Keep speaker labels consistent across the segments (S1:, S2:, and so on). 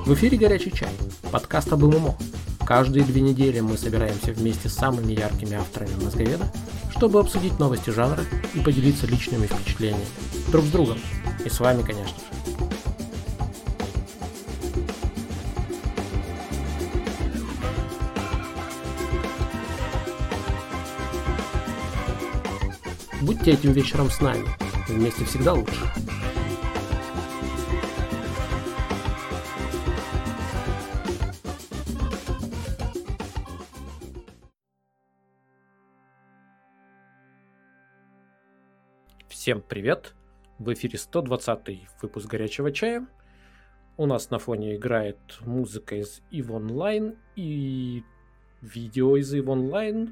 S1: В эфире «Горячий чай», подкаст об ММО. Каждые 2 недели мы собираемся вместе с самыми яркими авторами мозговеда, чтобы обсудить новости жанра и поделиться личными впечатлениями. Друг с другом. И с вами, конечно же. Будьте этим вечером с нами. Вместе всегда лучше. Всем привет! В эфире 120-й выпуск «Горячего чая». У нас на фоне играет музыка из EVE Online и видео из EVE Online.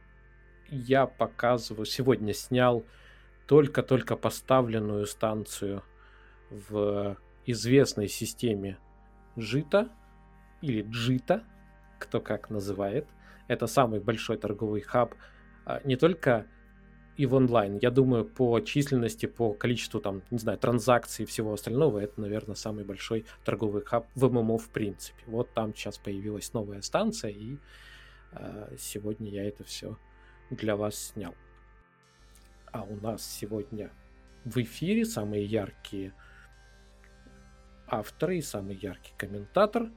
S1: Я показываю, сегодня снял только-только поставленную станцию в известной системе JITA или JITA, кто как называет. Это самый большой торговый хаб не только EVE Online. Я думаю, по численности, по количеству там, не знаю, транзакций и всего остального, это, наверное, самый большой торговый хаб в ММО в принципе. Вот там сейчас появилась новая станция, и сегодня я это все для вас снял. А у нас сегодня в эфире самые яркие авторы и самый яркий комментатор.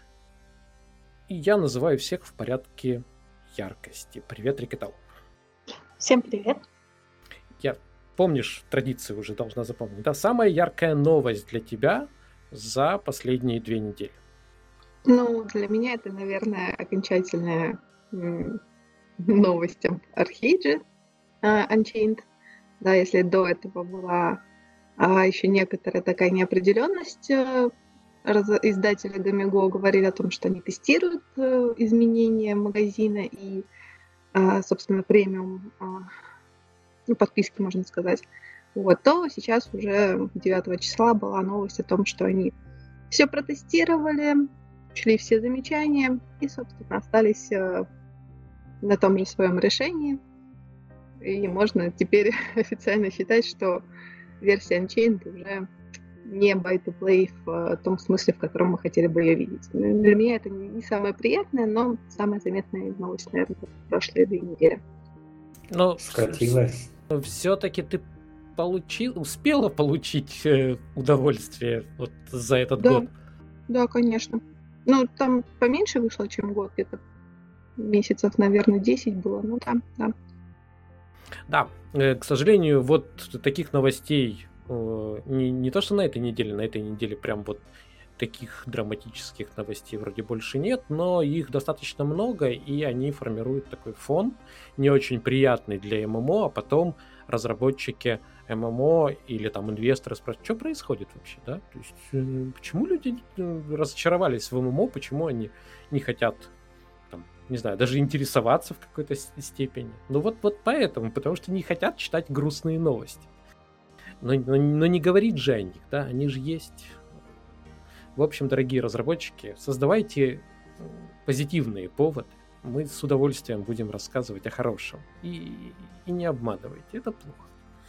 S1: И я называю всех в порядке яркости. Привет, Рикетал.
S2: Всем привет.
S1: Помнишь, традицию уже должна запомнить. Да, самая яркая новость для тебя за последние 2 недели.
S2: Ну, для меня это, наверное, окончательная новость об Архейдже Unchained. Да, если до этого была еще некоторая такая неопределенность, издатели Gamigo говорили о том, что они тестируют изменения магазина и, собственно, премиум подписки, можно сказать. Вот, то сейчас уже 9 числа была новость о том, что они все протестировали, учли все замечания и, собственно, остались на том же своем решении. И можно теперь официально считать, что версия Unchained уже не buy-to-play в том смысле, в котором мы хотели бы ее видеть. Для меня это не самое приятное, но самая заметная новость, наверное, прошлые 2 недели.
S1: Но
S3: скатилась.
S1: Все-таки ты успела получить удовольствие вот за этот год?
S2: Да, конечно. Ну, там поменьше вышло, чем год. Где-то месяцев, наверное, 10 было. Ну, да.
S1: Да, к сожалению, вот таких новостей не то, что на этой неделе прям вот таких драматических новостей вроде больше нет, но их достаточно много, и они формируют такой фон, не очень приятный для ММО, а потом разработчики ММО или там инвесторы спрашивают, что происходит вообще, да? То есть, почему люди разочаровались в ММО, почему они не хотят, там, не знаю, даже интересоваться в какой-то степени. Ну вот поэтому, потому что не хотят читать грустные новости. Но не говорит же о них, да, они же есть. В общем, дорогие разработчики, создавайте позитивные поводы. Мы с удовольствием будем рассказывать о хорошем. И не обманывайте, это плохо.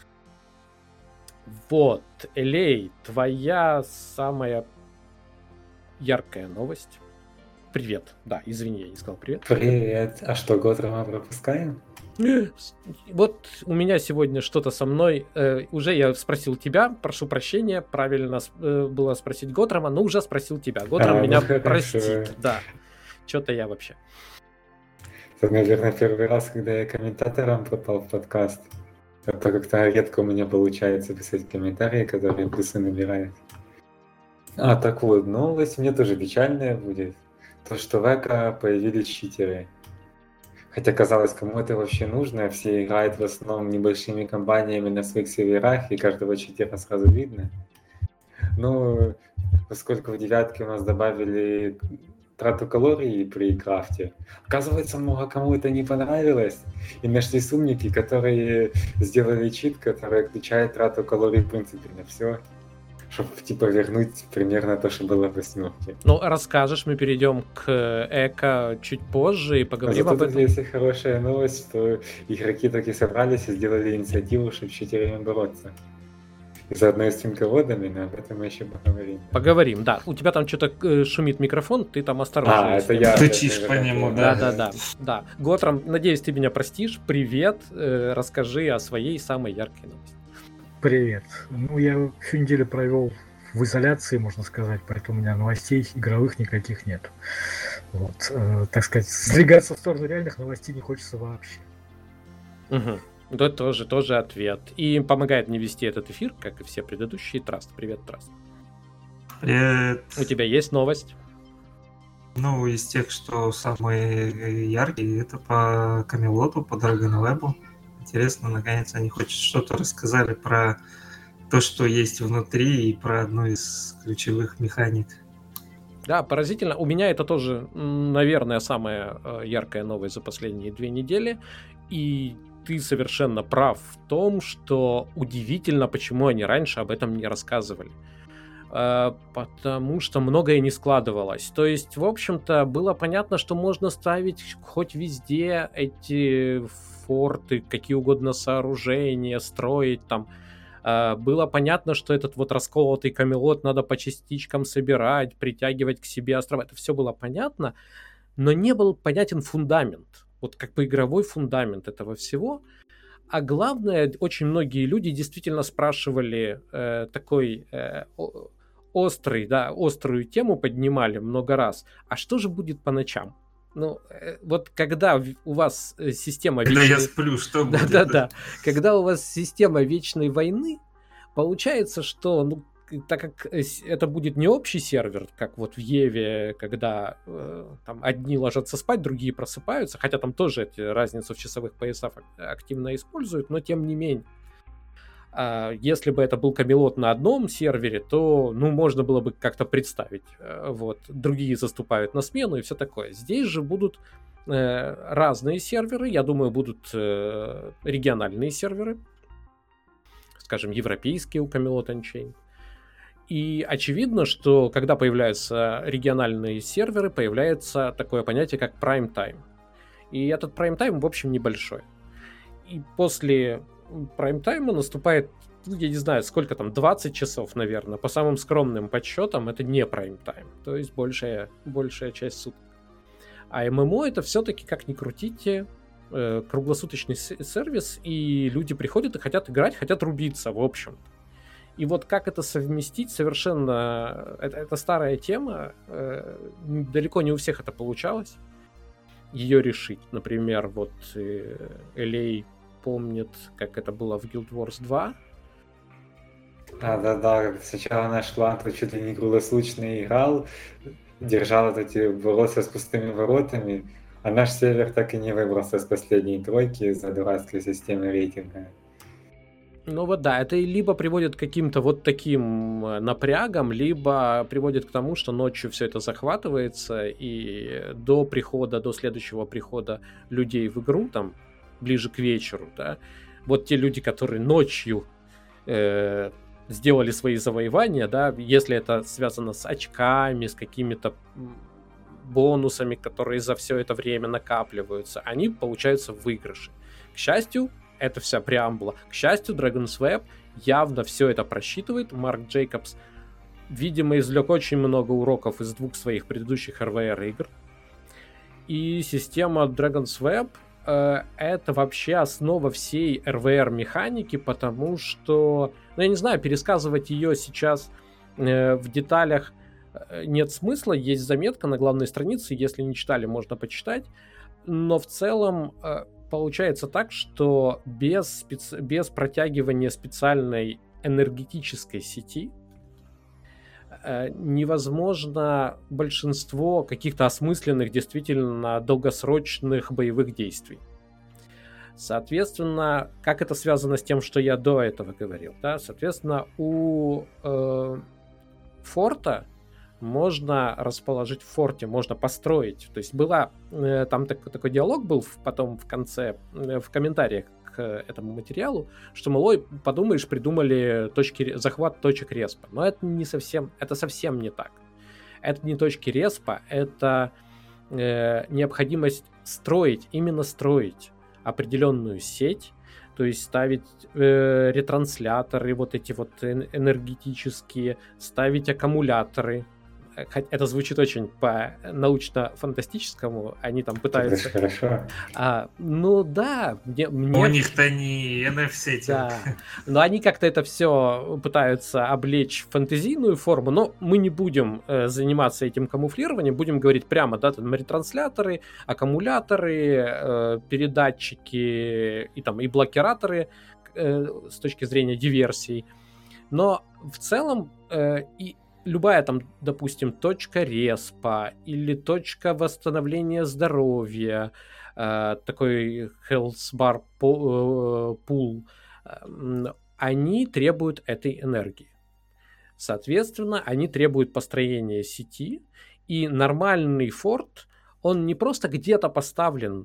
S1: Вот, Элей, твоя самая яркая новость. Привет. Да, извини, я не сказал привет.
S3: Привет. А что, Готрома пропускаем?
S1: Вот у меня сегодня что-то со мной. Уже я спросил тебя, прошу прощения, правильно было спросить Готрома, но уже спросил тебя. Готром меня простит. Да. Что-то я вообще.
S3: Это, наверное, первый раз, когда я комментатором попал в подкаст. Это как-то редко у меня получается писать комментарии, которые плюсы набирают. Так вот, новость мне тоже печальная будет. То, что в ЭКО появились читеры. Хотя, казалось, кому это вообще нужно, все играют в основном небольшими компаниями на своих серверах, и каждого читера сразу видно. Ну, поскольку в 9 у нас добавили трату калорий при крафте, оказывается, много кому это не понравилось, и нашлись умники, которые сделали чит, который отключает трату калорий в принципе на все, чтобы типа вернуть примерно то, что было в 8.
S1: Ну, расскажешь, мы перейдем к эко чуть позже и поговорим об этом.
S3: Есть хорошая новость, что игроки таки собрались и сделали инициативу, чтобы с читерами бороться. из одной с тинководами, но об этом мы еще поговорим.
S1: Поговорим, да. У тебя там что-то шумит микрофон, ты там осторожно.
S3: Это я.
S4: Стучишь по нему,
S1: да. Да. Готром, надеюсь, ты меня простишь. Привет, расскажи о своей самой яркой новости.
S5: Привет. Я всю неделю провел в изоляции, можно сказать, поэтому у меня новостей игровых никаких нет. Так сказать, сдвигаться в сторону реальных новостей не хочется вообще.
S1: Угу. Да, тоже ответ. И помогает мне вести этот эфир, как и все предыдущие. Траст. Привет, Траст.
S4: Привет.
S1: У тебя есть новость?
S4: Из тех, что самые яркие, это по Камелоту, по Драгонвебу. Интересно, наконец они хоть что-то рассказали про то, что есть внутри, и про одну из ключевых механик.
S1: Да, поразительно. У меня это тоже, наверное, самая яркая новость за последние 2 недели. И ты совершенно прав в том, что удивительно, почему они раньше об этом не рассказывали. Потому что многое не складывалось. То есть, в общем-то, было понятно, что можно ставить хоть везде эти форты, какие угодно сооружения, строить там. Было понятно, что этот вот расколотый Камелот надо по частичкам собирать, притягивать к себе острова. Это все было понятно, но не был понятен фундамент. Вот как бы игровой фундамент этого всего. А главное, очень многие люди действительно спрашивали острую тему поднимали много раз. А что же будет по ночам? Вот когда у вас система
S4: вечной... Когда я сплю, что будет?
S1: Да. Когда у вас система вечной войны, получается, что так как это будет не общий сервер, как вот в Еве, когда там одни ложатся спать, другие просыпаются, хотя там тоже разницу в часовых поясах активно используют, но тем не менее. Если бы это был Камелот на одном сервере, то, можно было бы как-то представить. Другие заступают на смену и все такое. Здесь же будут разные серверы. Я думаю, будут региональные серверы. Скажем, европейские у Camelot Unchained. И очевидно, что когда появляются региональные серверы, появляется такое понятие, как Prime Time. И этот Prime Time, в общем, небольшой. И после прайм-тайма наступает, я не знаю, сколько там, 20 часов, наверное. По самым скромным подсчетам, это не прайм-тайм. То есть большая часть суток. А ММО это все-таки, как ни крутите, круглосуточный сервис, и люди приходят и хотят играть, хотят рубиться, в общем. И вот как это совместить, совершенно... Это старая тема. Далеко не у всех это получалось. Ее решить. Например, вот LA помнит, как это было в Guild Wars 2.
S3: Да. Сначала наш клан чуть ли не круглосуточно играл, держал эти ворота с пустыми воротами, а наш сервер так и не выбрался с последней тройки из-за дурацкой системы рейтинга.
S1: Это либо приводит к каким-то вот таким напрягам, либо приводит к тому, что ночью все это захватывается, и до следующего прихода людей в игру, там, ближе к вечеру, да, вот те люди, которые ночью сделали свои завоевания, да, если это связано с очками, с какими-то бонусами, которые за все это время накапливаются, они получаются в выигрыше. К счастью, это вся преамбула. К счастью, Dragon's Web явно все это просчитывает. Марк Джейкобс, видимо, извлек очень много уроков из 2 своих предыдущих RVR игр. И система Dragon's Web это вообще основа всей RVR механики, потому что, я не знаю, пересказывать ее сейчас в деталях нет смысла. Есть заметка на главной странице, если не читали, можно почитать. Но в целом получается так, что без протягивания специальной энергетической сети невозможно большинство каких-то осмысленных, действительно долгосрочных боевых действий. Соответственно, как это связано с тем, что я до этого говорил? Да? Соответственно, у форта можно расположить в форте, можно построить. То есть там такой диалог был потом в конце, в комментариях к этому материалу, что, мол, подумаешь, придумали захват точек респа. Но это совсем не так. Это не точки респа, это необходимость именно строить определенную сеть, то есть ставить ретрансляторы вот эти вот энергетические, ставить аккумуляторы. Это звучит очень по-научно-фантастическому, они там пытаются...
S3: Это же хорошо.
S1: Ну да, мне...
S4: У них-то не NFC.
S1: Да, но они как-то это все пытаются облечь в фэнтезийную форму, но мы не будем заниматься этим камуфлированием, будем говорить прямо, да, там ретрансляторы, аккумуляторы, передатчики и блокираторы с точки зрения диверсий. Но в целом и любая там, допустим, точка респа или точка восстановления здоровья, такой health bar pool, они требуют этой энергии. Соответственно, они требуют построения сети, и нормальный форт, он не просто где-то поставлен,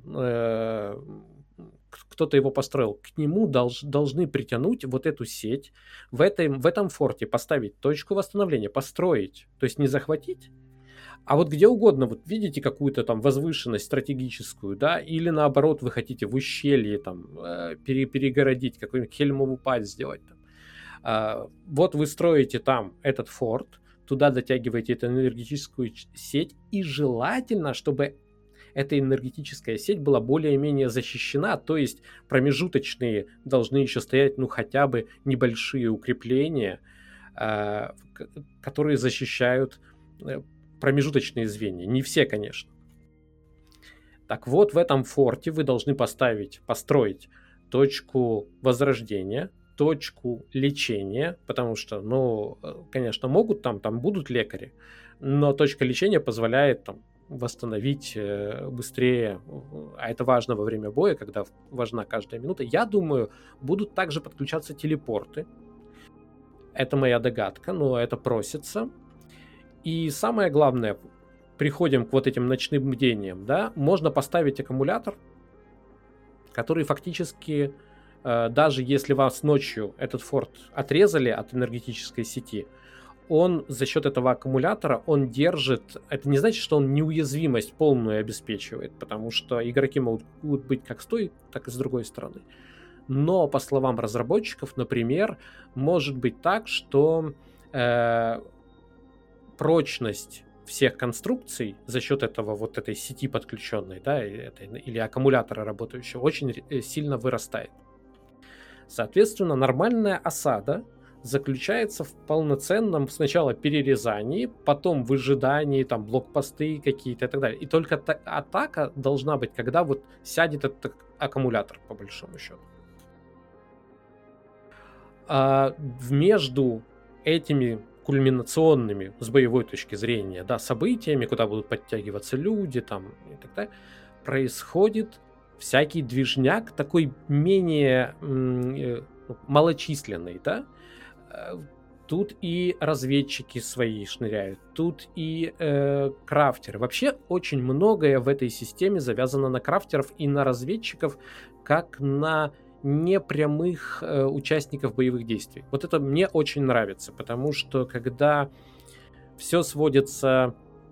S1: кто-то его построил, к нему должны притянуть вот эту сеть, в этом форте поставить точку восстановления, построить, то есть не захватить, а вот где угодно, вот видите какую-то там возвышенность стратегическую, да, или наоборот вы хотите в ущелье там перегородить, какую-нибудь Хельмову падь сделать там. Вот вы строите там этот форт, туда дотягиваете эту энергетическую сеть, и желательно, чтобы эта энергетическая сеть была более-менее защищена, то есть промежуточные должны еще стоять, ну, хотя бы небольшие укрепления, которые защищают промежуточные звенья. Не все, конечно. Так вот, в этом форте вы должны построить точку возрождения, точку лечения, потому что, ну, конечно, могут там будут лекари, но точка лечения позволяет там восстановить быстрее, а это важно во время боя, когда важна каждая минута. Я думаю, будут также подключаться телепорты. Это моя догадка, но это просится. И самое главное, приходим к вот этим ночным бдениям, да, можно поставить аккумулятор, который фактически, даже если вас ночью этот форт отрезали от энергетической сети, он за счет этого аккумулятора, он держит, это не значит, что он неуязвимость полную обеспечивает, потому что игроки могут быть как с той, так и с другой стороны. Но, по словам разработчиков, например, может быть так, что прочность всех конструкций за счет этого вот этой сети подключенной, да, или аккумулятора работающего, очень сильно вырастает. Соответственно, нормальная осада заключается в полноценном сначала перерезании, потом выжидании, там, блокпосты какие-то и так далее. И только атака должна быть, когда вот сядет этот аккумулятор, по большому счету. Между этими кульминационными, с боевой точки зрения, да, событиями, куда будут подтягиваться люди, там, и так далее, происходит всякий движняк, такой менее малочисленный, да. Тут и разведчики свои шныряют, тут и крафтеры. Вообще очень многое в этой системе завязано на крафтеров и на разведчиков, как на непрямых участников боевых действий. Вот это мне очень нравится, потому что когда все сводится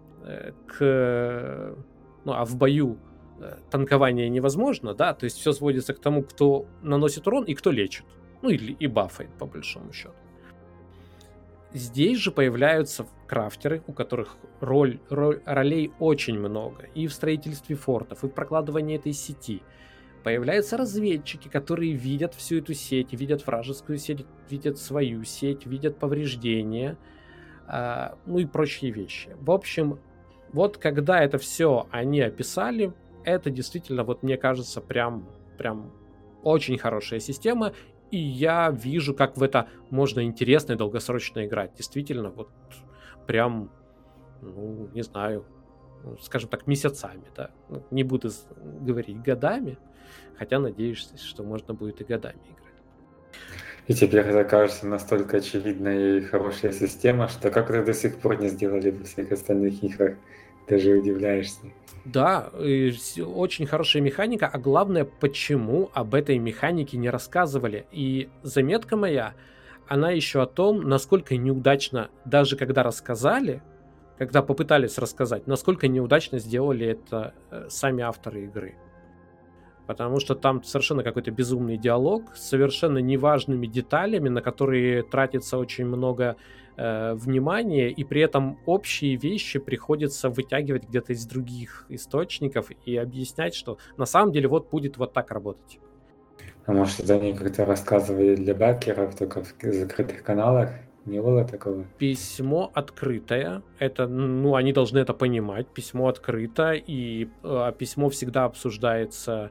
S1: к... Ну, а в бою танкование невозможно, да, то есть все сводится к тому, кто наносит урон и кто лечит. Ну, и бафает, по большому счету. Здесь же появляются крафтеры, у которых ролей очень много. И в строительстве фортов, и в прокладывании этой сети. Появляются разведчики, которые видят всю эту сеть, видят вражескую сеть, видят свою сеть, видят повреждения, ну и прочие вещи. В общем, вот когда это все они описали, это действительно, вот мне кажется, прям очень хорошая система. И я вижу, как в это можно интересно и долгосрочно играть. Действительно, вот прям, ну, не знаю, скажем так, месяцами, да. Не буду говорить годами, хотя надеюсь, что можно будет и годами играть.
S3: И теперь это кажется настолько очевидная и хорошая система, что как это до сих пор не сделали во всех остальных играх, даже удивляешься.
S1: Да, очень хорошая механика, а главное, почему об этой механике не рассказывали. И заметка моя, она еще о том, насколько неудачно, даже когда рассказали, когда попытались рассказать, насколько неудачно сделали это сами авторы игры. Потому что там совершенно какой-то безумный диалог с совершенно неважными деталями, на которые тратится очень много внимания, и при этом общие вещи приходится вытягивать где-то из других источников и объяснять, что на самом деле вот будет вот так работать.
S3: А может, это они как-то рассказывали для бакеров, только в закрытых каналах? Не было такого?
S1: Письмо открытое. Это, ну, они должны это понимать. Письмо открыто, и письмо всегда обсуждается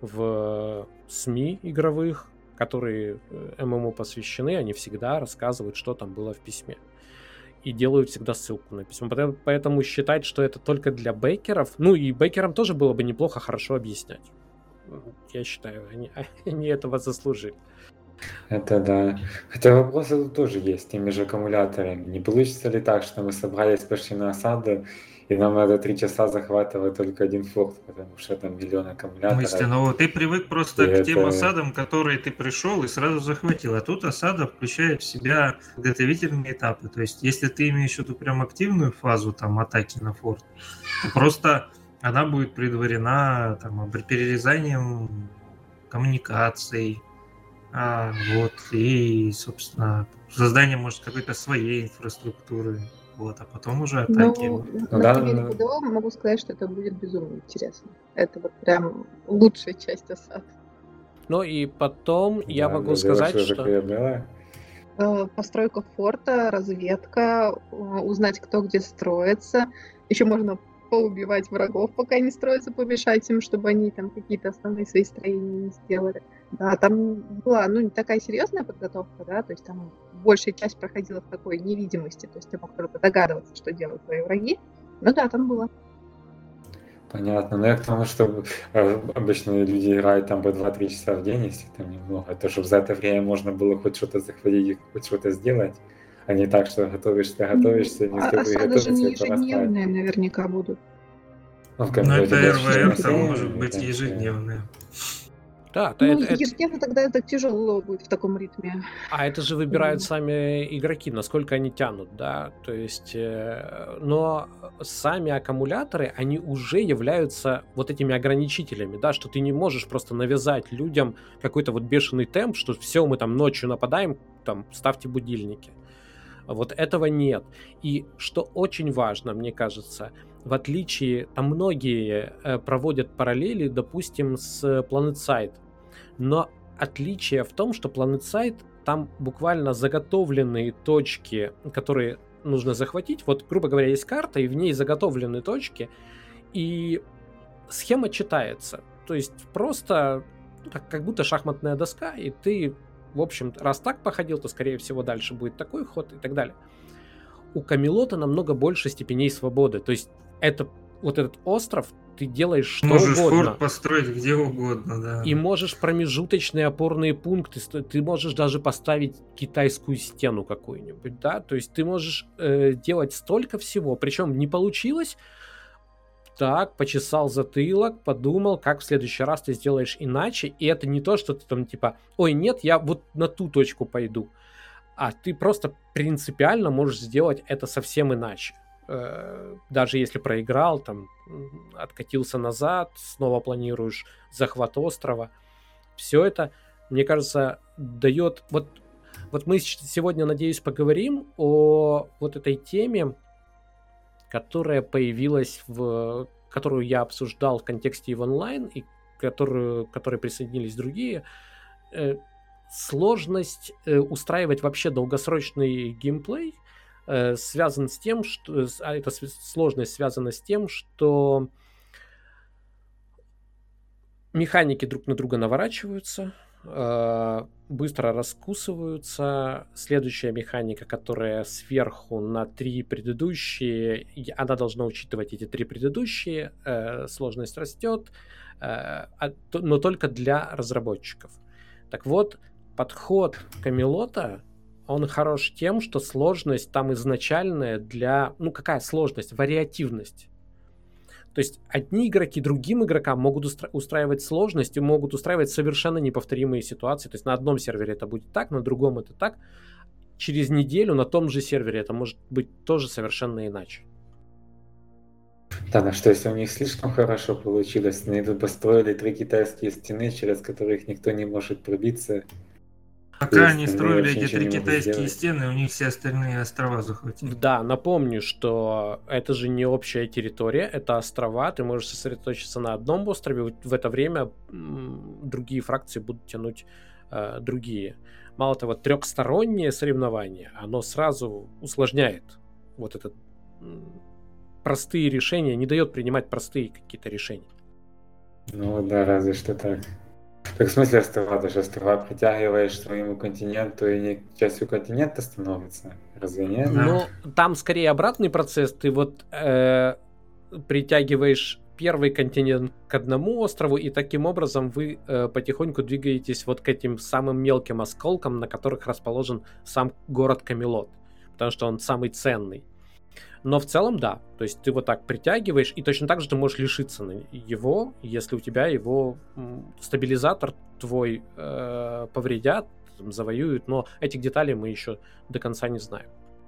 S1: в СМИ игровых, которые ММО посвящены. Они всегда рассказывают, что там было в письме. И делают всегда ссылку на письмо. Поэтому считать, что это только для бэкеров... Ну, и бэкерам тоже было бы неплохо хорошо объяснять. Я считаю, они этого заслужили.
S3: Это да. Хотя вопросы тут тоже есть, теми же аккумуляторами. Не получится ли так, что мы собрались, пошли на осаду, и нам надо 3 часа захватывать только один форт, потому что там миллион
S4: В
S3: аккумуляторов.
S4: смысле, ну ты привык просто
S3: И
S4: к тем
S3: это-
S4: осадам, которые ты пришел и сразу захватил. А тут осада включает в себя подготовительные этапы. То есть, если ты имеешь в виду прям активную фазу там атаки на форт, то просто она будет предварена там перерезанием коммуникаций, вот, и, собственно, созданием, может, какой-то своей инфраструктуры, вот, а потом уже атаки.
S2: Ну,
S3: Ну
S2: на
S3: да,
S2: примере
S3: ну-
S2: ВДО могу сказать, что это будет безумно интересно. Это вот прям лучшая часть осад.
S1: Ну и потом я
S3: Да,
S1: могу
S3: да,
S1: сказать,
S3: уже
S1: что...
S3: такое было.
S2: Постройка форта, разведка, узнать, кто где строится. Еще можно поубивать врагов, пока не строятся, помешать им, чтобы они там какие-то основные свои строения не сделали. Да, там была, ну, не такая серьезная подготовка, да, то есть там большая часть проходила в такой невидимости, то есть ты мог только догадываться, что делают твои враги. Ну да, там было.
S3: Понятно. Но я к тому, что обычно люди играют там по 2-3 часа в день, если там немного, то чтобы за это время можно было хоть что-то захватить, хоть что-то сделать, а не так, что готовишься, не успел
S2: Осады же не
S3: приготовиться, и пора спать.
S2: ежедневные наверняка будут.
S3: Ну, в
S4: Но
S3: Камелоте
S4: это
S3: больше
S4: РВМ,
S3: всего
S4: там
S3: время,
S4: может быть
S3: так что-
S4: ежедневные.
S1: Да,
S2: Ну,
S1: это-
S2: ежедневно тогда это тяжело будет в таком ритме.
S1: А это же выбирают сами игроки, насколько они тянут, да, то есть, но сами аккумуляторы, они уже являются вот этими ограничителями, да, что ты не можешь просто навязать людям какой-то вот бешеный темп, что все, мы там ночью нападаем, там, ставьте будильники. Вот этого нет. И что очень важно, мне кажется, в отличие, там многие проводят параллели, допустим, с PlanetSide, но отличие в том, что PlanetSide там буквально заготовленные точки, которые нужно захватить. Вот, грубо говоря, есть карта, и в ней заготовлены точки, и схема читается. То есть просто как будто шахматная доска, и ты, в общем, раз так походил, то, скорее всего, дальше будет такой ход и так далее. У Камелота намного больше степеней свободы. То есть это вот этот остров, ты делаешь что
S4: Можешь
S1: угодно.
S4: форт построить где угодно, да.
S1: И можешь промежуточные опорные пункты, ты можешь даже поставить китайскую стену какую-нибудь, да, то есть ты можешь делать столько всего, причем не получилось, так, почесал затылок, подумал, как в следующий раз ты сделаешь иначе, и это не то, что ты там типа, ой, нет, я вот на ту точку пойду, а ты просто принципиально можешь сделать это совсем иначе. Даже если проиграл, там, откатился назад, снова планируешь захват острова. Все это, мне кажется, дает... Вот мы сегодня, надеюсь, поговорим о вот этой теме, которая появилась которую я обсуждал в контексте EVE Online, и которой присоединились другие. Сложность устраивать вообще долгосрочный геймплей связан с тем, что эта сложность связана с тем, что механики друг на друга наворачиваются, быстро раскусываются. Следующая механика, которая сверху на 3 предыдущие, она должна учитывать эти 3 предыдущие, сложность растет, но только для разработчиков. Так вот, подход Камелота, он хорош тем, что сложность там изначальная для... Ну, какая сложность? Вариативность. То есть одни игроки другим игрокам могут устраивать сложность и могут устраивать совершенно неповторимые ситуации. То есть на одном сервере это будет так, на другом это так. Через неделю на том же сервере это может быть тоже совершенно иначе.
S3: Да, на что если у них слишком хорошо получилось, они тут построили 3 китайские стены, через которых никто не может пробиться, и
S4: Пока они
S3: остальные
S4: строили
S3: вообще
S4: эти
S3: ничего
S4: 3
S3: не могут
S4: китайские
S3: сделать.
S4: стены, у них все остальные острова захватили.
S1: Да, напомню, что это же не общая территория, это острова, ты можешь сосредоточиться на одном острове, в это время другие фракции будут тянуть другие. Мало того, трехстороннее соревнование, оно сразу усложняет вот это простые решения, не дает принимать простые какие-то решения.
S3: Ну да, разве что так. Так в смысле острова? Даже острова притягиваешь к своему континенту, и не частью континента становится. Разве нет?
S1: Но там скорее обратный процесс. Ты вот притягиваешь первый континент к одному острову, и таким образом вы потихоньку двигаетесь вот к этим самым мелким осколкам, на которых расположен сам город Камелот, потому что он самый ценный. Но в целом, да, то есть ты вот так притягиваешь, и точно так же ты можешь лишиться его, если у тебя его стабилизатор твой повредят, завоюют, но этих деталей мы еще до конца не знаем.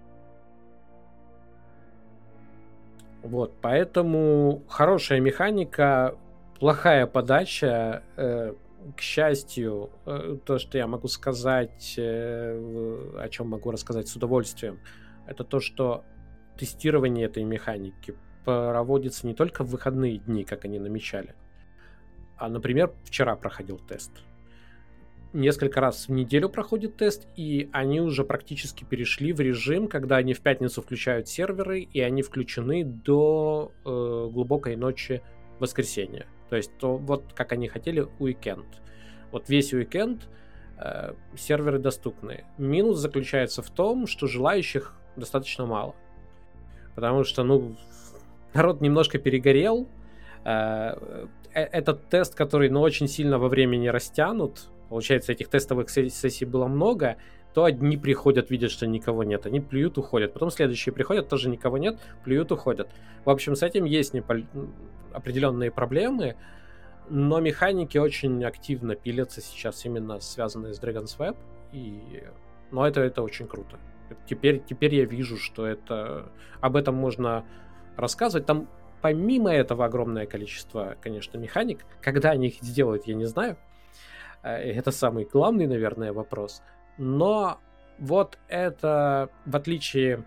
S1: Вот, поэтому хорошая механика, плохая подача. К счастью, то, что я могу сказать, о чем могу рассказать с удовольствием, это то, что тестирование этой механики проводится не только в выходные дни, как они намечали, а, например, вчера проходил тест. Несколько раз в неделю проходит тест, и они уже практически перешли в режим, когда они в пятницу включают серверы, и они включены до глубокой ночи воскресенья. То есть вот как они хотели уикенд. Вот весь уикенд серверы доступны. Минус заключается в том, что желающих достаточно мало. Потому что, народ немножко перегорел. Этот тест, который, очень сильно во времени растянут, получается, этих тестовых сессий было много, то одни приходят, видят, что никого нет, они плюют, уходят. Потом следующие приходят, тоже никого нет, плюют, уходят. В общем, с этим есть определенные проблемы, но механики очень активно пилятся сейчас, именно связанные с Dragon's Web, но это очень круто. Теперь я вижу, что об этом можно рассказывать. Там помимо этого огромное количество, конечно, механик. Когда они их сделают, я не знаю. Это самый главный, наверное, вопрос. Но вот это, в отличие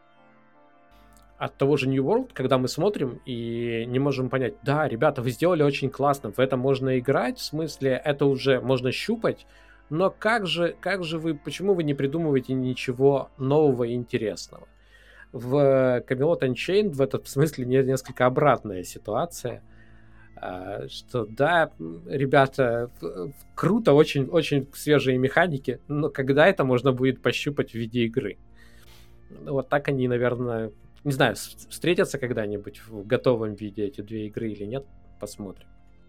S1: от того же New World, когда мы смотрим и не можем понять, да, ребята, вы сделали очень классно, в это можно играть, в смысле, это уже можно щупать, но как же вы, почему вы не придумываете ничего нового и интересного? В Camelot Unchained в этом смысле несколько обратная ситуация, что да, ребята, круто, очень, очень свежие механики, но когда это можно будет пощупать в виде игры? Вот так они, наверное, не знаю, встретятся когда-нибудь в готовом виде эти две игры или нет, посмотрим.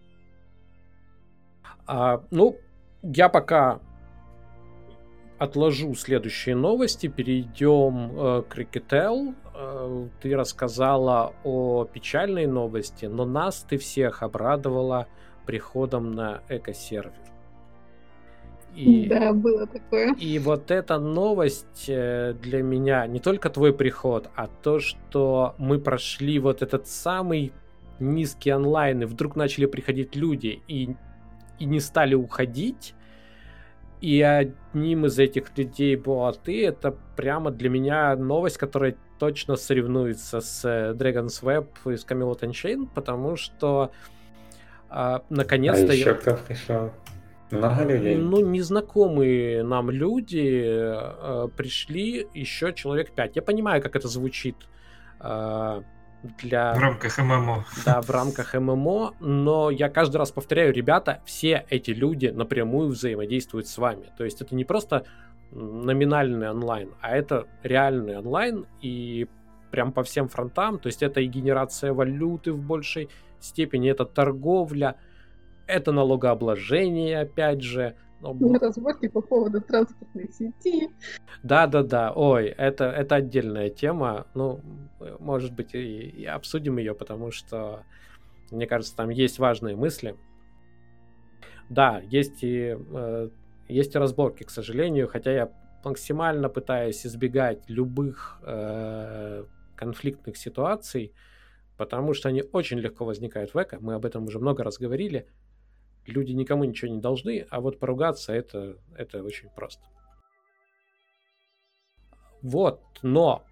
S1: Я пока отложу следующие новости, перейдем к Ricketel. Ты рассказала о печальной новости, но нас ты всех обрадовала приходом на экосервер.
S2: Да, было такое.
S1: И вот эта новость для меня не только твой приход, а то, что мы прошли вот этот самый низкий онлайн, и вдруг начали приходить люди, и не стали уходить, и одним из этих людей была ты, это прямо для меня новость, которая точно соревнуется с Dragon's Web и с Camelot Unchained, потому что наконец-то...
S3: А еще кто пришел? Много людей?
S1: Незнакомые нам люди пришли, еще человек 5. Я понимаю, как это звучит
S4: в рамках ММО.
S1: Да, в рамках ММО, но я каждый раз повторяю, ребята, все эти люди напрямую взаимодействуют с вами. То есть это не просто номинальный онлайн, а это реальный онлайн, и прям по всем фронтам. То есть это и генерация валюты в большей степени, это торговля, это налогообложение, опять же.
S2: Разборки по поводу транспортной сети.
S1: Да. Ой, это отдельная тема. Может быть, и обсудим ее, потому что, мне кажется, там есть важные мысли. Да, есть и разборки, к сожалению, хотя я максимально пытаюсь избегать любых конфликтных ситуаций, потому что они очень легко возникают в эко. Мы об этом уже много раз говорили. Люди никому ничего не должны, а вот поругаться это очень просто. Вот, но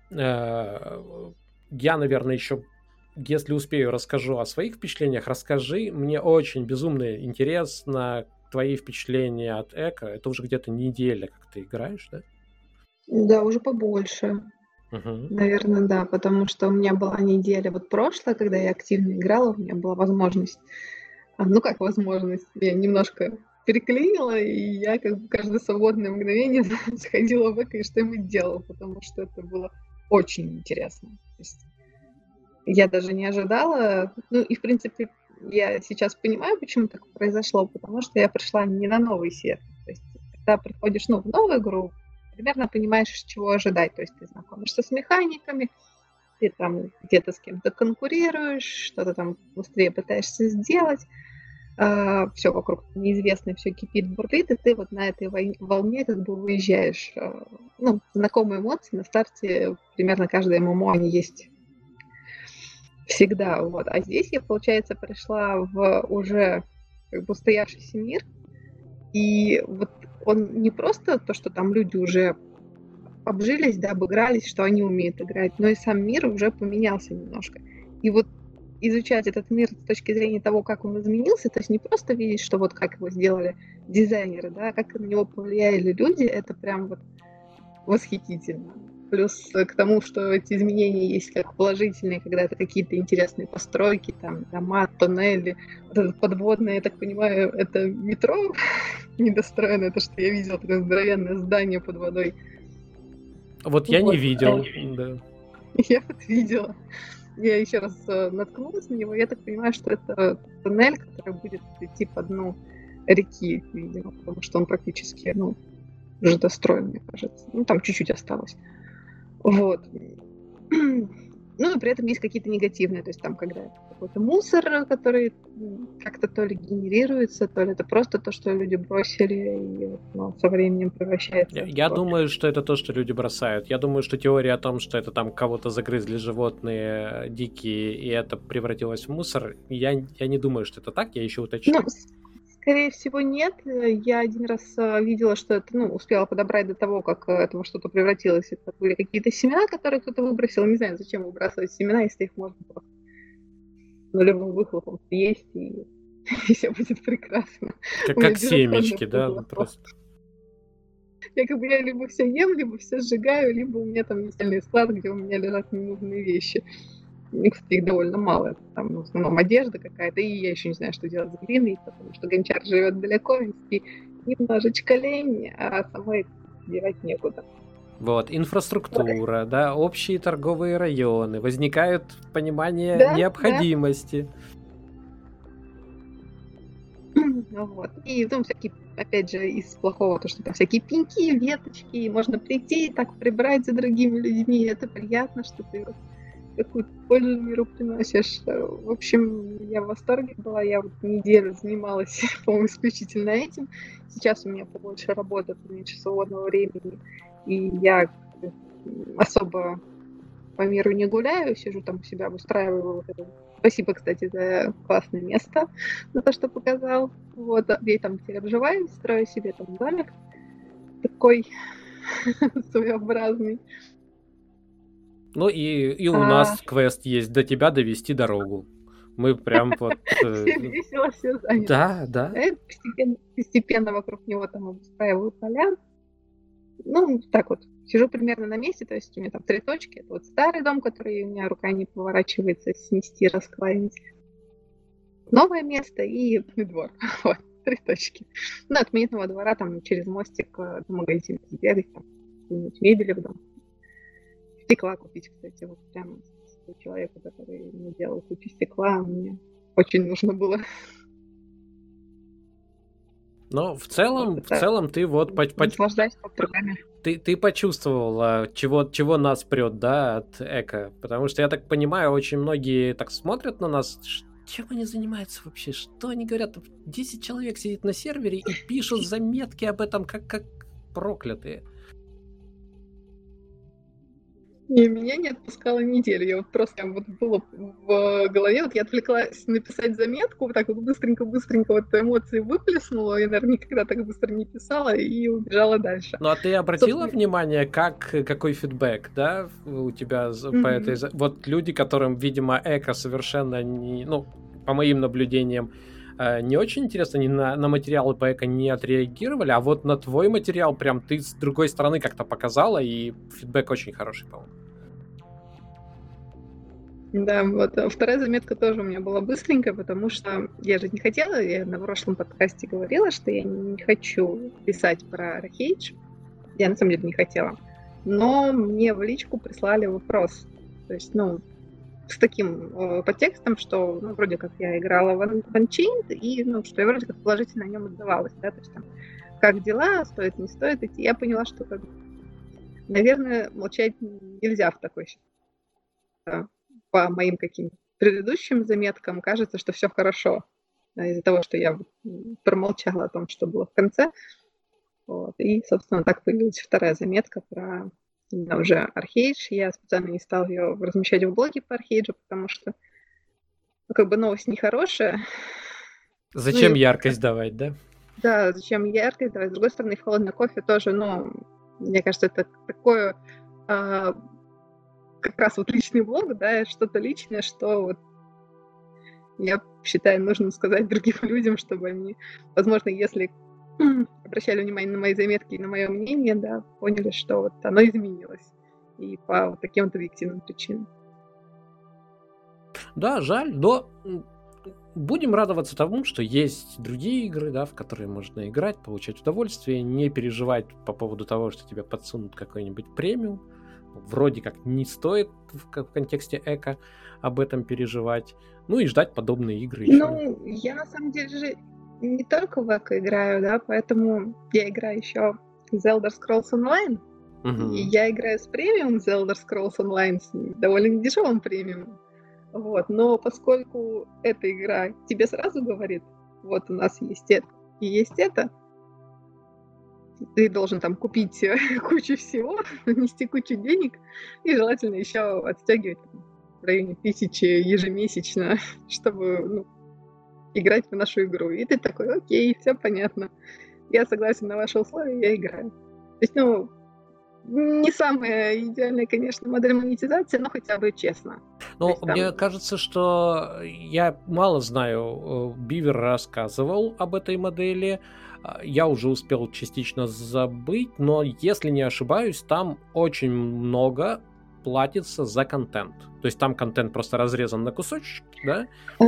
S1: я, наверное, еще, если успею, расскажу о своих впечатлениях. Расскажи, мне очень безумно интересно твои впечатления от эко. Это уже где-то неделя, как ты играешь, да?
S2: Да, уже побольше.
S1: Угу.
S2: Наверное, да, потому что у меня была неделя вот прошлая, когда я активно играла, у меня была возможность, возможность, я немножко переклинила, и я как бы каждое свободное мгновение заходила в эко и что-нибудь делала, потому что это было очень интересно. То есть я даже не ожидала, и в принципе я сейчас понимаю, почему так произошло, потому что я пришла не на новый сервер. То есть когда приходишь в новую игру, примерно понимаешь, чего ожидать. То есть ты знакомишься с механиками, ты там где-то с кем-то конкурируешь, что-то там быстрее пытаешься сделать. Все вокруг неизвестно, все кипит, бурлит, и ты вот на этой волне как бы выезжаешь. Знакомые эмоции на старте примерно каждое ММО они есть всегда. Вот. А здесь я, получается, пришла в уже как бы устоявшийся мир, и вот он не просто то, что там люди уже обжились, да, обыгрались, что они умеют играть, но и сам мир уже поменялся немножко. И вот изучать этот мир с точки зрения того, как он изменился, то есть не просто видеть, что вот как его сделали дизайнеры, да, как на него повлияли люди, это прям вот восхитительно. Плюс к тому, что эти изменения есть как положительные, когда это какие-то интересные постройки, там, дома, тоннели, вот это подводное, я так понимаю, это метро недостроенное, это что я видела, такое здоровенное здание под водой.
S1: Вот я не видел, да.
S2: Я вот видела. Я еще раз наткнулась на него, я так понимаю, что это туннель, который будет идти по дну реки, видимо, потому что он практически, уже достроен, мне кажется. Там чуть-чуть осталось. Вот. И при этом есть какие-то негативные, то есть там, когда какой-то мусор, который как-то то ли генерируется, то ли это просто то, что люди бросили, и со временем превращается.
S1: Я думаю, что это то, что люди бросают. Я думаю, что теория о том, что это там кого-то загрызли животные дикие, и это превратилось в мусор, я не думаю, что это так, я еще уточню.
S2: Скорее всего, нет. Я один раз видела, что это, успела подобрать до того, как это во что-то превратилось. Это были какие-то семена, которые кто-то выбросил. Не знаю, зачем выбрасывать семена, если их можно просто нулевым выхлопом съесть, и все будет прекрасно.
S1: Как семечки, да, просто.
S2: Я либо все ем, либо все сжигаю, либо у меня там есть отдельный склад, где у меня лежат ненужные вещи. И, кстати, их довольно мало. Там в основном одежда какая-то, и я еще не знаю, что делать с глиной, потому что гончар живет далеко, вести немножечко лень, а самой девать некуда.
S1: Вот, инфраструктура, да, общие торговые районы, возникает понимание необходимости.
S2: Вот. И всякие, опять же, из плохого, то, что там всякие пеньки, веточки, можно прийти и так прибрать за другими людьми, это приятно, что ты какую-то пользу миру приносишь. В общем, я в восторге была. Я неделю занималась, по-моему, исключительно этим. Сейчас у меня побольше работы, поменьше свободного времени. И я особо по миру не гуляю, сижу там у себя, обустраиваю вот это. Спасибо, кстати, за классное место, за то, что показал. Вот, я там теперь обживаюсь, строю себе там домик такой своеобразный. И у нас квест есть до тебя довести дорогу. Мы прям вот... Все весело, все заняты.
S1: Да.
S2: Постепенно вокруг него там обустраиваю поля. Так вот, сижу примерно на месте, то есть у меня там 3 точки. Это вот старый дом, который у меня рука не поворачивается снести, расклавить. Новое место и двор. Вот, 3 точки. От Минного двора там через мостик до магазина сбегать, там, мебели в дом. Стекла купить, кстати, вот прямо человеку, который мне делал кучу стекла, мне очень нужно было.
S1: Но в целом ты вот ты почувствовала, чего нас прет, да, от эко, потому что я так понимаю, очень многие так смотрят на нас, чем они занимаются вообще, что они говорят, 10 человек сидит на сервере и пишут заметки об этом, как проклятые.
S2: И меня не отпускала неделю. Я вот просто вот было в голове, вот я отвлеклась написать заметку, вот так вот быстренько вот эмоции выплеснула, я, наверное, никогда так быстро не писала и убежала дальше.
S1: Ну, а ты обратила внимание, какой фидбэк, да, у тебя по этой... Вот люди, которым, видимо, эко совершенно не... Ну, по моим наблюдениям, не очень интересно, они на материалы по эко не отреагировали, а вот на твой материал прям ты с другой стороны как-то показала, и фидбэк очень хороший, по-моему.
S2: Да, вот. Вторая заметка тоже у меня была быстренькая, потому что я же не хотела, я на прошлом подкасте говорила, что я не хочу писать про Архейдж. Я на самом деле не хотела. Но мне в личку прислали вопрос. То есть, с таким подтекстом, что, вроде как я играла в Unchained, и, что я вроде как положительно о нем отзывалась, да, то есть там, как дела, стоит, не стоит идти. Я поняла, что, наверное, молчать нельзя в такой ситуации. По моим каким-то предыдущим заметкам кажется, что все хорошо. Из-за того, что я промолчала о том, что было в конце. Вот. И, собственно, так появилась вторая заметка про уже Архейдж. Я специально не стала ее размещать в блоге по Архейджу, потому что новость нехорошая.
S1: Зачем яркость давать, да?
S2: Да, зачем яркость давать. С другой стороны, в холодный кофе тоже, мне кажется, это такое... как раз вот личный блог, да, что-то личное, что вот я считаю, нужно сказать другим людям, чтобы они, возможно, если обращали внимание на мои заметки и на мое мнение, да, поняли, что вот оно изменилось. И по вот таким вот объективным причинам.
S1: Да, жаль, но будем радоваться тому, что есть другие игры, да, в которые можно играть, получать удовольствие, не переживать по поводу того, что тебе подсунут какой-нибудь премиум. Вроде как не стоит в контексте эко об этом переживать. Ну и ждать подобные игры еще.
S2: Я на самом деле же не только в эко играю, да, поэтому я играю еще в The Elder Scrolls Online. И я играю с премиум The Elder Scrolls Online, с довольно дешевым премиумом. Вот. Но поскольку эта игра тебе сразу говорит, вот у нас есть это и есть это, ты должен там купить кучу всего, нести кучу денег и желательно еще отстегивать в районе 1000 ежемесячно, чтобы играть в нашу игру. И ты такой, окей, все понятно. Я согласен на ваши условия, я играю. То есть, не самая идеальная, конечно, модель монетизации, но хотя бы честно.
S1: Ну, мне кажется, что я мало знаю. Бивер рассказывал об этой модели. Я уже успел частично забыть, но, если не ошибаюсь, там очень много платится за контент. То есть там контент просто разрезан на кусочки, да?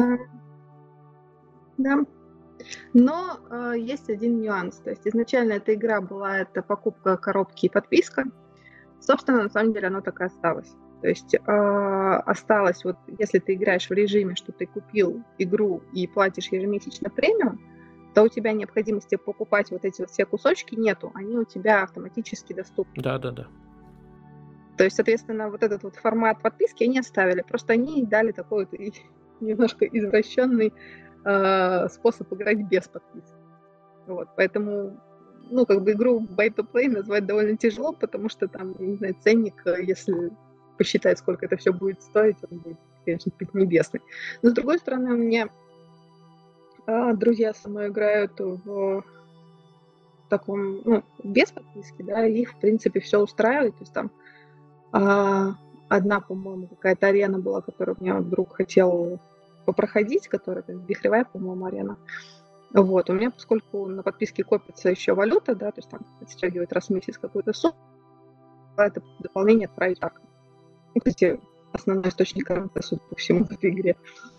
S2: Да. Но есть один нюанс. То есть изначально эта игра была, это покупка коробки и подписка. Собственно, на самом деле оно так и осталось. То есть осталось, вот если ты играешь в режиме, что ты купил игру и платишь ежемесячно премиум, то у тебя необходимости покупать вот эти вот все кусочки нету, они у тебя автоматически доступны.
S1: Да.
S2: То есть, соответственно, вот этот вот формат подписки они оставили, просто они дали такой вот немножко извращенный способ играть без подписки. Вот, поэтому, игру Buy to Play назвать довольно тяжело, потому что там, не знаю, ценник, если посчитать, сколько это все будет стоить, он будет, конечно, поднебесный. Но, с другой стороны, у меня друзья со мной играют в таком, без подписки, да, и их, в принципе, все устраивает. То есть там одна, по-моему, какая-то арена была, которую мне друг хотел попроходить, которая вихревая, по-моему, арена. Вот, у меня, поскольку на подписке копится еще валюта, да, то есть там стягивает раз в месяц какую-то сумму, это дополнение отправить так. Кстати, основной источник РНТ, судя по всему, в этой игре.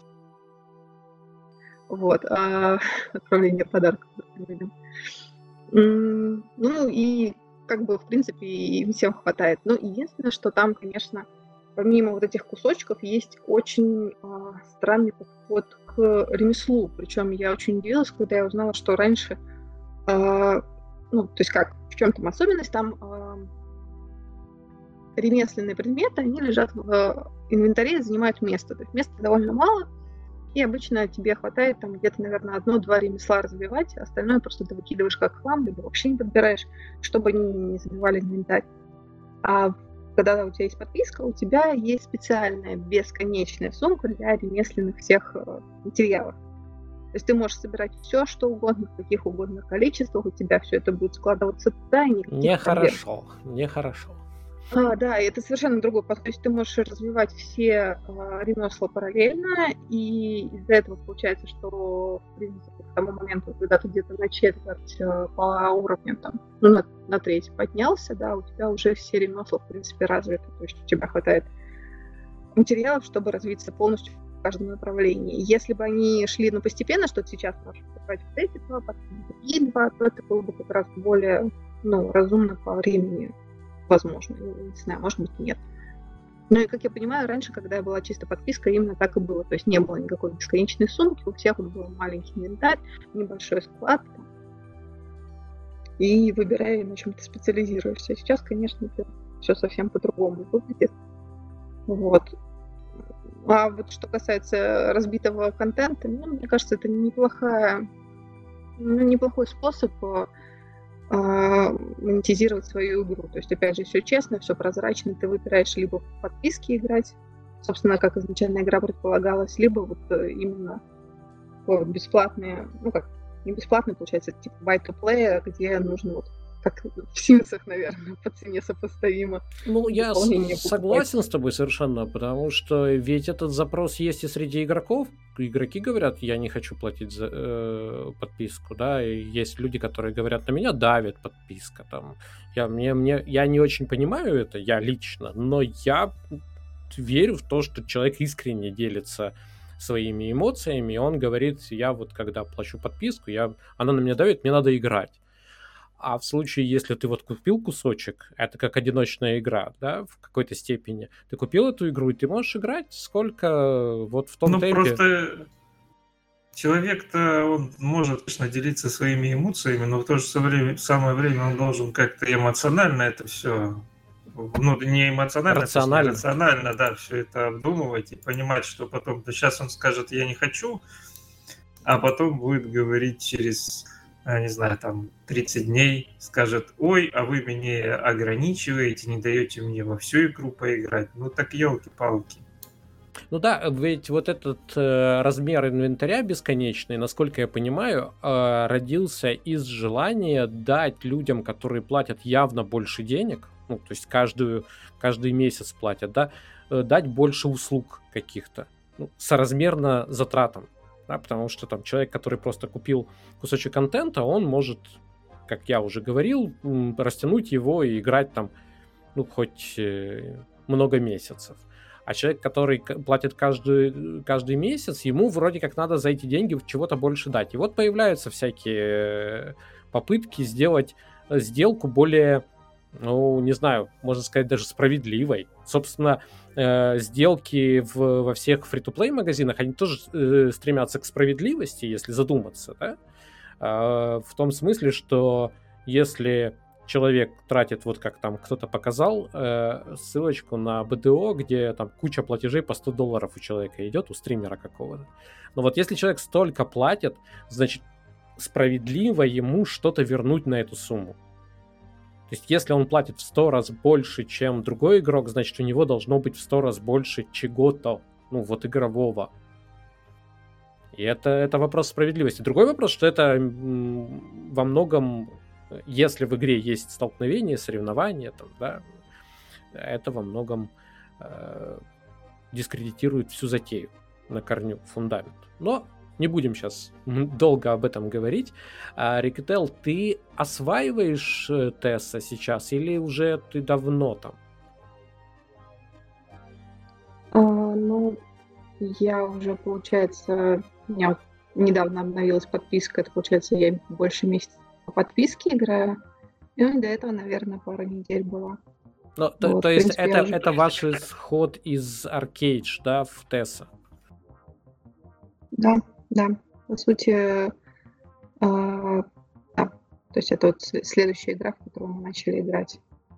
S2: Вот, отправление подарков людям. И в принципе, им всем хватает. Но единственное, что там, конечно, помимо вот этих кусочков, есть очень странный подход к ремеслу. Причем я очень удивилась, когда я узнала, что раньше, то есть как, в чем там особенность, там ремесленные предметы, они лежат в инвентаре и занимают место. То есть места довольно мало, и обычно тебе хватает там где-то, наверное, 1-2 ремесла развивать, остальное просто ты выкидываешь как хлам, либо вообще не подбираешь, чтобы они не забивали инвентарь. А когда у тебя есть подписка, у тебя есть специальная бесконечная сумка для ремесленных всех материалов. То есть ты можешь собирать все, что угодно, в каких угодно количествах, у тебя все это будет складываться туда, и никаких проблем.
S1: Нехорошо.
S2: Да, и это совершенно другой подход. То есть ты можешь развивать все ремесла параллельно, и из-за этого получается, что в принципе к тому моменту, когда ты где-то на четверть по уровню там, на треть поднялся, да, у тебя уже все ремесла в принципе развиты. То есть у тебя хватает материалов, чтобы развиться полностью в каждом направлении. Если бы они шли постепенно, что ты сейчас можешь покупать вот эти два, потом другие два, то это было бы как раз более разумно по времени. Возможно, не знаю, может быть, нет. Но и, как я понимаю, раньше, когда была чисто подписка, именно так и было. То есть не было никакой бесконечной сумки, у всех был маленький инвентарь, небольшой склад. И выбирая, на чем ты специализируешься. Сейчас, конечно, это все совсем по-другому выглядит. Вот. А вот что касается разбитого контента, мне кажется, это неплохой способ монетизировать свою игру. То есть, опять же, все честно, все прозрачно. Ты выбираешь либо в подписке играть, собственно, как изначально игра предполагалась, либо вот именно бесплатные, не бесплатные, получается, типа buy-to-play, где нужно вот как в Симсах, наверное, по цене сопоставимо.
S1: Я согласен с тобой совершенно, потому что ведь этот запрос есть и среди игроков. Игроки говорят, я не хочу платить за подписку, да, и есть люди, которые говорят, на меня давит подписка, там. Я не очень понимаю это, я лично, но я верю в то, что человек искренне делится своими эмоциями, и он говорит, я вот когда плачу подписку, она на меня давит, мне надо играть. А в случае, если ты вот купил кусочек, это как одиночная игра, да, в какой-то степени. Ты купил эту игру, и ты можешь играть сколько вот в том темпе.
S4: Просто человек-то, он может, конечно, делиться своими эмоциями, но в то же самое время он должен как-то эмоционально это все, не эмоционально, рационально, да, все это обдумывать и понимать, что потом, сейчас он скажет, я не хочу, а потом будет говорить через... не знаю, там 30 дней скажет, ой, а вы меня ограничиваете, не даете мне во всю игру поиграть. Так елки-палки.
S1: Да, ведь вот этот размер инвентаря бесконечный, насколько я понимаю, родился из желания дать людям, которые платят явно больше денег, то есть каждый месяц платят, да, дать больше услуг каких-то, соразмерно затратам. Да, потому что там человек, который просто купил кусочек контента, он может, как я уже говорил, растянуть его и играть там, хоть много месяцев. А человек, который платит каждый месяц, ему вроде как надо за эти деньги чего-то больше дать. И вот появляются всякие попытки сделать сделку более, не знаю, можно сказать, даже справедливой. Собственно, сделки во всех фри-то-плей магазинах, они тоже стремятся к справедливости, если задуматься, да? В том смысле, что если человек тратит, вот как там кто-то показал, ссылочку на БДО, где там куча платежей по $100 у человека идет, у стримера какого-то. Но вот если человек столько платит, значит, справедливо ему что-то вернуть на эту сумму. То есть, если он платит в 100 раз больше, чем другой игрок, значит, у него должно быть в 100 раз больше чего-то, игрового. И это вопрос справедливости. Другой вопрос, что это во многом, если в игре есть столкновение, соревнования, там, да, это во многом дискредитирует всю затею на корню, фундамент. Но не будем сейчас долго об этом говорить. Рикетел, ты осваиваешь Тесса сейчас или уже ты давно там?
S2: Я уже, получается, у меня недавно обновилась подписка. Это, получается, я больше месяца по подписке играю. И до этого, наверное, пару недель была.
S1: То есть это ваш исход из Arcade, да, в Тесса?
S2: Да. По сути, да. То есть это вот следующая игра, в которую мы начали играть.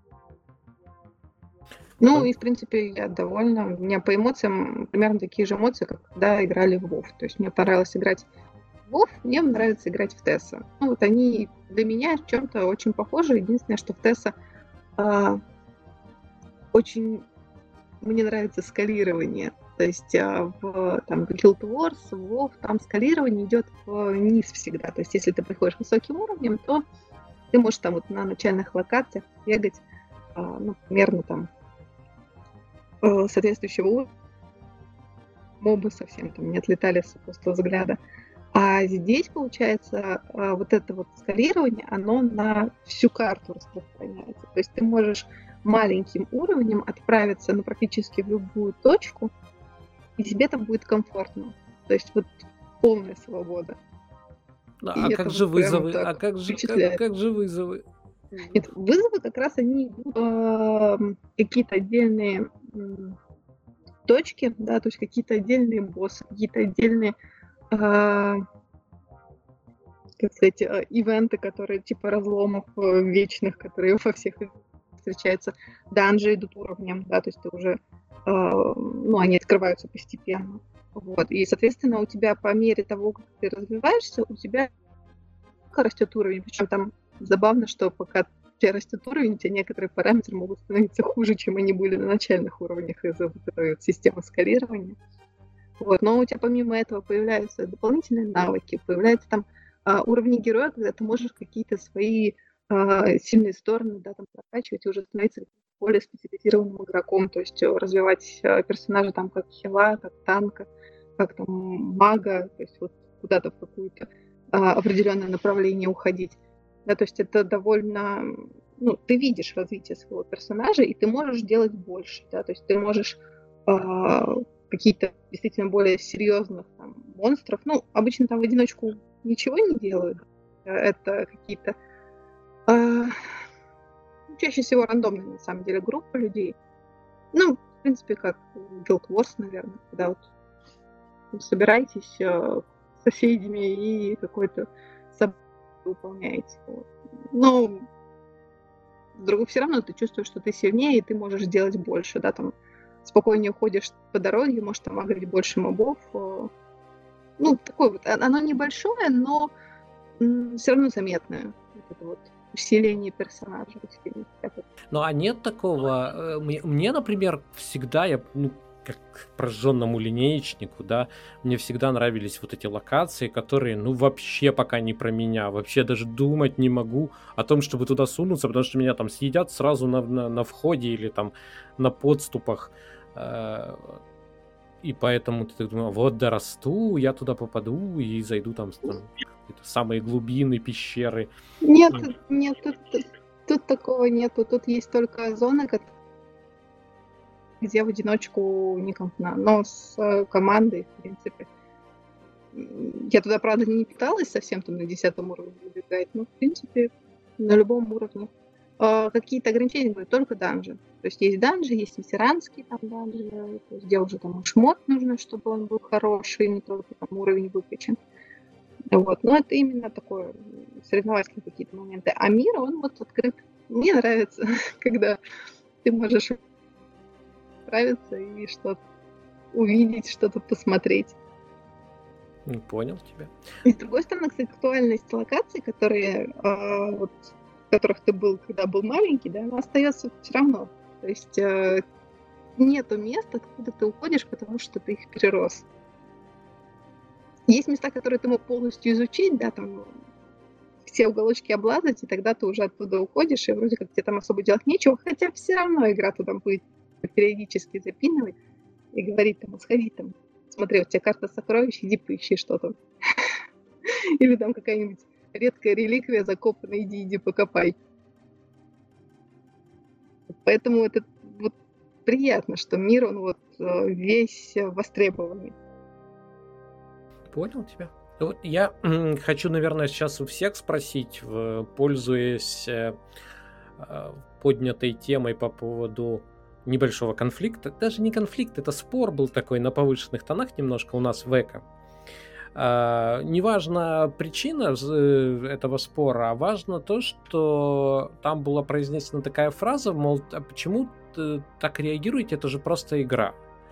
S2: И, в принципе, я довольна. У меня по эмоциям примерно такие же эмоции, как когда играли в WoW. То есть мне понравилось играть в WoW, мне нравится играть в Тесса. Они для меня в чем-то очень похожи. Единственное, что в Тесса очень мне нравится скалирование. То есть в Guild Wars, в WoW, там скалирование идет вниз всегда. То есть если ты приходишь высоким уровнем, то ты можешь там вот на начальных локациях бегать, примерно там соответствующего уровня. Мобы совсем там не отлетали с просто взгляда. А здесь, получается, вот это вот скалирование, оно на всю карту распространяется. То есть ты можешь маленьким уровнем отправиться практически в любую точку, и тебе там будет комфортно. То есть вот полная свобода.
S1: А как же вызовы? А как же вызовы?
S2: Нет, вызовы как раз они идут какие-то отдельные точки, да, то есть какие-то отдельные боссы, какие-то отдельные ивенты, которые типа разломов вечных, которые во всех встречаются. Данжи идут уровнем, да, то есть ты уже, они открываются постепенно. Вот. И, соответственно, у тебя по мере того, как ты развиваешься, у тебя растет уровень. Причем там забавно, что пока у тебя растет уровень, у тебя некоторые параметры могут становиться хуже, чем они были на начальных уровнях из-за вот этой системы скалирования. Вот. Но у тебя помимо этого появляются дополнительные навыки, появляются там уровни героя, когда ты можешь какие-то свои сильные стороны, да, там прокачивать и уже становиться более специализированным игроком, то есть развивать персонажа там как хила, как танка, как там мага, то есть вот куда-то в какое-то определенное направление уходить. Да, то есть это довольно... ты видишь развитие своего персонажа, и ты можешь делать больше, да, то есть ты можешь какие-то действительно более серьезных там монстров, обычно там в одиночку ничего не делают, это какие-то чаще всего рандомные, на самом деле, группы людей. В принципе, как Guild Wars, наверное, когда вот вы собираетесь с соседями и какой-то событие выполняете. Вот. Но все равно ты чувствуешь, что ты сильнее, и ты можешь делать больше, да, там спокойнее ходишь по дороге, можешь там агрить больше мобов. Такое вот, оно небольшое, но все равно заметное. Вот это вот усиление персонажа.
S1: А нет такого... Мне, например, всегда, как прожженному линеечнику, да, мне всегда нравились вот эти локации, которые, вообще пока не про меня, вообще даже думать не могу о том, чтобы туда сунуться, потому что меня там съедят сразу на входе или там на подступах. И поэтому ты так думаешь, вот дорасту, я туда попаду и зайду там самые глубины пещеры.
S2: Нет, тут такого нету. Тут есть только зоны, где в одиночку некомфортно, но с командой, в принципе. Я туда, правда, не пыталась совсем там на 10 уровне выбегать, но, в принципе, на любом уровне. Какие-то ограничения были, только данжи. То есть есть данжи, есть ветеранские там данжи, то есть где уже там шмот нужно, чтобы он был хороший, не только там уровень выкачан. Вот. Но это именно такое соревновательные какие-то моменты. А мир, он вот открыт. Мне нравится, когда ты можешь справиться и что-то увидеть, что-то посмотреть.
S1: Понял тебя.
S2: И с другой стороны, кстати, актуальность локаций, которые в которых ты был, когда был маленький, да, она остается все равно. То есть нету мест, откуда ты уходишь, потому что ты их перерос. Есть места, которые ты мог полностью изучить, да, там все уголочки облазать, и тогда ты уже оттуда уходишь, и вроде как тебе там особо делать нечего, хотя все равно игра туда будет периодически запинывать и говорить там, сходи там, смотри, у тебя карта сокровищ, иди поищи что-то. Или там какая-нибудь редкая реликвия закопана, иди покопай. Поэтому это вот приятно, что мир, он вот весь востребованный.
S1: Понял тебя. Я хочу, наверное, сейчас у всех спросить, пользуясь поднятой темой по поводу небольшого конфликта. Даже не конфликт, это спор был такой на повышенных тонах немножко у нас в ЭКО. Неважно причина этого спора, а важно то, что там была произнесена такая фраза, мол, а почему так реагируете, это же просто игра.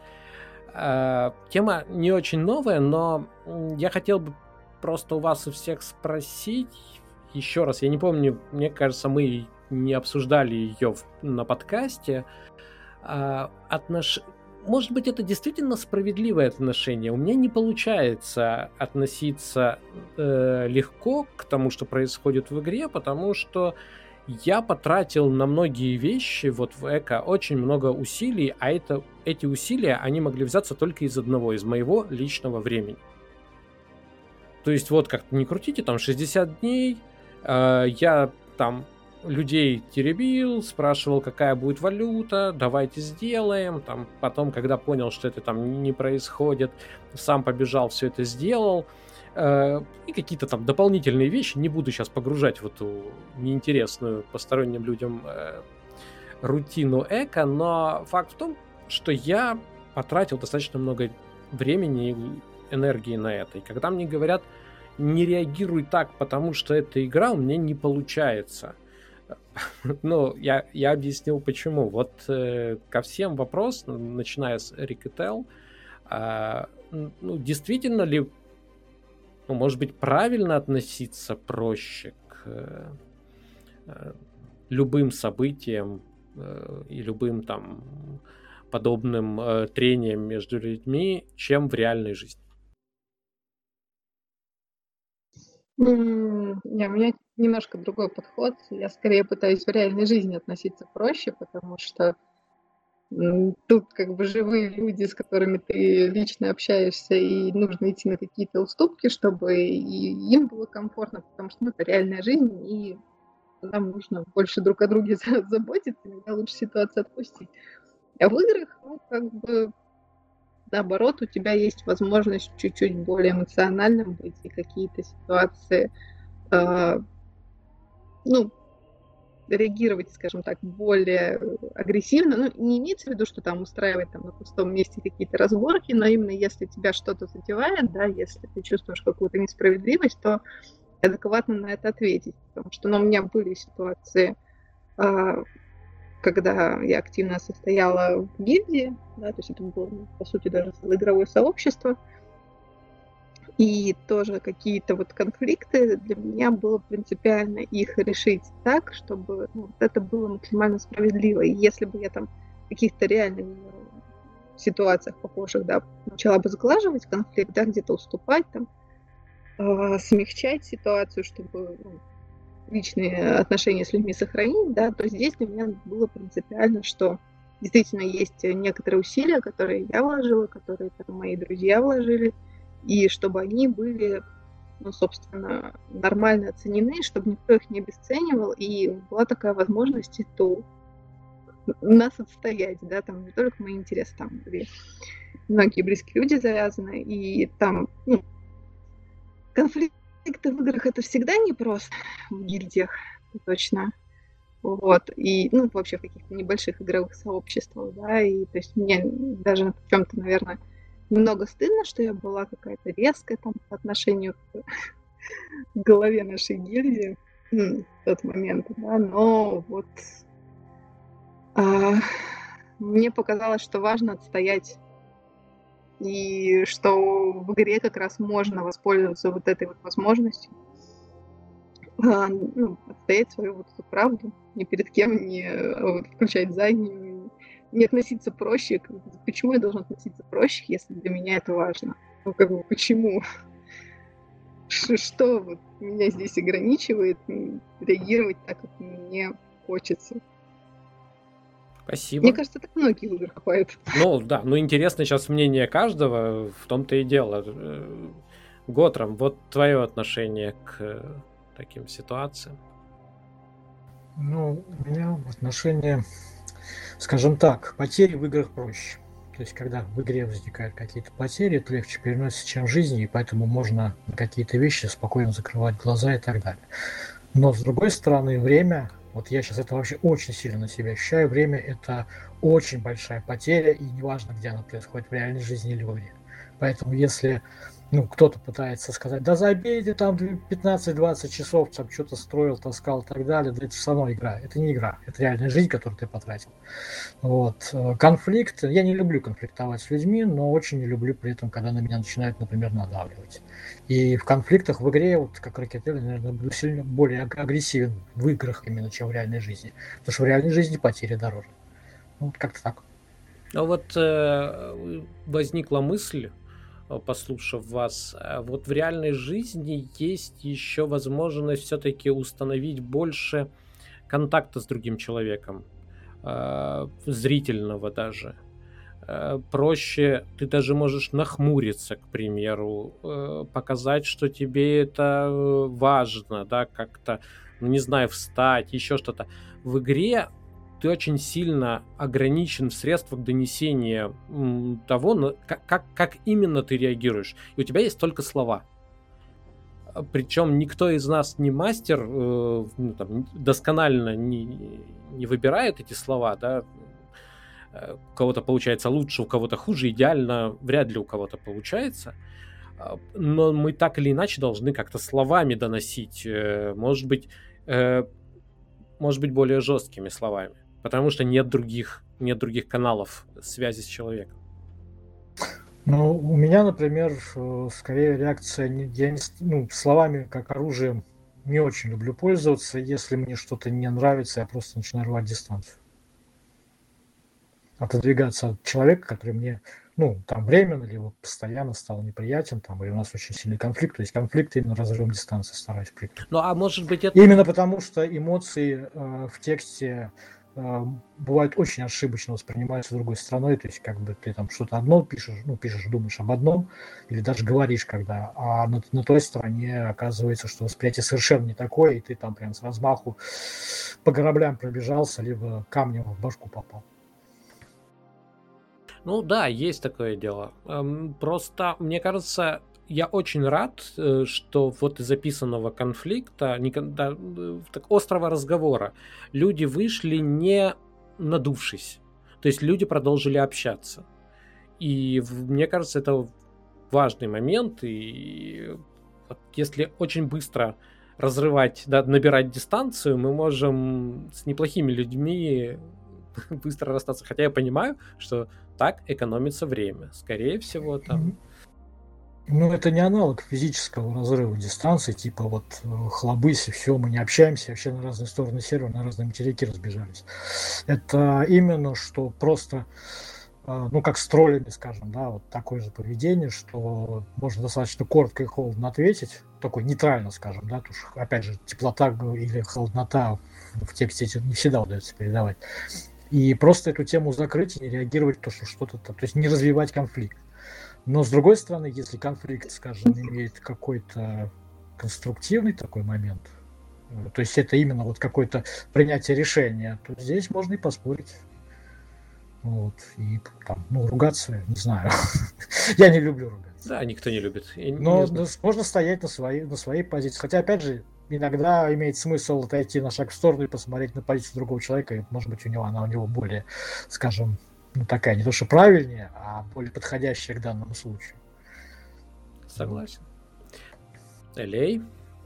S1: Тема не очень новая, но я хотел бы просто у вас у всех спросить еще раз. Я не помню, мне кажется, мы не обсуждали ее на подкасте. Может быть, это действительно справедливое отношение. У меня не получается относиться легко к тому, что происходит в игре, потому что я потратил на многие вещи вот в эко очень много усилий, а эти усилия, они могли взяться только из моего личного времени. То есть вот как-то не крутите, там 60 дней, я там людей теребил, спрашивал, какая будет валюта, давайте сделаем. Там, потом, когда понял, что это там не происходит, сам побежал, все это сделал. И какие-то там дополнительные вещи, не буду сейчас погружать в эту неинтересную посторонним людям рутину эко, но факт в том, что я потратил достаточно много времени и энергии на это. И когда мне говорят, не реагируй так, потому что это игра, у меня не получается. Ну, я объяснил почему. Вот ко всем вопросам, начиная с Rick и Tell, ну, действительно ли, ну, может быть, правильно относиться проще к любым событиям и любым там подобным трениям между людьми, чем в реальной жизни?
S2: Не, у меня немножко другой подход. Я скорее пытаюсь в реальной жизни относиться проще, потому что тут как бы живые люди, с которыми ты лично общаешься, и нужно идти на какие-то уступки, чтобы и им было комфортно, потому что это реальная жизнь, и нам нужно больше друг о друге заботиться, иногда лучше ситуацию отпустить. А в играх, ну, как бы, наоборот, у тебя есть возможность чуть-чуть более эмоциональным быть, и какие-то ситуации, ну, реагировать, скажем так, более агрессивно. Ну, не имеется в виду, что там устраивать там на пустом месте какие-то разборки, но именно если тебя что-то задевает, да, если ты чувствуешь какую-то несправедливость, то адекватно на это ответить. Потому что, ну, у меня были ситуации, когда я активно состояла в гильдии, да, то есть это было, по сути, даже целое игровое сообщество, и тоже какие-то вот конфликты, для меня было принципиально их решить так, чтобы это было максимально справедливо. И если бы я там в каких-то реальных ситуациях похожих, да, начала бы сглаживать конфликт, да, где-то уступать, там, смягчать ситуацию, чтобы личные отношения с людьми сохранить, да, то здесь для меня было принципиально, что действительно есть некоторые усилия, которые я вложила, которые там, мои друзья вложили, и чтобы они были, ну, собственно, нормально оценены, чтобы никто их не обесценивал, и была такая возможность то нас отстоять, да, там не только мои интересы, там были многие близкие люди завязаны, и там, ну, конфликты в играх это всегда непросто, в гильдиях, точно. Вот, и, ну, вообще в каких-то небольших игровых сообществах, да, и, то есть, мне даже в чем-то, наверное, немного стыдно, что я была какая-то резкая там по отношению к голове нашей гильдии в тот момент, да, но вот мне показалось, что важно отстоять, и что в игре как раз можно воспользоваться вот этой вот возможностью, ну, отстоять свою вот эту правду, ни перед кем не включать заднюю, не относиться проще. Почему я должна относиться проще, если для меня это важно? Ну, как бы, почему? Что вот меня здесь ограничивает реагировать так, как мне хочется?
S1: Спасибо.
S2: Мне кажется, так многие в играх бывает.
S1: Ну, да, ну интересно сейчас мнение каждого, в том-то и дело. Готрам, вот твое отношение к таким ситуациям?
S5: Ну, у меня отношение, скажем так, потери в играх проще. То есть, когда в игре возникают какие-то потери, это легче переносится, чем в жизни, и поэтому можно на какие-то вещи спокойно закрывать глаза и так далее. Но, с другой стороны, время, вот я сейчас это вообще очень сильно на себя ощущаю, время – это очень большая потеря, и неважно, где она происходит, в реальной жизни или в игре. Поэтому, если кто-то пытается сказать, да забейте там 15-20 часов, там что-то строил, таскал и так далее, да это все равно игра. Это не игра, это реальная жизнь, которую ты потратил. Вот. Конфликт, я не люблю конфликтовать с людьми, но очень не люблю при этом, когда на меня начинают, например, надавливать. И в конфликтах в игре, вот как Ракетель, наверное, буду сильно более агрессивен в играх именно, чем в реальной жизни. Потому что в реальной жизни потери дороже. Вот как-то так.
S1: А вот возникла мысль, послушав вас, вот в реальной жизни есть еще возможность все-таки установить больше контакта с другим человеком, зрительного даже. Проще, ты даже можешь нахмуриться, к примеру, показать, что тебе это важно, да, как-то, ну не знаю, встать, еще что-то. В игре ты очень сильно ограничен в средствах донесения того, как именно ты реагируешь. И у тебя есть только слова. Причем никто из нас не мастер, досконально не выбирает эти слова, да. У кого-то получается лучше, у кого-то хуже, идеально вряд ли у кого-то получается. Но мы так или иначе должны как-то словами доносить, может быть, более жесткими словами, потому что нет других каналов связи с человеком.
S5: Ну, у меня, например, скорее реакция, словами как оружием не очень люблю пользоваться. Если мне что-то не нравится, я просто начинаю рвать дистанцию. Отодвигаться от человека, который мне, там временно, либо постоянно стал неприятен, или у нас очень сильный конфликт. То есть конфликт именно разрывом дистанции стараюсь прекратить.
S1: Ну, а может быть это...
S5: Именно потому, что эмоции в тексте бывают очень ошибочно воспринимаются другой стороной, то есть как бы ты там что-то одно пишешь, думаешь об одном, или даже говоришь когда, а на той стороне оказывается, что восприятие совершенно не такое, и ты там прям с размаху по граблям пробежался, либо камнем в башку попал.
S1: Ну да, есть такое дело. Просто, мне кажется, я очень рад, что вот из записанного конфликта, острого разговора, люди вышли не надувшись. То есть люди продолжили общаться. И мне кажется, это важный момент. И вот если очень быстро разрывать, набирать дистанцию, мы можем с неплохими людьми быстро расстаться. Хотя я понимаю, что так экономится время. Скорее всего, там...
S5: это не аналог физического разрыва дистанции, типа хлобысь, и все, мы не общаемся, вообще на разные стороны сервера, на разные материки разбежались. Это именно, что просто, как с троллями, скажем, вот такое же поведение, что можно достаточно коротко и холодно ответить, такой нейтрально, скажем, потому что, опять же, теплота или холоднота в тексте не всегда удается передавать. И просто эту тему закрыть и не реагировать, то есть не развивать конфликт. Но с другой стороны, если конфликт, скажем, имеет какой-то конструктивный такой момент, то есть это именно какое-то принятие решения, то здесь можно и поспорить. И ругаться, не знаю. Я не люблю ругаться.
S1: Да, никто не любит.
S5: Но можно стоять на своей позиции. Хотя, опять же, иногда имеет смысл отойти на шаг в сторону и посмотреть на позицию другого человека, и, может быть, она у него более, скажем, такая не то что правильнее, а более подходящая к данному случаю.
S1: Согласен. Элей?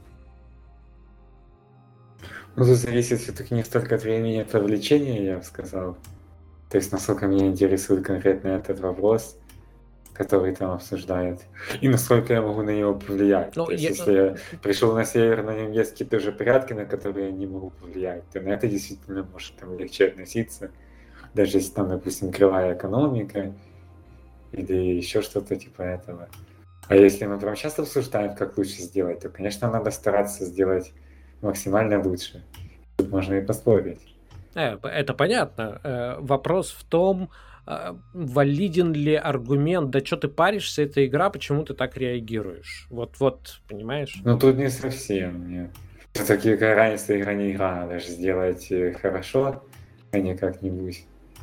S3: Тут зависит все-таки не столько от времени, от вовлечения, я бы сказал. То есть, насколько меня интересует конкретно этот вопрос, который там обсуждают, и насколько я могу на него повлиять. То есть, если я пришел на сервер, на нем есть какие-то уже порядки, на которые я не могу повлиять, то на это действительно может легче относиться. Даже если там, допустим, кривая экономика или еще что-то типа этого. А если мы прям часто обсуждаем, как лучше сделать, то, конечно, надо стараться сделать максимально лучше. Тут можно и поспорить.
S1: Это понятно. Вопрос в том, валиден ли аргумент, да что ты паришься, эта игра, почему ты так реагируешь? Вот, понимаешь?
S3: Ну, тут не совсем, нет. Все-таки какая разница, игра не игра, надо же сделать хорошо, а не как-нибудь.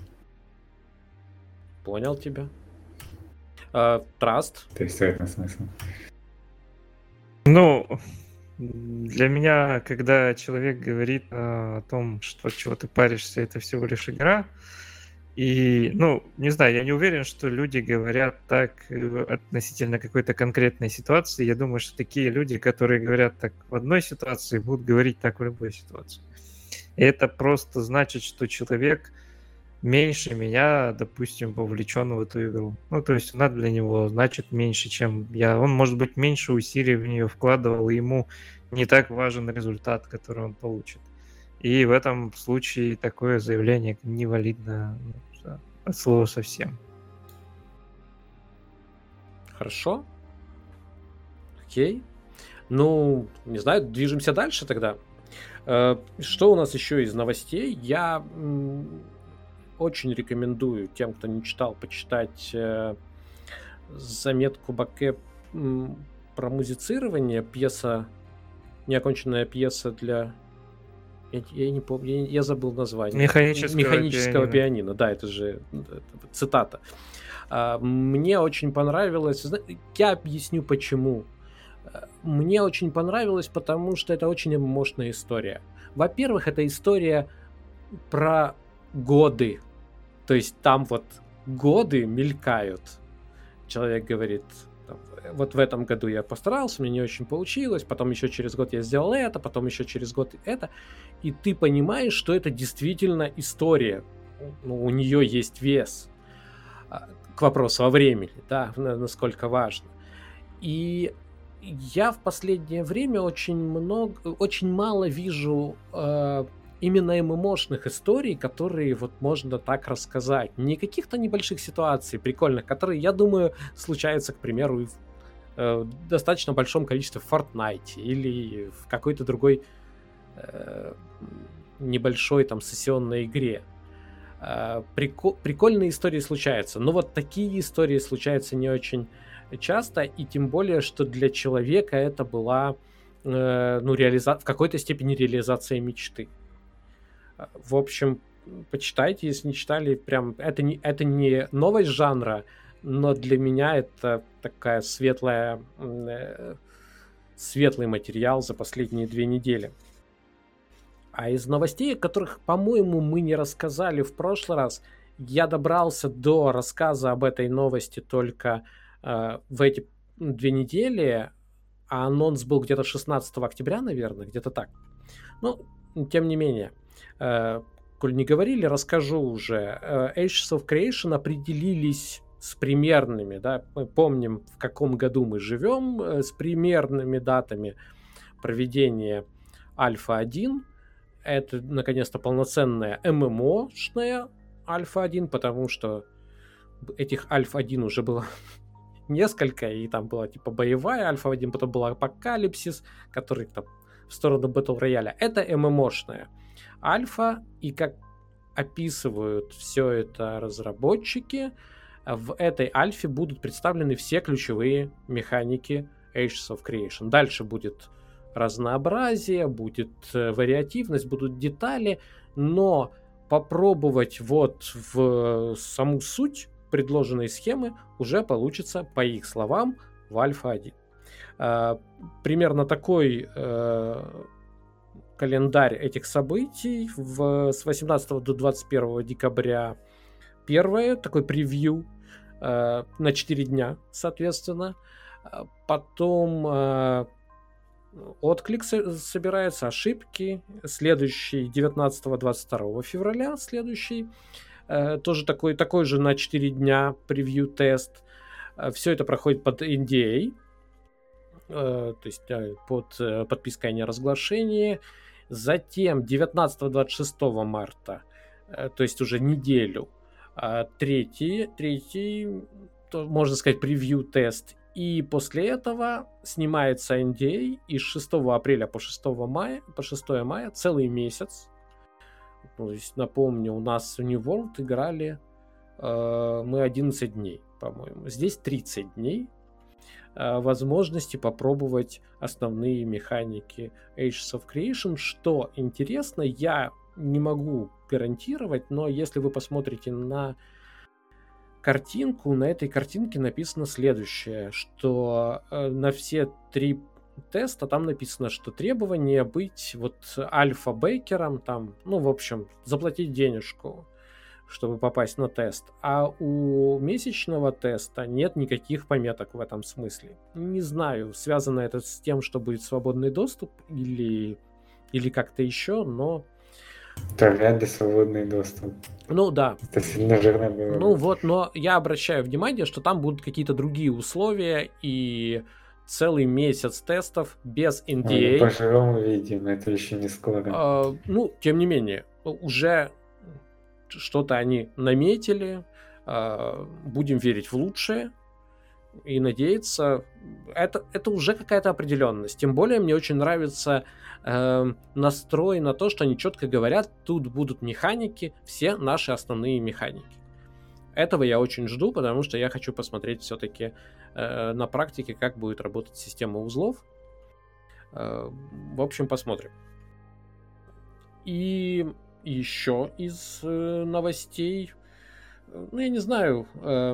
S1: Понял тебя. Траст?
S3: То есть, это смысл.
S4: Для меня, когда человек говорит о том, что чего ты паришься, это всего лишь игра, и, не знаю, я не уверен, что люди говорят так относительно какой-то конкретной ситуации. Я думаю, что такие люди, которые говорят так в одной ситуации, будут говорить так в любой ситуации. И это просто значит, что человек меньше меня, допустим, вовлечен в эту игру. То есть она для него значит меньше, чем я. Он, может быть, меньше усилий в нее вкладывал, и ему не так важен результат, который он получит. И в этом случае такое заявление невалидно. от слова совсем.
S1: Хорошо. Окей. Ну, не знаю, движемся дальше тогда. Что у нас еще из новостей? Я очень рекомендую тем, кто не читал, почитать заметку Баке про музицирование. Пьеса, неоконченная пьеса для... Я не помню, я забыл название. Механического пианино. Да, это же цитата. Мне очень понравилось. Я объясню почему. Мне очень понравилось, потому что это очень мощная история. Во-первых, это история про годы. То есть там вот годы мелькают. Человек говорит, вот в этом году я постарался, мне не очень получилось, потом еще через год я сделал это, потом еще через год это. И ты понимаешь, что это действительно история. Ну, у нее есть вес. К вопросу о времени, да, насколько важно. И я в последнее время очень мало вижу именно ММОшных историй, которые вот можно так рассказать. Не каких-то небольших ситуаций прикольных, которые, я думаю, случаются, к примеру, в достаточно большом количестве в Fortnite или в какой-то другой небольшой там сессионной игре. Прикольные истории случаются, но вот такие истории случаются не очень часто, и тем более, что для человека это была в какой-то степени реализация мечты. В общем, почитайте, если не читали, прям это не новость жанра, но для меня это такая светлый материал за последние 2 недели. А из новостей, о которых, по-моему, мы не рассказали в прошлый раз, я добрался до рассказа об этой новости только в эти 2 недели, а анонс был где-то 16 октября, наверное, где-то так. Ну, тем не менее, коль не говорили, расскажу уже. Ages of Creation определились с примерными, да, мы помним, в каком году мы живем, с примерными датами проведения Альфа-1. Это, наконец-то, полноценная ММОшная Альфа-1, потому что этих Альфа-1 уже было несколько, и там была типа боевая Альфа-1, потом была Апокалипсис, который там в сторону Battle Royale. Это ММОшная Альфа, и как описывают все это разработчики, в этой Альфе будут представлены все ключевые механики Ages of Creation. Дальше будет разнообразие, будет вариативность, будут детали, но попробовать вот в саму суть предложенной схемы уже получится, по их словам, в Альфа-1. Примерно такой календарь этих событий. С 18 до 21 декабря первое, такой превью на 4 дня, соответственно. Потом отклик собирается, ошибки. Следующий 19-22 февраля, следующий. Тоже такой же на 4 дня превью-тест. Все это проходит под NDA, то есть под подпиской о неразглашении. Затем 19-26 марта, то есть уже неделю, третий, можно сказать, превью-тест. И после этого снимается NDA, и с 6 апреля по 6 мая целый месяц. То есть, напомню, у нас в New World играли мы 11 дней, по-моему. Здесь 30 дней возможности попробовать основные механики Ages of Creation. Что интересно, я не могу гарантировать, но если вы посмотрите на картинку, на этой картинке написано следующее, что на все 3 теста там написано, что требование быть вот альфа-бейкером, там, ну, в общем, заплатить денежку, чтобы попасть на тест. А у месячного теста нет никаких пометок в этом смысле. Не знаю, связано это с тем, что будет свободный доступ или как-то еще, но...
S3: Это вряд ли свободный доступ.
S1: Ну да.
S3: Это сильно жирно было.
S1: Ну вот, но я обращаю внимание, что там будут какие-то другие условия и целый месяц тестов без NDA.
S3: Поживем увидим, это еще не скоро.
S1: Ну, тем не менее, уже что-то они наметили, Будем верить в лучшее и надеяться. Это уже какая-то определенность. Тем более мне очень нравится настрой на то, что они четко говорят, тут будут механики, все наши основные механики. Этого я очень жду, потому что я хочу посмотреть все-таки на практике, как будет работать система узлов. В общем, посмотрим. И еще из новостей, ну, я не знаю,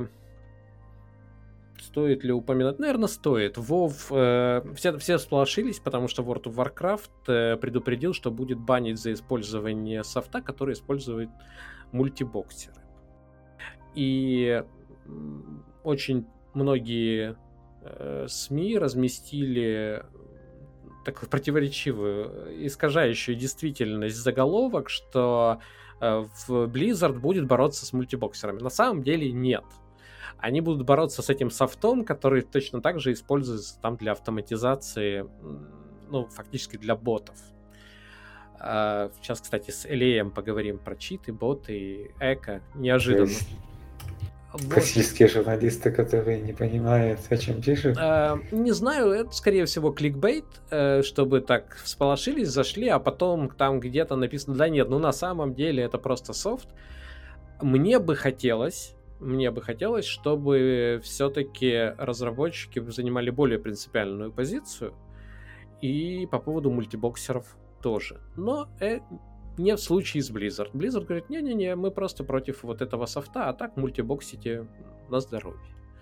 S1: стоит ли упоминать? Наверное, стоит. WoW, все всполошились, потому что World of Warcraft предупредил, что будет банить за использование софта, который использует мультибоксеры. И очень многие СМИ разместили такую противоречивую, искажающую действительность заголовок, что в Blizzard будет бороться с мультибоксерами. На самом деле нет. Они будут бороться с этим софтом, который точно так же используется там для автоматизации, ну, фактически для ботов. Сейчас, кстати, с Элеем поговорим про читы, боты, эко. Неожиданно.
S3: Классические журналисты, которые не понимают, о чем пишут.
S1: Не знаю, это, скорее всего, кликбейт, чтобы так всполошились, зашли, а потом там где-то написано, да нет, ну на самом деле это просто софт. Мне бы хотелось, чтобы все-таки разработчики занимали более принципиальную позицию, и по поводу мультибоксеров тоже. Но не в случае с Blizzard. Blizzard говорит, не-не-не, мы просто против вот этого софта, а так мультибоксите на здоровье.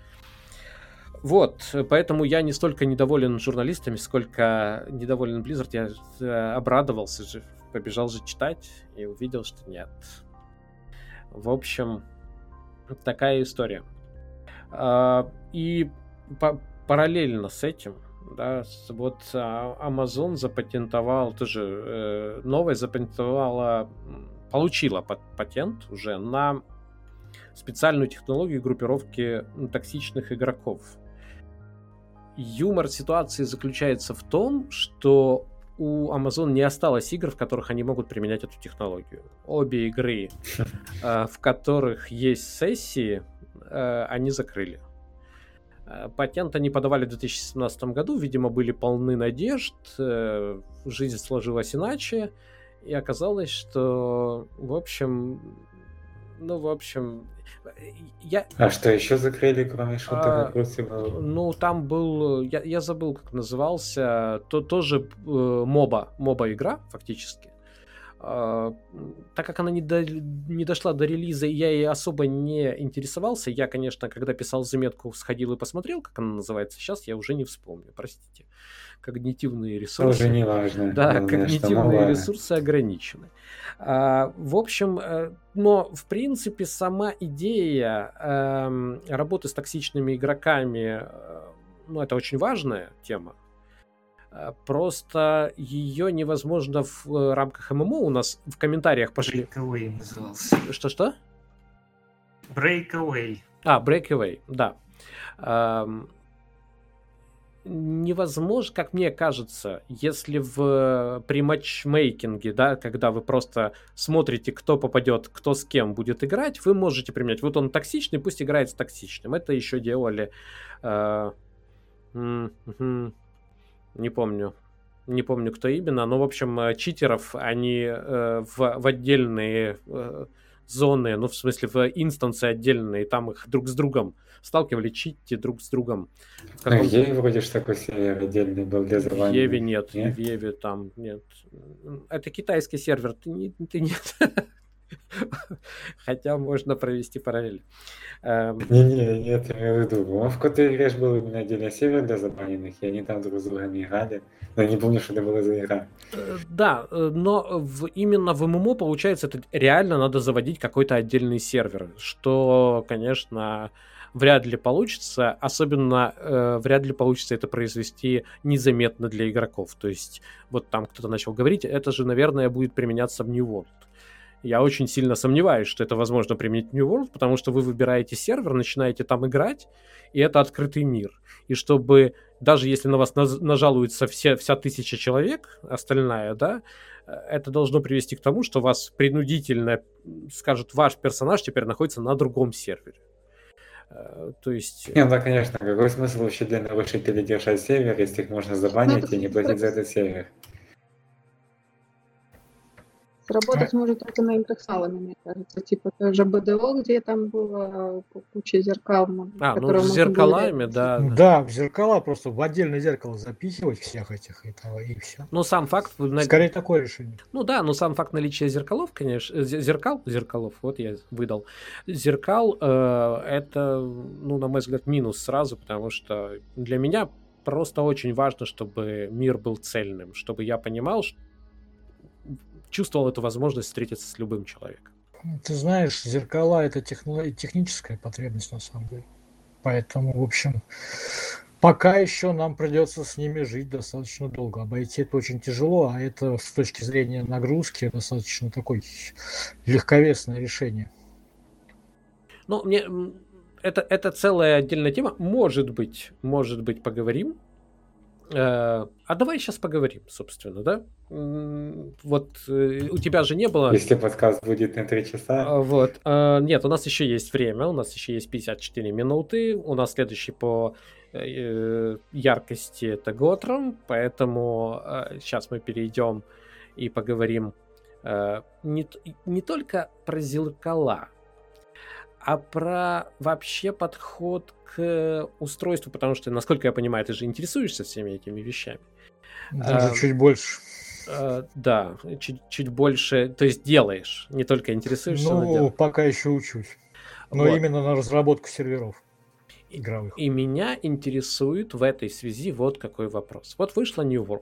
S1: Вот, поэтому я не столько недоволен журналистами, сколько недоволен Blizzard. Я обрадовался же, побежал же читать и увидел, что нет. В общем, такая история. И параллельно с этим, да, вот Amazon запатентовал, тоже получила патент уже на специальную технологию группировки токсичных игроков. Юмор ситуации заключается в том, что у Amazon не осталось игр, в которых они могут применять эту технологию. Обе игры, в которых есть сессии, они закрыли. Патент они подавали в 2017 году, видимо, были полны надежд, жизнь сложилась иначе, и оказалось, что, в общем...
S3: А что еще закрыли, кроме шутера Crucible?
S1: Ну, там был... Я забыл, как назывался. Тоже моба-игра, фактически. Так как она не дошла до релиза, и я ей особо не интересовался, я, конечно, когда писал заметку, сходил и посмотрел, как она называется. Сейчас я уже не вспомню, простите. Когнитивные ресурсы.
S3: Тоже не важно.
S1: Да, когнитивные ресурсы ограничены. В общем, но в принципе сама идея работы с токсичными игроками, ну, это очень важная тема. Просто ее невозможно в рамках ММО у нас в комментариях пошли.
S4: Breakaway назывался.
S1: Что?
S4: Breakaway.
S1: Breakaway, да. Невозможно, как мне кажется, если при матчмейкинге, да, когда вы просто смотрите, кто попадет, кто с кем будет играть, вы можете применять. Вот он токсичный, пусть играет с токсичным. Это еще делали... Не помню, кто именно, но, в общем, читеров они в отдельные зоны, ну, в смысле, в инстансы отдельные, там их друг с другом сталкивали, читите друг с другом.
S3: В Еве вроде же такой сервер отдельный был для заваривания.
S1: В Еве нет, и в Еве там нет. Это китайский сервер, ты нет. Хотя можно провести параллель.
S3: Нет, я имею в виду. В какой-то игре был именно отдельный сервер для забаненных, и они там друг с другом играли. Но я не помню, что это была за игра.
S1: Да, но именно в ММО, получается, это реально надо заводить какой-то отдельный сервер, что, конечно, вряд ли получится. Особенно вряд ли получится это произвести незаметно для игроков. То есть, вот там кто-то начал говорить, это же, наверное, будет применяться в New World. Я очень сильно сомневаюсь, что это возможно применить в New World, потому что вы выбираете сервер, начинаете там играть, и это открытый мир. И чтобы, даже если на вас нажалуется вся 1000 человек, остальная, да, это должно привести к тому, что вас принудительно скажут, ваш персонаж теперь находится на другом сервере. То есть...
S3: Не, ну да, конечно, какой смысл вообще для нарушителей держать сервер, если их можно забанить и не платить за этот сервер?
S2: Сработать может только на играх с алами, мне кажется. Типа тоже БДО, где там было куча зеркал.
S1: Ну с зеркалами, да.
S5: Да, в зеркала просто в отдельное зеркало запихивать всех этих и все.
S1: Ну, сам факт...
S5: Скорее такое решение.
S1: Ну да, но сам факт наличия зеркалов, конечно... Зеркалов, вот я выдал. Зеркал, это, ну, на мой взгляд, минус сразу, потому что для меня просто очень важно, чтобы мир был цельным, чтобы я понимал, чувствовал эту возможность встретиться с любым человеком.
S5: Ты знаешь, зеркала — это техническая потребность на самом деле. Поэтому, в общем, пока еще нам придется с ними жить достаточно долго. Обойти это очень тяжело, а это с точки зрения нагрузки достаточно такое легковесное решение.
S1: Ну, мне это целая отдельная тема. Может быть, поговорим. А давай сейчас поговорим, собственно, да? Вот у тебя же не было...
S3: Если подкаст будет на 3 часа.
S1: Вот. Нет, у нас еще есть время, у нас еще есть 54 минуты. У нас следующий по яркости это Готром, поэтому сейчас мы перейдем и поговорим не только про зеркала, а про вообще подход к устройству, потому что, насколько я понимаю, ты же интересуешься всеми этими вещами.
S5: Даже чуть больше.
S1: Да, чуть больше, то есть делаешь, не только интересуешься, но делаешь.
S5: Пока еще учусь. Но вот. Именно на разработку серверов игровых.
S1: И меня интересует в этой связи вот какой вопрос. Вот вышла New World.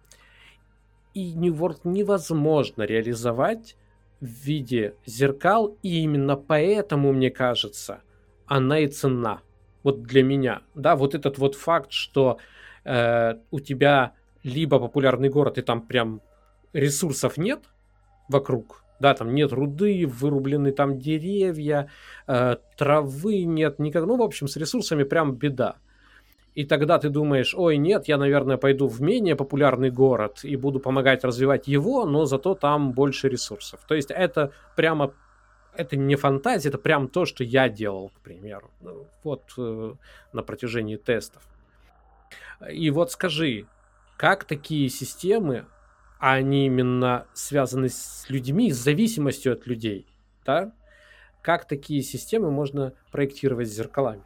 S1: И New World невозможно реализовать в виде зеркал, и именно поэтому, мне кажется, она и ценна. Вот для меня. Да, вот этот вот факт, что у тебя либо популярный город, и там прям ресурсов нет вокруг, да, там нет руды, вырублены там деревья, травы нет, никак, ну, в общем, с ресурсами прям беда. И тогда ты думаешь, ой, нет, я, наверное, пойду в менее популярный город и буду помогать развивать его, но зато там больше ресурсов. То есть это прямо, это не фантазия, это прям то, что я делал, к примеру, вот на протяжении тестов. И вот скажи, как такие системы, они именно связаны с людьми, с зависимостью от людей, да? Как такие системы можно проектировать с зеркалами?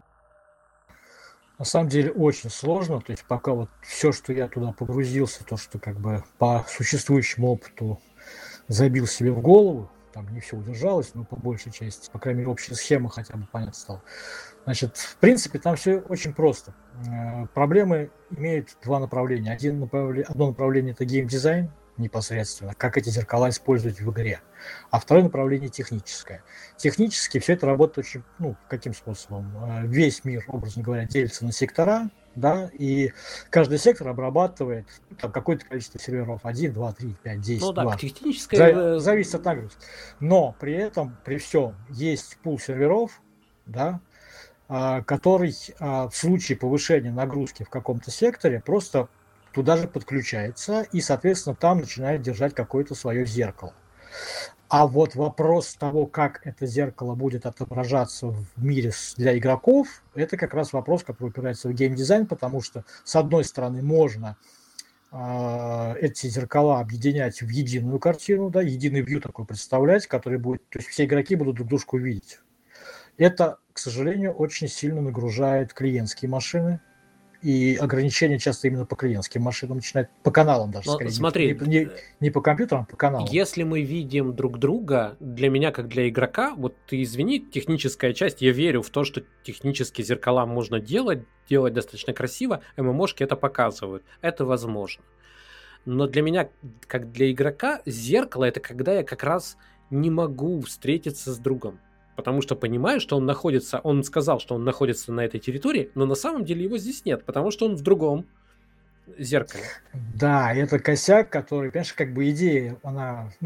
S5: На самом деле очень сложно, то есть пока вот все, что я туда погрузился, то, что как бы по существующему опыту забил себе в голову, там не все удержалось, но по большей части, по крайней мере, общая схема хотя бы понятно стала. Значит, в принципе, там все очень просто. Проблемы имеют два направления. Одно направление – это геймдизайн непосредственно, как эти зеркала использовать в игре. А второе направление – техническое. Технически все это работает очень, каким способом? Весь мир, образно говоря, делится на сектора, да, и каждый сектор обрабатывает там какое-то количество серверов. 1, 2, 3, 5, 10,
S1: ну, да,
S5: 20.
S1: техническое...
S5: Зависит от нагрузки. Но при этом, при всем, есть пул серверов, да, который в случае повышения нагрузки в каком-то секторе просто туда же подключается и, соответственно, там начинает держать какое-то свое зеркало. А вот вопрос того, как это зеркало будет отображаться в мире для игроков, это как раз вопрос, который упирается в геймдизайн, потому что, с одной стороны, можно эти зеркала объединять в единую картину, да, единый вью такой представлять, который будет, то есть все игроки будут друг дружку видеть. Это, к сожалению, очень сильно нагружает клиентские машины, и ограничения часто именно по клиентским машинам начинают, по каналам даже,
S1: но,
S5: скорее.
S1: Смотри,
S5: не по компьютерам, а по каналам.
S1: Если мы видим друг друга, для меня, как для игрока, вот ты извини, техническая часть, я верю в то, что технически зеркала можно делать достаточно красиво, ММОшки это показывают, это возможно. Но для меня, как для игрока, зеркало это когда я как раз не могу встретиться с другом. Потому что понимаю, что он сказал, что он находится на этой территории, но на самом деле его здесь нет, потому что он в другом зеркале.
S5: Да, это косяк, который, понимаешь, как бы идея, она,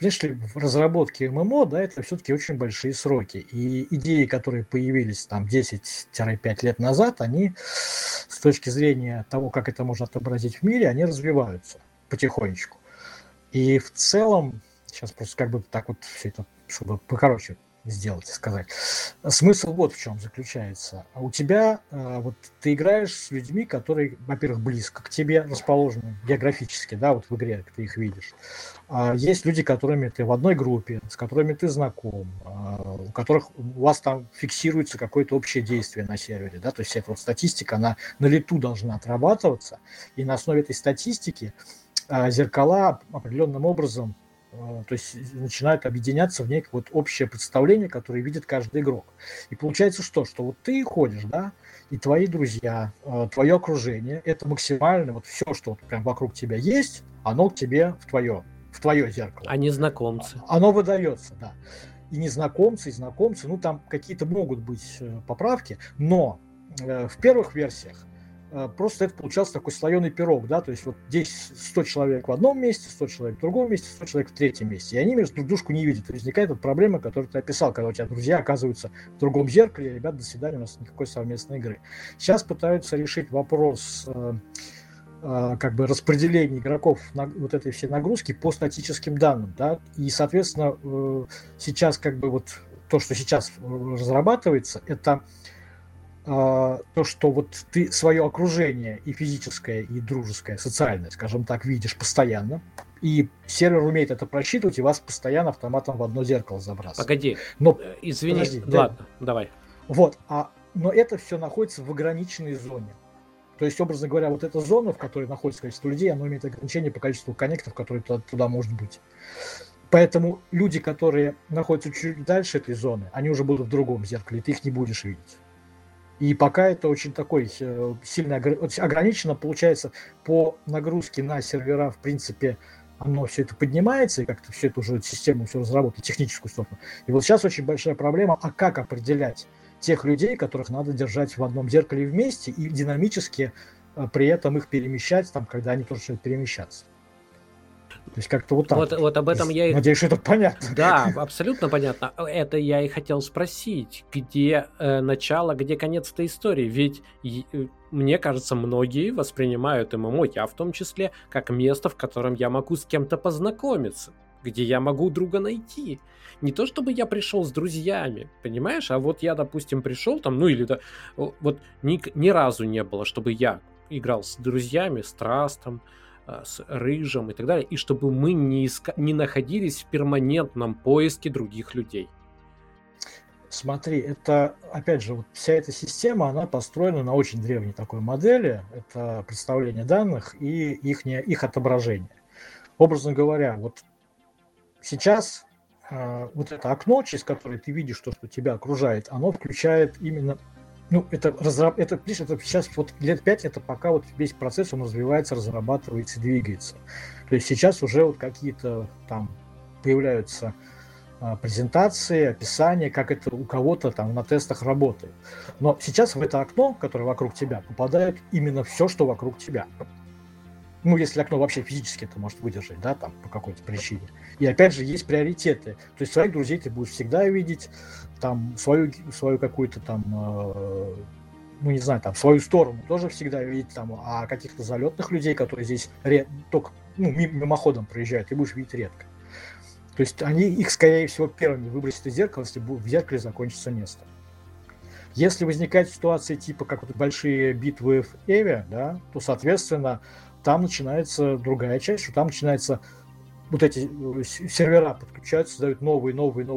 S5: знаешь ли, в разработке ММО, да, это все-таки очень большие сроки. И идеи, которые появились там 10-5 лет назад, они с точки зрения того, как это можно отобразить в мире, они развиваются потихонечку. И в целом, сейчас просто как бы так вот все это, чтобы покороче сделать и сказать. Смысл вот в чем заключается. У тебя, вот ты играешь с людьми, которые, во-первых, близко к тебе расположены географически, да, вот в игре ты их видишь. Есть люди, которыми ты в одной группе, с которыми ты знаком, у которых у вас там фиксируется какое-то общее действие на сервере, да, то есть эта вот статистика, она на лету должна отрабатываться, и на основе этой статистики зеркала определенным образом, то есть начинают объединяться в некое вот общее представление, которое видит каждый игрок. И получается что? Что вот ты ходишь, да, и твои друзья, твое окружение, это максимально вот все, что вот прям вокруг тебя есть, оно к тебе в твое зеркало.
S1: А незнакомцы?
S5: Оно выдается, да. И незнакомцы, и знакомцы, ну там какие-то могут быть поправки, но в первых версиях просто это получался такой слоеный пирог, да, то есть вот здесь 100 человек в одном месте, 100 человек в другом месте, 100 человек в третьем месте, и они между друг дружку не видят. И возникает вот проблема, которую ты описал, когда у тебя друзья оказываются в другом зеркале, ребят, до свидания, у нас никакой совместной игры. Сейчас пытаются решить вопрос как бы распределения игроков на вот этой всей нагрузки по статическим данным, да, и, соответственно, сейчас как бы вот то, что сейчас разрабатывается, это то, что вот ты свое окружение и физическое, и дружеское, социальное, скажем так, видишь постоянно, и сервер умеет это просчитывать, и вас постоянно автоматом в одно зеркало забрасывает.
S1: Погоди,
S5: но,
S1: извини,
S5: подожди,
S1: ладно, давай.
S5: Вот, но это все находится в ограниченной зоне. То есть, образно говоря, вот эта зона, в которой находится количество людей, она имеет ограничение по количеству коннектов, которые туда может быть. Поэтому люди, которые находятся чуть дальше этой зоны, они уже будут в другом зеркале, ты их не будешь видеть. И пока это очень такой сильно ограничено, получается, по нагрузке на сервера, в принципе, оно все это поднимается, и как-то все это уже систему все разработали, техническую сторону. И вот сейчас очень большая проблема, а как определять тех людей, которых надо держать в одном зеркале вместе и динамически при этом их перемещать, там, когда они тоже начинают перемещаться. То есть как-то вот так.
S1: Вот об этом я и...
S5: Надеюсь, что это понятно.
S1: Да, абсолютно понятно. Это я и хотел спросить, где начало, где конец этой истории. Ведь, мне кажется, многие воспринимают ММО, я в том числе, как место, в котором я могу с кем-то познакомиться, где я могу друга найти. Не то, чтобы я пришел с друзьями, понимаешь? А вот я, допустим, пришел там, ну или да, вот ни разу не было, чтобы я играл с друзьями, с Трастом, с Рыжим и так далее, и чтобы мы не находились в перманентном поиске других людей.
S5: Смотри, это, опять же, вот вся эта система, она построена на очень древней такой модели. Это представление данных и их отображение. Образно говоря, вот сейчас вот это окно, через которое ты видишь то, что тебя окружает, оно включает именно... Ну, это сейчас вот лет 5, это пока вот весь процесс, он развивается, разрабатывается, двигается. То есть сейчас уже вот какие-то там появляются презентации, описания, как это у кого-то там на тестах работает. Но сейчас в это окно, которое вокруг тебя, попадает именно все, что вокруг тебя. Ну, если окно вообще физически это может выдержать, да, там, по какой-то причине. И опять же, есть приоритеты. То есть своих друзей ты будешь всегда видеть, там, свою какую-то там, ну, не знаю, там, свою сторону тоже всегда видеть, там, а каких-то залетных людей, которые здесь только, ну, мимоходом проезжают, ты будешь видеть редко. То есть их, скорее всего, первыми выбросят из зеркала, если в зеркале закончится место. Если возникает ситуация типа, как вот большие битвы в Эве, да, то, соответственно, там начинается другая часть, что там начинается вот эти сервера подключаются, создают новые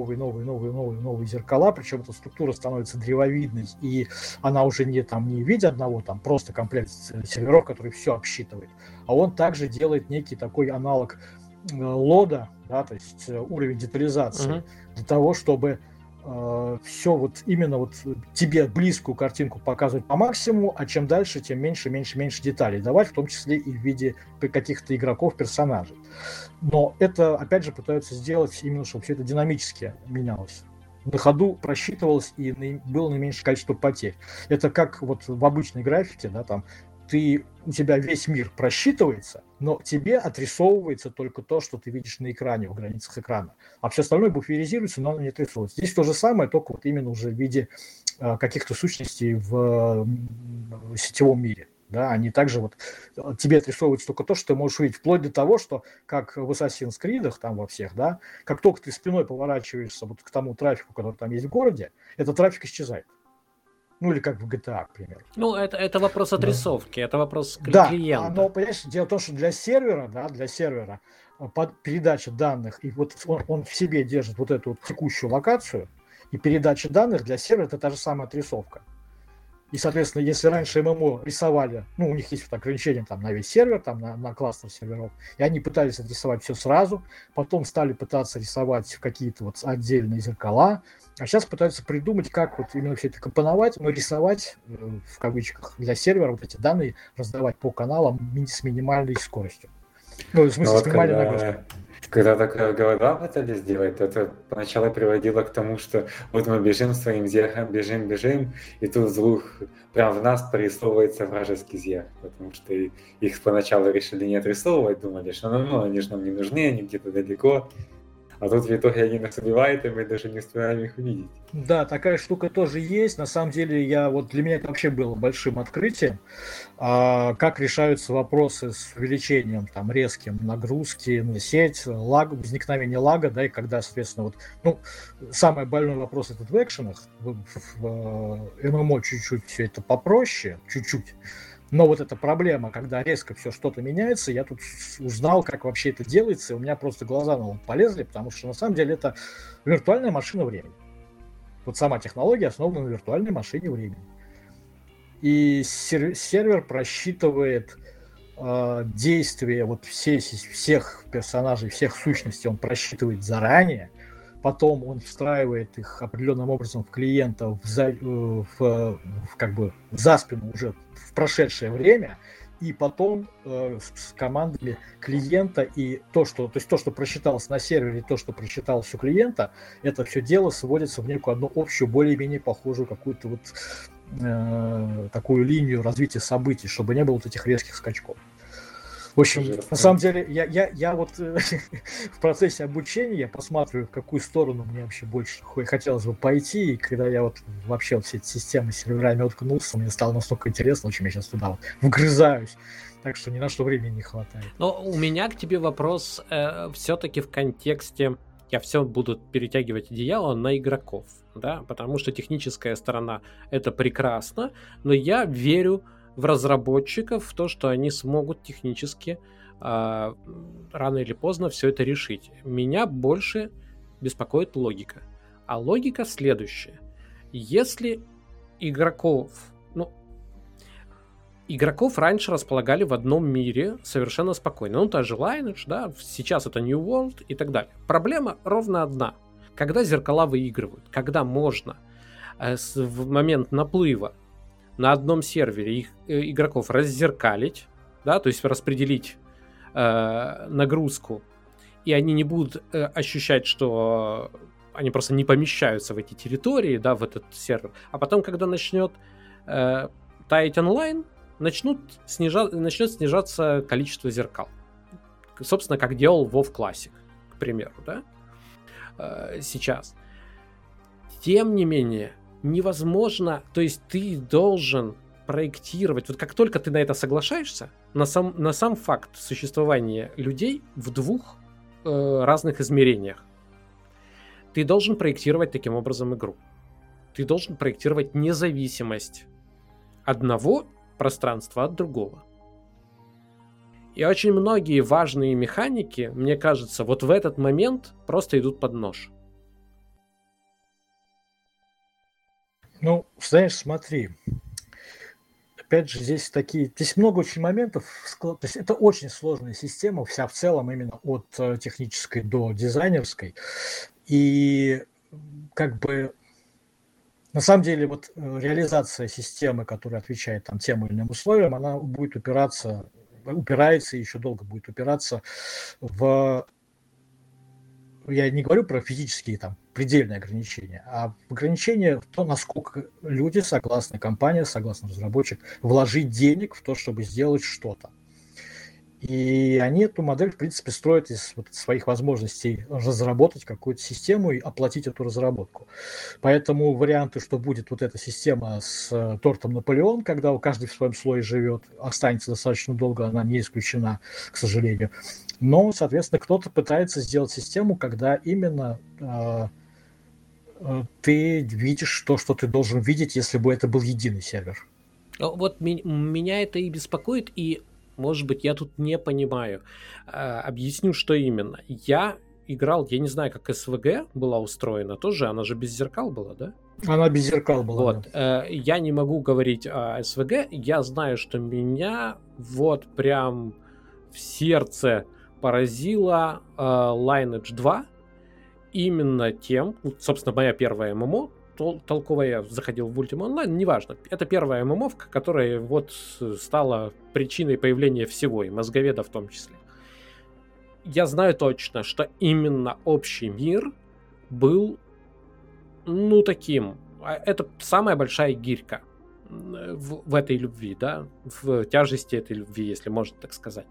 S5: зеркала, причем эта структура становится древовидной, и она уже не в виде одного, там просто комплект серверов, который все обсчитывает, а он также делает некий такой аналог лода, да, то есть уровень детализации, для того, чтобы все вот именно вот тебе близкую картинку показывать по максимуму, а чем дальше, тем меньше деталей давать, в том числе и в виде каких-то игроков, персонажей. Но это, опять же, пытаются сделать именно, чтобы все это динамически менялось. На ходу просчитывалось и было наименьшее количество потерь. Это как вот в обычной графике, да, там у тебя весь мир просчитывается, но тебе отрисовывается только то, что ты видишь на экране, в границах экрана. А все остальное буферизируется, но оно не отрисовывается. Здесь то же самое, только вот именно уже в виде каких-то сущностей в сетевом мире. Да, они также вот тебе отрисовывается только то, что ты можешь увидеть, вплоть до того, что как в Assassin's Creed, там во всех, да, как только ты спиной поворачиваешься вот к тому трафику, который там есть в городе, этот трафик исчезает. Ну, или как в GTA, к примеру.
S1: Ну, это вопрос отрисовки, это вопрос
S5: Да,
S1: клиента.
S5: но, понимаешь, дело в том, что для сервера передача данных, и вот он в себе держит вот эту вот текущую локацию, и передача данных для сервера – это та же самая отрисовка. И, соответственно, если раньше ММО рисовали, ну, у них есть вот ограничения там на весь сервер, там на кластер серверов, и они пытались отрисовать все сразу, потом стали пытаться рисовать какие-то вот отдельные зеркала, а сейчас пытаются придумать, как вот именно все это компоновать, но рисовать, в кавычках, для сервера вот эти данные раздавать по каналам с минимальной скоростью. Ну, в смысле, с минимальной нагрузкой.
S3: Когда такое города пытались сделать, то это поначалу приводило к тому, что вот мы бежим своим зеркалом, бежим, и тут вдруг прям в нас прорисовывается вражеский зерк, потому что их поначалу решили не отрисовывать, думали, что они же нам не нужны, они где-то далеко. А тут в итоге они нас убивают, и мы даже не успеваем их увидеть.
S5: Да, такая штука тоже есть. На самом деле, для меня это вообще было большим открытием. Как решаются вопросы с увеличением там, резким нагрузки на сеть, возникновение лага, да, и когда, соответственно, самый больной вопрос этот в экшенах, в ММО чуть-чуть все это попроще, чуть-чуть. Но вот эта проблема, когда резко все что-то меняется, я тут узнал, как вообще это делается, и у меня просто глаза на лоб полезли, потому что на самом деле это виртуальная машина времени. Вот сама технология основана на виртуальной машине времени. И сервер просчитывает действия вот всех персонажей, всех сущностей, он просчитывает заранее, потом он встраивает их определенным образом в клиента как бы за спину уже в прошедшее время, и потом с командами клиента и то, что просчиталось на сервере, то, что просчиталось у клиента, это все дело сводится в некую одну общую, более-менее похожую какую-то вот такую линию развития событий, чтобы не было вот этих резких скачков. В общем, на самом деле, я вот в процессе обучения я посматриваю, в какую сторону мне вообще больше хотелось бы пойти, и когда я вот вообще все эти системы с серверами уткнулся, мне стало настолько интересно, в общем, я сейчас туда вот вгрызаюсь, так что ни на что времени не хватает.
S1: Но у меня к тебе вопрос все-таки в контексте, я все буду перетягивать одеяло на игроков, да, потому что техническая сторона это прекрасно, но я верю в разработчиков, в то, что они смогут технически рано или поздно все это решить. Меня больше беспокоит логика. А логика следующая. Если игроков раньше располагали в одном мире совершенно спокойно. Ну, та же Lineage, да, сейчас это New World и так далее. Проблема ровно одна. Когда зеркала выигрывают, когда можно в момент наплыва на одном сервере их игроков раззеркалить, да, то есть распределить нагрузку, и они не будут ощущать, что они просто не помещаются в эти территории, да, в этот сервер. А потом, когда начнет таять онлайн, начнет снижаться количество зеркал. Собственно, как делал WoW Classic, к примеру, да, сейчас. Тем не менее, невозможно, то есть ты должен проектировать, вот как только ты на это соглашаешься, на сам факт существования людей в двух разных измерениях, ты должен проектировать таким образом игру. Ты должен проектировать независимость одного пространства от другого. И очень многие важные механики, мне кажется, вот в этот момент просто идут под нож.
S5: Ну, знаешь, смотри, опять же, здесь много очень моментов, то есть это очень сложная система, вся в целом именно от технической до дизайнерской, и как бы на самом деле вот реализация системы, которая отвечает там тем или иным условиям, она будет упирается и еще долго будет упираться в я не говорю про физические там предельные ограничения, а ограничения в том, насколько люди согласны, компания согласна, разработчик, вложить денег в то, чтобы сделать что-то. И они эту модель, в принципе, строят из своих возможностей разработать какую-то систему и оплатить эту разработку. Поэтому варианты, что будет вот эта система с тортом Наполеон, когда у каждого в своем слое живет, останется достаточно долго, она не исключена, к сожалению. Но, соответственно, кто-то пытается сделать систему, когда именно ты видишь то, что ты должен видеть, если бы это был единый сервер.
S1: Вот меня это и беспокоит, и, может быть, я тут не понимаю. Объясню, что именно. Я играл, я не знаю, как СВГ была устроена, тоже, она же без зеркал была, да?
S5: Она без зеркал была.
S1: Вот, да. Я не могу говорить о СВГ, я знаю, что меня вот прям в сердце поразила Lineage 2 именно тем, собственно, моя первая ММО, толковая, я заходил в Ultima Online, неважно, это первая ММОвка, которая вот стала причиной появления всего, и мозговеда в том числе. Я знаю точно, что именно общий мир был, ну, таким, это самая большая гирька в этой любви, да, в тяжести этой любви, если можно так сказать.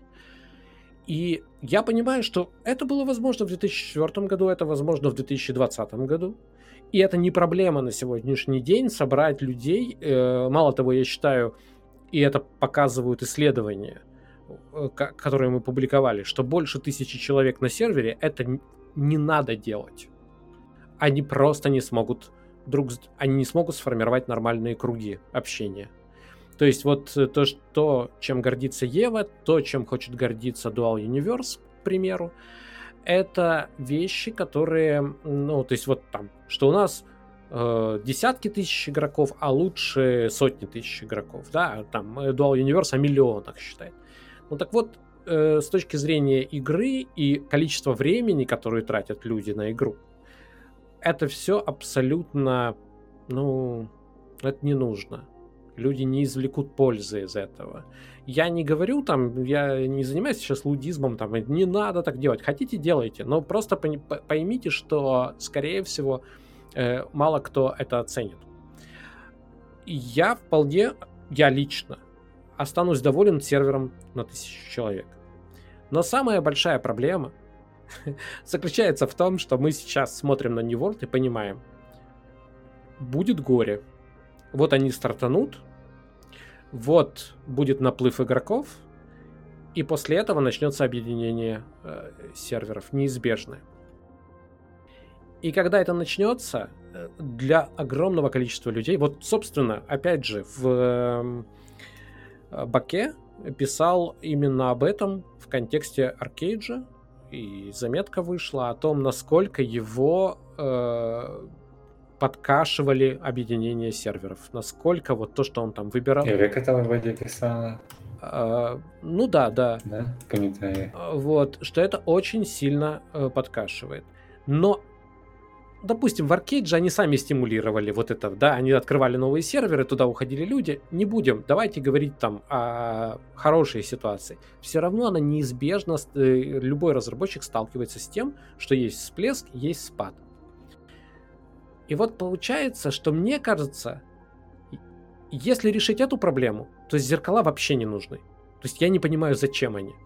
S1: И я понимаю, что это было возможно в 2004 году, это возможно в 2020 году. И это не проблема на сегодняшний день собрать людей. Мало того, я считаю, и это показывают исследования, которые мы публиковали, что больше 1000 человек на сервере это не надо делать. Они просто не смогут они не смогут сформировать нормальные круги общения. То есть вот то, чем гордится Ева, то, чем хочет гордиться Dual Universe, к примеру, это вещи, которые, ну, то есть вот там, что у нас десятки тысяч игроков, а лучше сотни тысяч игроков, да, там Dual Universe о миллионах считает. Ну так вот, с точки зрения игры и количества времени, которое тратят люди на игру, это все абсолютно, ну, это не нужно. Люди не извлекут пользы из этого. Я не говорю там, я не занимаюсь сейчас лудизмом, там, не надо так делать. Хотите, делайте, но просто поймите, что, скорее всего, мало кто это оценит. Я лично останусь доволен сервером на 1000 человек. Но самая большая проблема заключается в том, что мы сейчас смотрим на New World и понимаем, будет горе. Вот они стартанут, вот будет наплыв игроков, и после этого начнется объединение серверов, неизбежное. И когда это начнется, для огромного количества людей, вот, собственно, опять же, в Баке писал именно об этом в контексте Аркейджа, и заметка вышла о том, насколько его подкашивали объединение серверов. Насколько вот то, что он там выбирал...
S3: И Вика там вроде писала.
S1: Ну да.
S3: Да, в комментариях.
S1: Вот, что это очень сильно подкашивает. Но, допустим, в Аркейдже они сами стимулировали вот это, да, они открывали новые серверы, туда уходили люди. Не будем, давайте говорить там о хорошей ситуации. Все равно она неизбежна, любой разработчик сталкивается с тем, что есть всплеск, есть спад. И вот получается, что мне кажется, если решить эту проблему, то зеркала вообще не нужны. То есть я не понимаю, зачем они.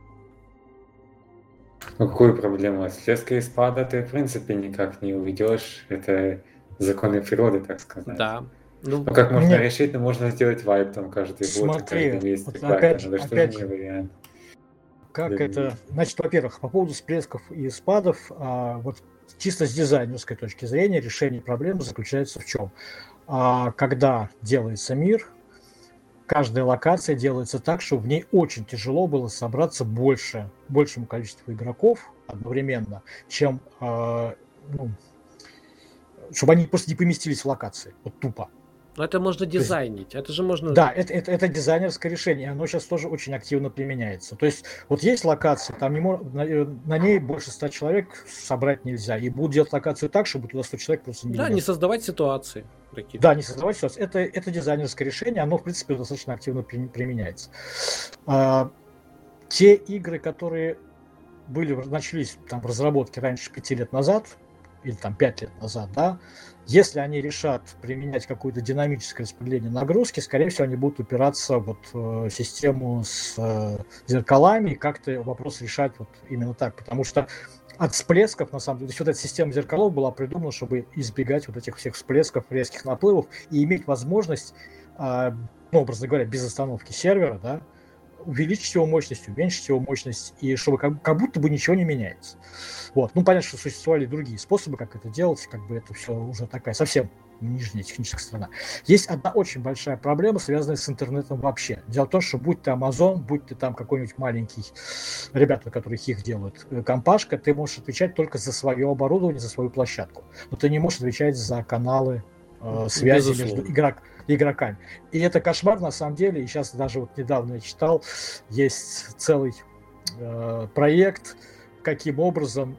S3: Ну, какую проблему? Всплеска и спада ты, в принципе, никак не уведешь. Это законы природы, так сказать.
S1: Да.
S3: Ну как можно решить? Ну, можно сделать вайп там каждый год, каждый месяц.
S5: Вот
S3: опять же, не вариант.
S5: Как это? Значит, во-первых, по поводу всплесков и спадов, вот чисто с дизайнерской точки зрения решение проблемы заключается в чем? Когда делается мир, каждая локация делается так, чтобы в ней очень тяжело было собраться большему количеству игроков одновременно, чем чтобы они просто не поместились в локации, вот тупо.
S1: Но это можно дизайнить, это же можно...
S5: Да, это дизайнерское решение, оно сейчас тоже очень активно применяется. То есть вот есть локации, там на ней больше 100 человек собрать нельзя, и будут делать локацию так, чтобы туда 100 человек просто не влезли.
S1: Да, не создавать ситуации такие.
S5: Да, не создавать ситуации. Это дизайнерское решение, оно, в принципе, достаточно активно применяется. Те игры, которые начались там разработки раньше 5 лет назад, или там 5 лет назад, да, если они решат применять какое-то динамическое распределение нагрузки, скорее всего, они будут упираться вот в систему с зеркалами и как-то вопрос решать вот именно так, потому что от всплесков, на самом деле, то есть вот эта система зеркалов была придумана, чтобы избегать вот этих всех всплесков, резких наплывов и иметь возможность, образно говоря, без остановки сервера, да, увеличить его мощность, уменьшить его мощность, и чтобы как будто бы ничего не меняется. Вот. Ну, понятно, что существовали другие способы, как это делать, как бы это все уже такая совсем нижняя техническая сторона. Есть одна очень большая проблема, связанная с интернетом вообще. Дело в том, что будь ты Amazon, будь ты там какой-нибудь маленький, ребята, которые их делают, компашка, ты можешь отвечать только за свое оборудование, за свою площадку. Но ты не можешь отвечать за каналы связи между игроками. И это кошмар на самом деле. И сейчас даже вот недавно я читал, есть целый проект, каким образом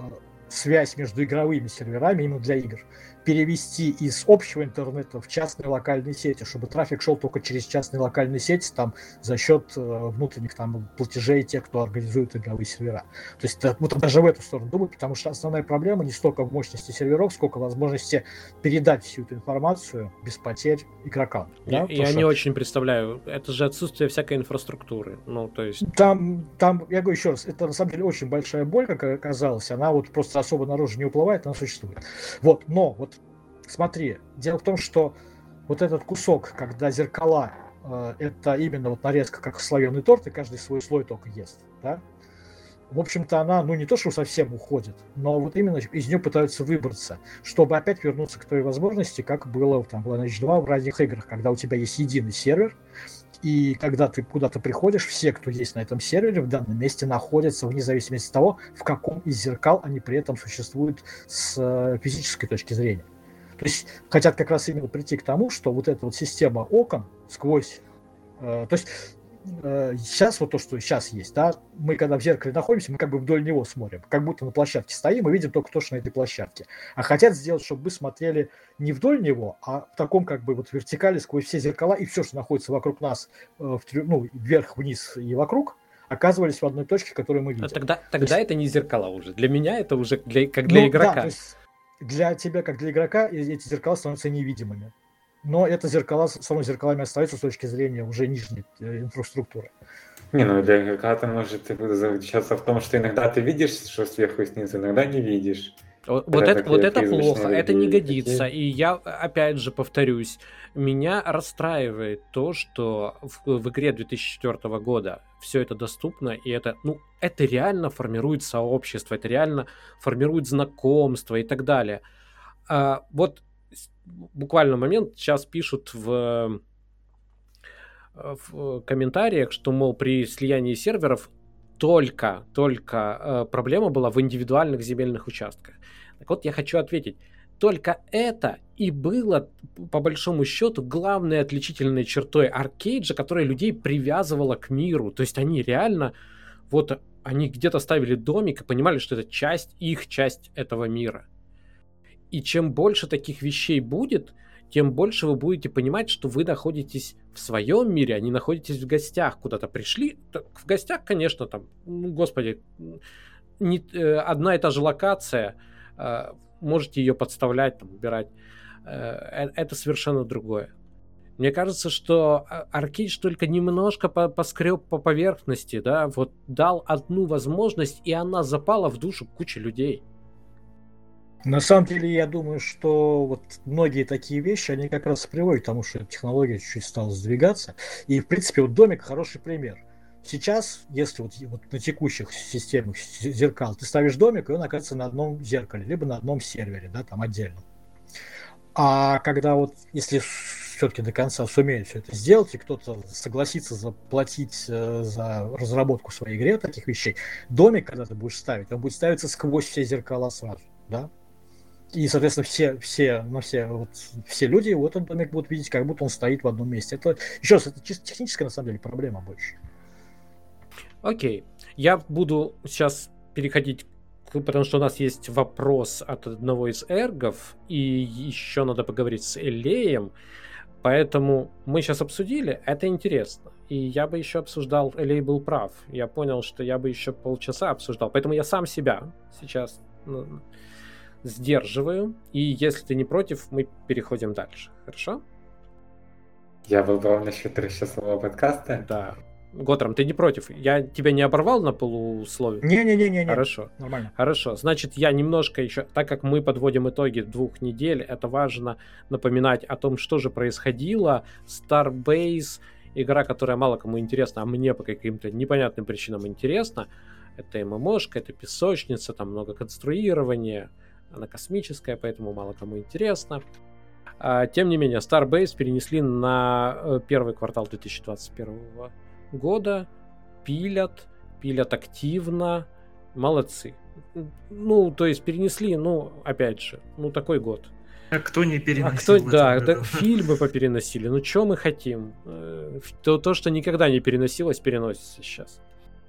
S5: связь между игровыми серверами именно для игр перевести из общего интернета в частные локальные сети, чтобы трафик шел только через частные локальные сети, там, за счет внутренних там платежей тех, кто организует игровые сервера. То есть вот даже в эту сторону думать, потому что основная проблема не столько в мощности серверов, сколько в возможности передать всю эту информацию без потерь игрокам.
S1: Я не очень представляю, это же отсутствие всякой инфраструктуры. Ну, то есть...
S5: Там, я говорю еще раз, это на самом деле очень большая боль, как оказалось, она вот просто особо наружу не уплывает, она существует. Вот, но вот смотри, дело в том, что вот этот кусок, когда зеркала, это именно вот нарезка как слоеный торт, и каждый свой слой только ест, да? В общем-то, она, ну, не то, что совсем уходит, но вот именно из нее пытаются выбраться, чтобы опять вернуться к той возможности, как было там, в Lineage 2 в разных играх, когда у тебя есть единый сервер, и когда ты куда-то приходишь, все, кто есть на этом сервере, в данном месте находятся вне зависимости от того, в каком из зеркал они при этом существуют с физической точки зрения. То есть хотят как раз именно прийти к тому, что вот эта вот система окон сквозь... то есть сейчас вот то, что сейчас есть, да, мы когда в зеркале находимся, мы как бы вдоль него смотрим, как будто на площадке стоим и видим только то, что на этой площадке. А хотят сделать, чтобы мы смотрели не вдоль него, а в таком как бы вот вертикали сквозь все зеркала, и все, что находится вокруг нас, вверх, вниз и вокруг, оказывались в одной точке, которую мы видим.
S1: Тогда это не зеркала уже. Для меня это уже как для игрока.
S5: Да, то есть для тебя, как для игрока, эти зеркала становятся невидимыми. Но это зеркала, все равно зеркалами остаются с точки зрения уже нижней инфраструктуры.
S3: Не, ну для игрока это может заключаться в том, что иногда ты видишь, что сверху и снизу, иногда не видишь.
S1: Вот это плохо, это не годится. И я, опять же, повторюсь, меня расстраивает то, что в игре 2004 года все это доступно, и это реально формирует сообщество, это реально формирует знакомство и так далее. Вот буквально момент, сейчас пишут в комментариях, что, мол, при слиянии серверов только проблема была в индивидуальных земельных участках. Так вот, я хочу ответить, только это и было, по большому счету, главной отличительной чертой Аркейджа, которая людей привязывала к миру. То есть они реально, вот они где-то ставили домик и понимали, что это их часть этого мира. И чем больше таких вещей будет, тем больше вы будете понимать, что вы находитесь в своем мире, а не находитесь в гостях. Куда-то пришли. В гостях, конечно, там, господи, одна и та же локация, можете ее подставлять, там, убирать. Это совершенно другое. Мне кажется, что Аркейдж только немножко поскреб по поверхности, да, вот дал одну возможность, и она запала в душу кучи людей.
S5: На самом деле, я думаю, что вот многие такие вещи, они как раз приводят к тому, что технология чуть-чуть стала сдвигаться. И, в принципе, вот домик хороший пример. Сейчас, если вот на текущих системах зеркал ты ставишь домик, и он оказывается на одном зеркале, либо на одном сервере, да, там отдельно. А когда вот, если все-таки до конца сумеют все это сделать, и кто-то согласится заплатить за разработку своей игры таких вещей, домик, когда ты будешь ставить, он будет ставиться сквозь все зеркала сразу, да? И, соответственно, все люди в этот домик будут видеть, как будто он стоит в одном месте. Это, еще раз, это чисто техническая, на самом деле, проблема больше.
S1: Окей. Я буду сейчас переходить, потому что у нас есть вопрос от одного из эргов, и еще надо поговорить с Элеем. Поэтому мы сейчас обсудили, это интересно. и я бы еще обсуждал, Элей был прав. Я понял, что я бы еще полчаса обсуждал. Поэтому я сам себя сейчас сдерживаю. И если ты не против, мы переходим дальше. Хорошо?
S3: Я выбрал насчет трехчасового подкаста.
S1: Да. Готрам, ты не против? Я тебя не оборвал на полусловие?
S5: Не-не-не-не.
S1: Хорошо.
S5: Нормально.
S1: Хорошо. Значит, я немножко еще, так как мы подводим итоги 2 недель, это важно напоминать о том, что же происходило. Starbase, игра, которая мало кому интересна, а мне по каким-то непонятным причинам интересна. Это ММОшка, это песочница, там много конструирования. Она космическая, поэтому мало кому интересна. Тем не менее, Starbase перенесли на первый квартал 2021 года. Пилят активно. Молодцы. Ну, то есть перенесли, ну, опять же, ну, такой год.
S4: А кто не переносил?
S1: Да, фильмы попереносили. Ну, что мы хотим? То, что никогда не переносилось, переносится сейчас.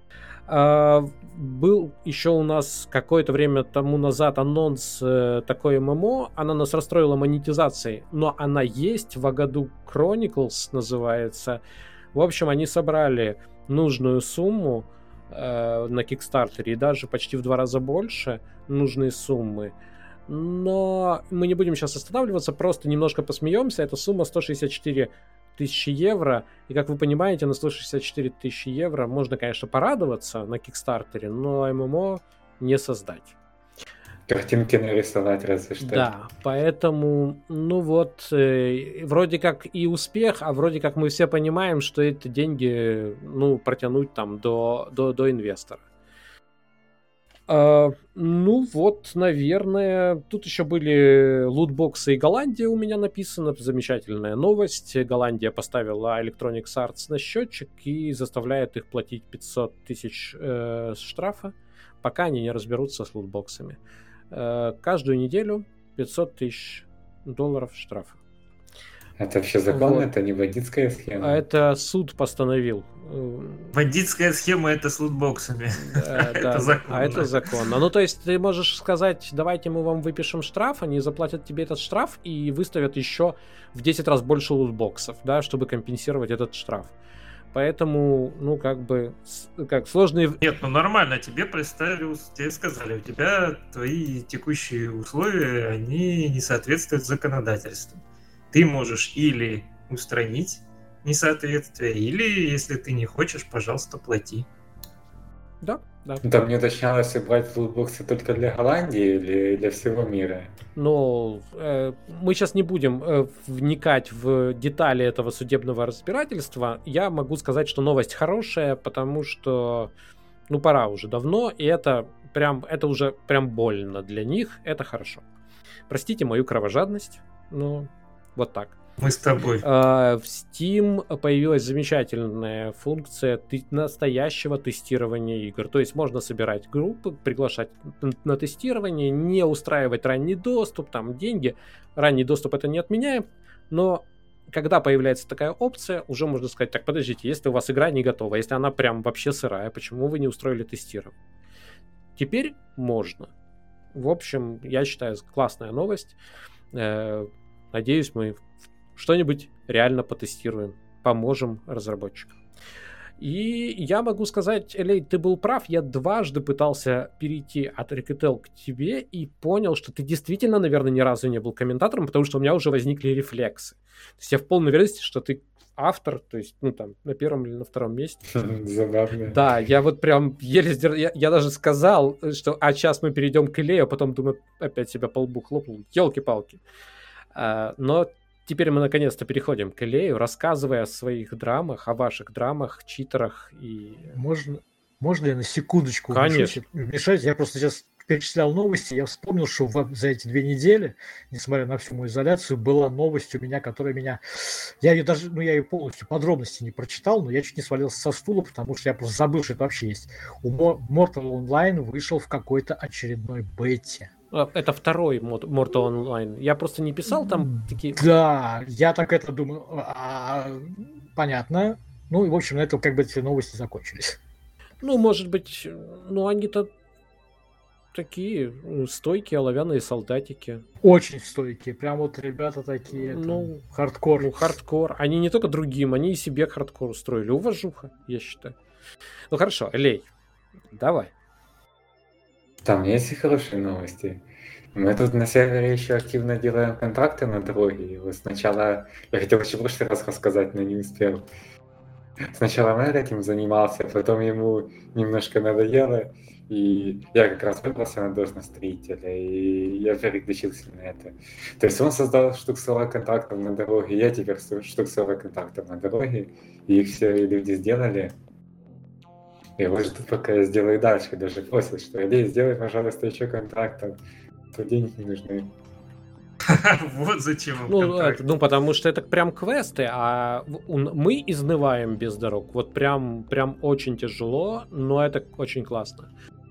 S1: Был еще у нас какое-то время тому назад анонс такой ММО. Она нас расстроила монетизацией, но она есть. Вагаду Chronicles называется. В общем, они собрали нужную сумму на Кикстартере и даже почти в 2 раза больше нужные суммы. Но мы не будем сейчас останавливаться, просто немножко посмеемся. Эта сумма 164 тысячи евро. И, как вы понимаете, на 164 тысячи евро можно, конечно, порадоваться на Кикстартере, но ММО не создать.
S3: Картинки нарисовать разве что.
S1: Да, поэтому, ну вот, вроде как и успех, а вроде как мы все понимаем, что это деньги, ну, протянуть там до инвестора. Ну вот, наверное, тут еще были лутбоксы и Голландия у меня написано. Замечательная новость. Голландия поставила Electronic Arts на счетчик и заставляет их платить 500 тысяч штрафа, пока они не разберутся с лутбоксами. Каждую неделю 500 тысяч долларов штрафа.
S3: Это вообще закон,
S1: Вот.
S3: Это не бандитская схема?
S1: Это суд постановил.
S4: Бандитская схема — это с лутбоксами.
S1: Это
S4: законно.
S1: А это законно. Ну, то есть ты можешь сказать, давайте мы вам выпишем штраф, они заплатят тебе этот штраф и выставят еще в 10 раз больше лутбоксов, да, чтобы компенсировать этот штраф. Поэтому, ну, как сложные...
S4: Нет, ну нормально, тебе представили, тебе сказали, у тебя твои текущие условия, они не соответствуют законодательству. Ты можешь или устранить несоответствие, или, если ты не хочешь, пожалуйста, плати.
S1: Да.
S3: Там не уточнялось, брать лутбоксы только для Голландии или для всего мира?
S1: Но мы сейчас не будем вникать в детали этого судебного разбирательства. Я могу сказать, что новость хорошая, потому что, ну, пора уже давно, и это уже прям больно для них. Это хорошо. Простите мою кровожадность, но вот так.
S4: Мы с тобой.
S1: В Steam появилась замечательная функция настоящего тестирования игр. То есть можно собирать группы, приглашать на тестирование, не устраивать ранний доступ, там деньги. Ранний доступ это не отменяем, но когда появляется такая опция, уже можно сказать, так, подождите, если у вас игра не готова, если она прям вообще сырая, почему вы не устроили тестирование? Теперь можно. В общем, я считаю, классная новость. Надеюсь, мы что-нибудь реально потестируем, поможем разработчикам. И я могу сказать, Элей, ты был прав, я дважды пытался перейти от Рекетел к тебе и понял, что ты действительно, наверное, ни разу не был комментатором, потому что у меня уже возникли рефлексы. То есть я в полной уверенности, что ты автор, то есть, ну, там, на 1-м или на 2-м месте.
S3: Забавно.
S1: Да, я вот прям еле сдержал, я даже сказал, что, сейчас мы перейдем к Элею, а потом, думаю, опять себя по лбу хлопнул, елки-палки. Но теперь мы наконец-то переходим к Элею, рассказывая о своих драмах, о ваших драмах, читерах и...
S5: Можно я на секундочку вмешаюсь? Я просто сейчас перечислял новости, я вспомнил, что за эти 2 недели, несмотря на всю мою изоляцию, была новость у меня, которая меня... Я ее полностью подробности не прочитал, но я чуть не свалился со стула, потому что я просто забыл, что это вообще есть. У Mortal Online вышел в какой-то очередной бете.
S1: Это второй Mortal Online. Я просто не писал там такие...
S5: Да, я так это думаю. Понятно. Ну, и, в общем, на этом как бы эти новости закончились.
S1: Ну, может быть, ну, они-то... такие стойкие оловянные солдатики.
S5: Очень стойкие. Прям вот ребята такие.
S1: Ну,
S5: хардкор.
S1: Ну, хардкор. Они не только другим, они и себе хардкор устроили. Уважуха, я считаю. Ну, хорошо, Лей, давай.
S3: Там есть и хорошие новости. Мы тут на сервере еще активно делаем контракты на дороге. И вот сначала, я хотел еще в прошлый раз рассказать, но не успел. Сначала мэр этим занимался, потом ему немножко надоело, и я как раз выбрался на должность строителя, и я переключился на это. То есть он создал штук 40 контрактов на дороге, я теперь штук 40 контрактов на дороге, и их все люди сделали. И вот жду, пока я сделаю дальше, даже просят, что Илей, сделай, пожалуйста, еще контрактов, то денег не нужны.
S4: Вот зачем им контракт.
S1: Ну, потому что это прям квесты, а мы изнываем без дорог. Вот прям очень тяжело, но это очень классно.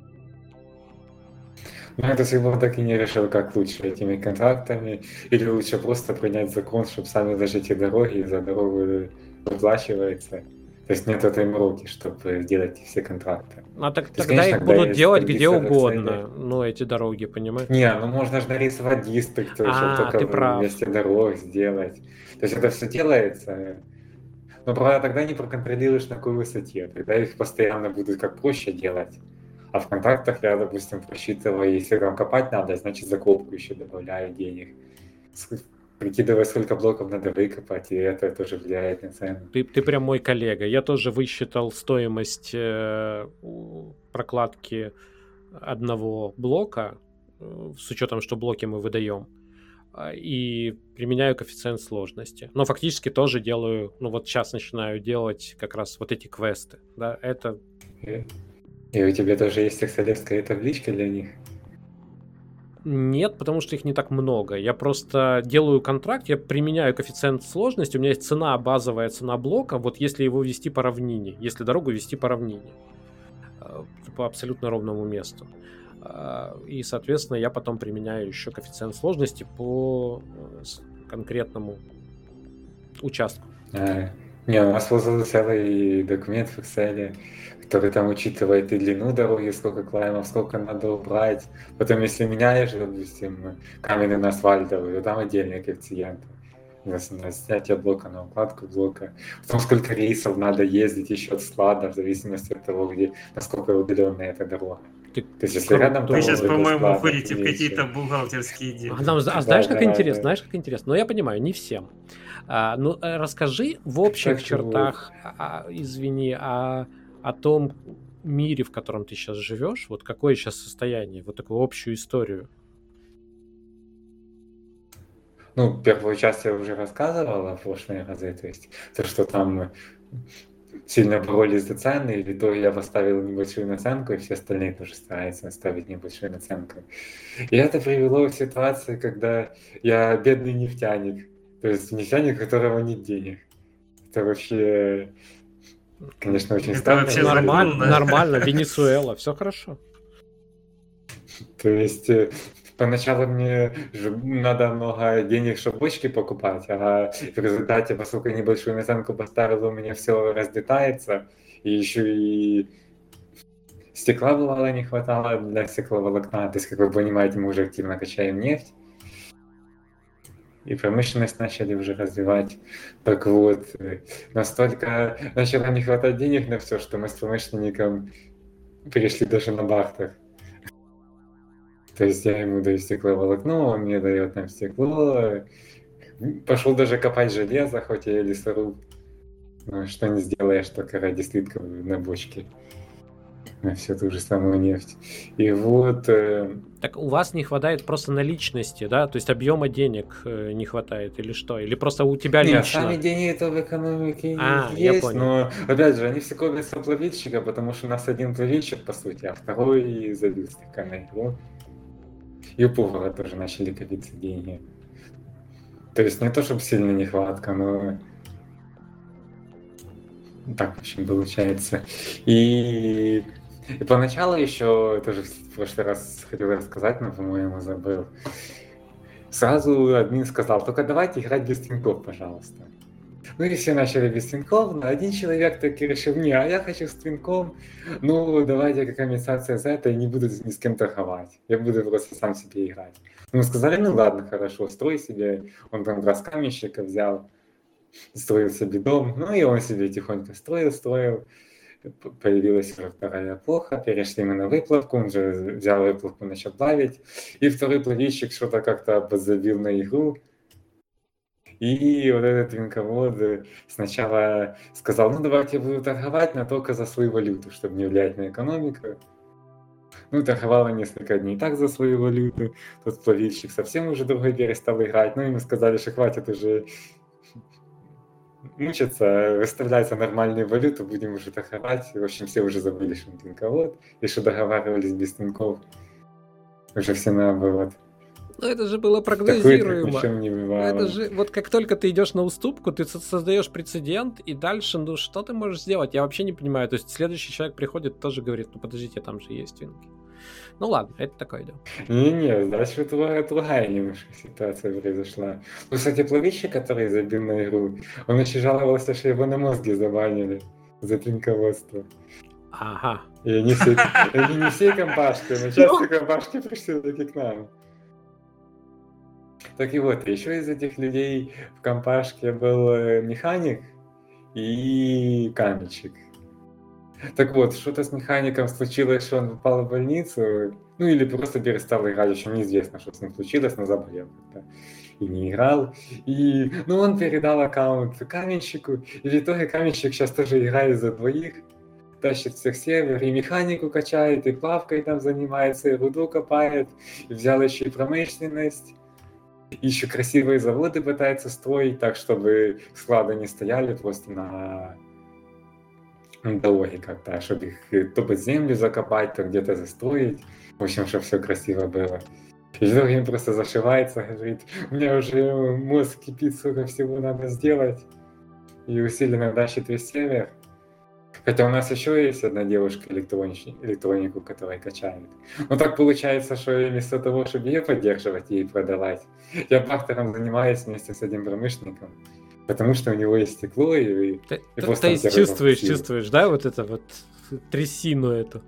S3: Ну, я до сих пор так и не решил, как лучше, этими контрактами, или лучше просто принять закон, чтобы сами ложите дороги, и за дорогу выплачивается. То есть нет этой мороки, чтобы сделать все контракты.
S1: А так,
S3: есть,
S1: тогда
S3: конечно,
S1: их будут
S3: есть
S1: делать
S3: другие
S1: где
S3: цели.
S1: угодно, ну, эти дороги, понимаешь?
S3: Не, ну можно же нарисовать дистрикт, чтобы
S1: ты
S3: только
S1: прав.
S3: вместе дорог сделать. То есть это все делается. Но правда тогда не проконтролируешь, на какой высоте. Тогда их постоянно будут как проще делать. А в контрактах я, допустим, просчитываю, если там копать надо, значит закопку еще добавляю денег. Прикидывая, сколько блоков надо выкопать, и это тоже влияет на цену.
S1: Ты прям мой коллега. Я тоже высчитал стоимость прокладки одного блока, с учетом, что блоки мы выдаем, и применяю коэффициент сложности. Но фактически тоже делаю, ну вот сейчас начинаю делать как раз вот эти квесты. Да, это...
S3: И у тебя тоже есть экселевская табличка для них?
S1: Нет, потому что их не так много. Я просто делаю контракт, я применяю коэффициент сложности, у меня есть цена, базовая цена блока, вот если его вести по равнине, если дорогу вести по равнине, по абсолютно ровному месту. И, соответственно, я потом применяю еще коэффициент сложности по конкретному участку.
S3: Не, у нас был целый документ в Excel, который там учитывает и длину дороги, сколько клаймов, сколько надо убрать. Потом, если меняешь, допустим, каменный на асфальтовый, то там отдельные коэффициенты. На снятие блока, на укладку блока. Потом, сколько рейсов надо ездить еще от склада, в зависимости от того, где, насколько удаленная эта дорога. То есть, если рядом...
S4: Вы сейчас, по-моему, уходите в какие-то бухгалтерские дела.
S1: Знаешь, как интересно? Знаешь, как интересно? Но я понимаю, не всем. Ну, расскажи в общих чертах, извини, о том мире, в котором ты сейчас живешь, вот какое сейчас состояние, вот такую общую историю.
S3: Ну, первую часть я уже рассказывал в прошлые разы, то есть то, что там сильно боролись за цены, или то я поставил небольшую наценку, и все остальные тоже стараются ставить небольшую наценку. И это привело к ситуации, когда я бедный нефтяник, то есть нефтяник, у которого нет денег. Это вообще... Конечно, очень странно.
S4: Вообще
S1: нормально, Венесуэла, все хорошо.
S3: То есть поначалу мне надо много денег, чтобы бочки покупать, а в результате, поскольку небольшую наценку поставил, у меня все разлетается, и еще и стекла бывало не хватало для стекловолокна. То есть, как вы понимаете, мы уже активно качаем нефть. И промышленность начали уже развивать. Так вот, настолько начало не хватать денег на все, что мы с промышленником перешли даже на бахтах. То есть я ему даю стекловолокно, он мне дает там стекло. Пошел даже копать железо, хоть я и лесоруб. Но что не сделаешь только ради слитков на бочке. На всю ту же самую нефть. И вот...
S1: Так у вас не хватает просто наличности, да? То есть объема денег не хватает или что? Или просто у тебя лично?
S3: Нет, сами деньги это в экономике
S1: есть,
S3: но опять же, они все кормятся плавильщика, потому что у нас один плавильщик, по сути, а второй забил слегка на игру. И у повара тоже начали копиться деньги. То есть не то, чтобы сильно нехватка, но... Так, в общем, получается. И поначалу еще, тоже в прошлый раз хотел рассказать, но, по-моему, забыл. Сразу админ сказал, только давайте играть без тинькофф, пожалуйста. Ну и все начали без твинков, но один человек таки решил, не, а я хочу с твинком, ну давайте как компенсация за это, я не буду ни с кем торговать, я буду просто сам себе играть. Мы сказали, ну ладно, хорошо, строй себе, он там 2 каменщика взял, строил себе дом, ну и он себе тихонько строил, появилась уже вторая эпоха, перешли мы на выплавку, он же взял выплавку, начал плавить, и второй плавильщик что-то как-то подзабил на игру, и вот этот твинковод сначала сказал, ну давайте я буду торговать, но только за свою валюту, чтобы не влиять на экономику. Ну, торговала несколько дней так за свою валюту, тот плавильщик совсем уже другой перестал играть, ну и мы сказали, что хватит уже мучиться, выставлять за нормальную валюту, будем уже торговать. В общем, все уже забыли, что он твинковод, и что договаривались без твинков. Уже все наоборот.
S1: Ну, это же было
S3: Такое, как
S1: прогнозируемо.
S3: ни в чем не бывало.
S1: Это же, вот как только ты идешь на уступку, ты создаешь прецедент, и дальше, ну, что ты можешь сделать? Я вообще не понимаю. То есть следующий человек приходит, тоже говорит, ну, подождите, там же есть твинки. Ну, ладно, это такое дело.
S3: Не-не, дальше другая немножко ситуация произошла. Ну, кстати, плавильщик, который забил на игру, он еще жаловался, что его на мозге забанили за твинководство.
S1: Ага.
S3: И они не все компашки, но часто компашки пришли таки к нам. Так и вот, еще из этих людей в компашке был механик и каменщик. Так вот, что-то с механиком случилось, что он попал в больницу, ну или просто перестал играть, еще неизвестно, что с ним случилось, но заболел как-то и не играл. И, ну, он передал аккаунт каменщику, и в итоге каменщик сейчас тоже играет за двоих, тащит всех сервер, и механику качает, и плавкой там занимается, и руду копает, и взял еще и промышленность. И еще красивые заводы пытается строить так, чтобы склады не стояли просто на дороге как-то, чтобы их то под землю закопать, то где-то застроить. В общем, чтобы все красиво было. И в итоге он просто зашивается, говорит, у меня уже мозг кипит, сколько всего надо сделать. И усиленно тащит весь сервер. Хотя у нас еще есть одна девушка электронику, которая качает. Но так получается, что вместо того, чтобы ее поддерживать и продавать, я бартером занимаюсь вместе с этим промышленником. Потому что у него есть стекло и
S1: просто... То есть чувствуешь, да, вот это вот трясину эту?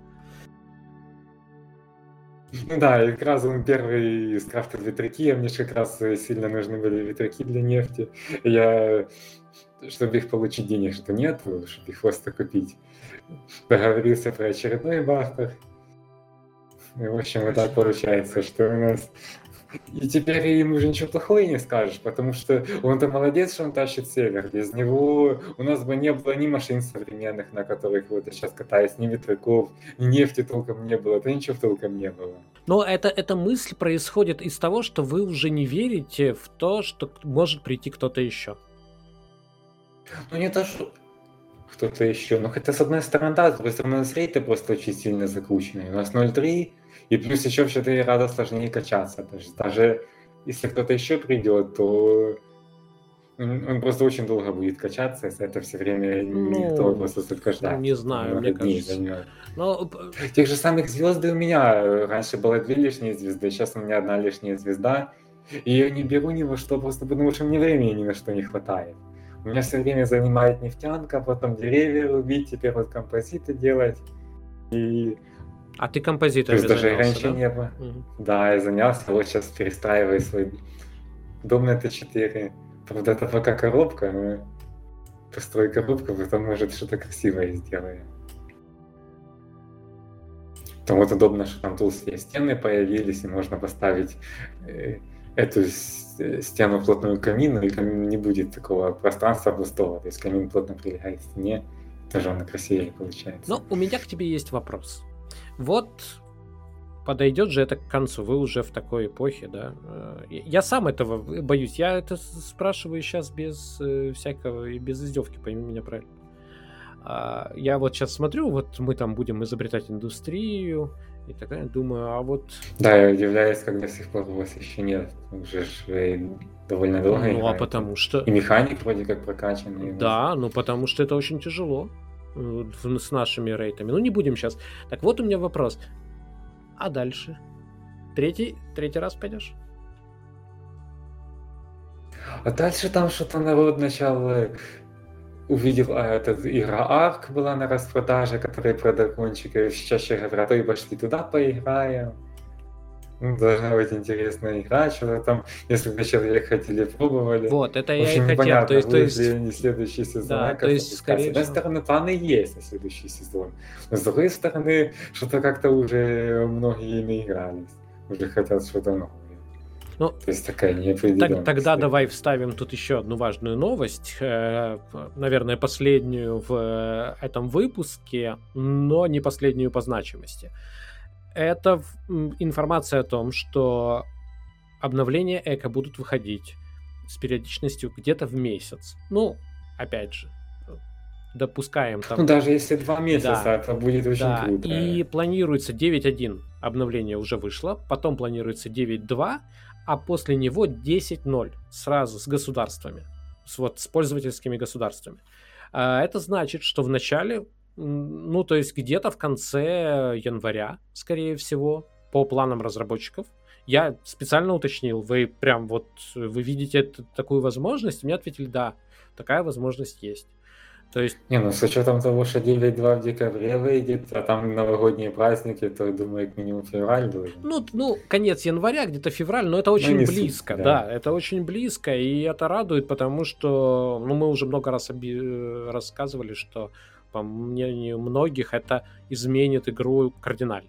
S3: Ну да, и как раз он первый скрафтил ветряки, а мне же как раз сильно нужны были ветряки для нефти. Я, чтобы их получить, денег что нет, чтобы их просто купить, договорился про очередной бартер. И, в общем, вот так получается, что у нас... И теперь ему уже ничего плохого не скажешь, потому что он-то молодец, что он тащит север. Без него у нас бы не было ни машин современных, на которых вот я сейчас катаюсь, ни ветряков, ни нефти толком не было, да ничего толком не было.
S1: Но эта мысль происходит из того, что вы уже не верите в то, что может прийти кто-то еще.
S3: Ну не то, что кто-то еще, но хотя с одной стороны, да, с другой стороны, у нас рейты просто очень сильно закрученные. У нас 0.3, и плюс еще в 4 раза сложнее качаться. Даже если кто-то еще придет, то он просто очень долго будет качаться, если это все время никто просто только ждать.
S1: Не знаю, мне кажется. Но...
S3: Тех же самых звезды у меня раньше было 2 лишние звезды, сейчас у меня 1 лишняя звезда, и я не беру ни во что, просто потому что мне времени ни на что не хватает. У меня все время занимает нефтянка, потом деревья рубить, теперь вот композиты делать. И...
S1: А ты композитором занялся,
S3: даже раньше
S1: да?
S3: Не было. Да, я занялся, вот сейчас перестраиваю свой дом на Т4. Правда, это пока коробка, но построю коробку, потом, может, что-то красивое сделаю. Там вот удобно, что там толстые стены появились, и можно поставить эту стену плотную к камину, и камин не будет такого пространства пустого. То есть камин плотно прилегает к стене, тоже она красивее получается.
S1: Ну, у меня к тебе есть вопрос. Вот подойдет же это к концу, вы уже в такой эпохе, да? Я сам этого боюсь, я это спрашиваю сейчас без всякого и без издевки, пойми меня правильно. Я вот сейчас смотрю, вот мы там будем изобретать индустрию, и такая думаю, а вот...
S3: Да, я удивляюсь, когда до сих пор у вас еще нет, уже довольно долго играет.
S1: А потому что...
S3: И механик вроде как прокачанный.
S1: Да, ну потому что это очень тяжело с нашими рейтами. Ну не будем сейчас. Так вот у меня вопрос. А дальше? Третий раз пойдешь?
S3: А дальше там что-то народ начал увидел, игра Арк была на распродаже, которая про дракончиков. Чаще говорят, ой, пошли туда поиграем. Должна быть интересная игра, что-то там, несколько человек хотели, пробовали.
S1: Вот, это
S3: В
S1: я и
S3: общем,
S1: хотел.
S3: непонятно,
S1: То есть,
S3: будет ли не следующий сезон.
S1: да, то есть,
S3: С
S1: скорее
S3: одной
S1: всего.
S3: стороны, планы есть на следующий сезон. Но с другой стороны, что-то как-то уже многие наигрались. Уже хотят что-то новое.
S1: Ну,
S3: То есть такая неопределенность.
S1: Тогда давай вставим тут еще одну важную новость, наверное, последнюю в этом выпуске, но не последнюю по значимости. Это информация о том, что обновления эко будут выходить с периодичностью где-то в месяц. Ну, опять же, допускаем там...
S3: Ну, даже если 2 месяца,
S1: Да.
S3: это будет очень
S1: Да,
S3: круто.
S1: и планируется 9.1 обновление уже вышло, потом планируется 9.2, а после него 10.0 сразу с государствами, с пользовательскими государствами. Это значит, что в начале, ну, то есть где-то в конце января, скорее всего, по планам разработчиков, я специально уточнил, вы прям вот, вы видите такую возможность? Мне ответили, да, такая возможность есть. То есть...
S3: Не, ну с учетом того, что 9.2 в декабре выйдет, а там новогодние праздники, то, думаю, как минимум февраль будет.
S1: Ну, конец января, где-то февраль, но это очень
S3: не
S1: близко,
S3: суть,
S1: да, это очень близко, и это радует, потому что, ну, мы уже много раз рассказывали, что, по мнению многих, это изменит игру кардинально.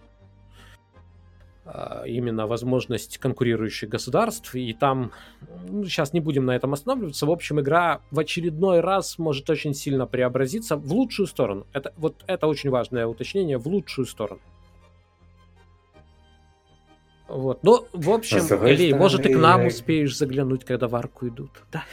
S1: Именно возможность конкурирующих государств, и там, ну, сейчас не будем на этом останавливаться, в общем, игра в очередной раз может очень сильно преобразиться в лучшую сторону. Это очень важное уточнение, в лучшую сторону. Вот. Ну, в общем, Илей, может, и к нам успеешь заглянуть, когда в арку идут. Да.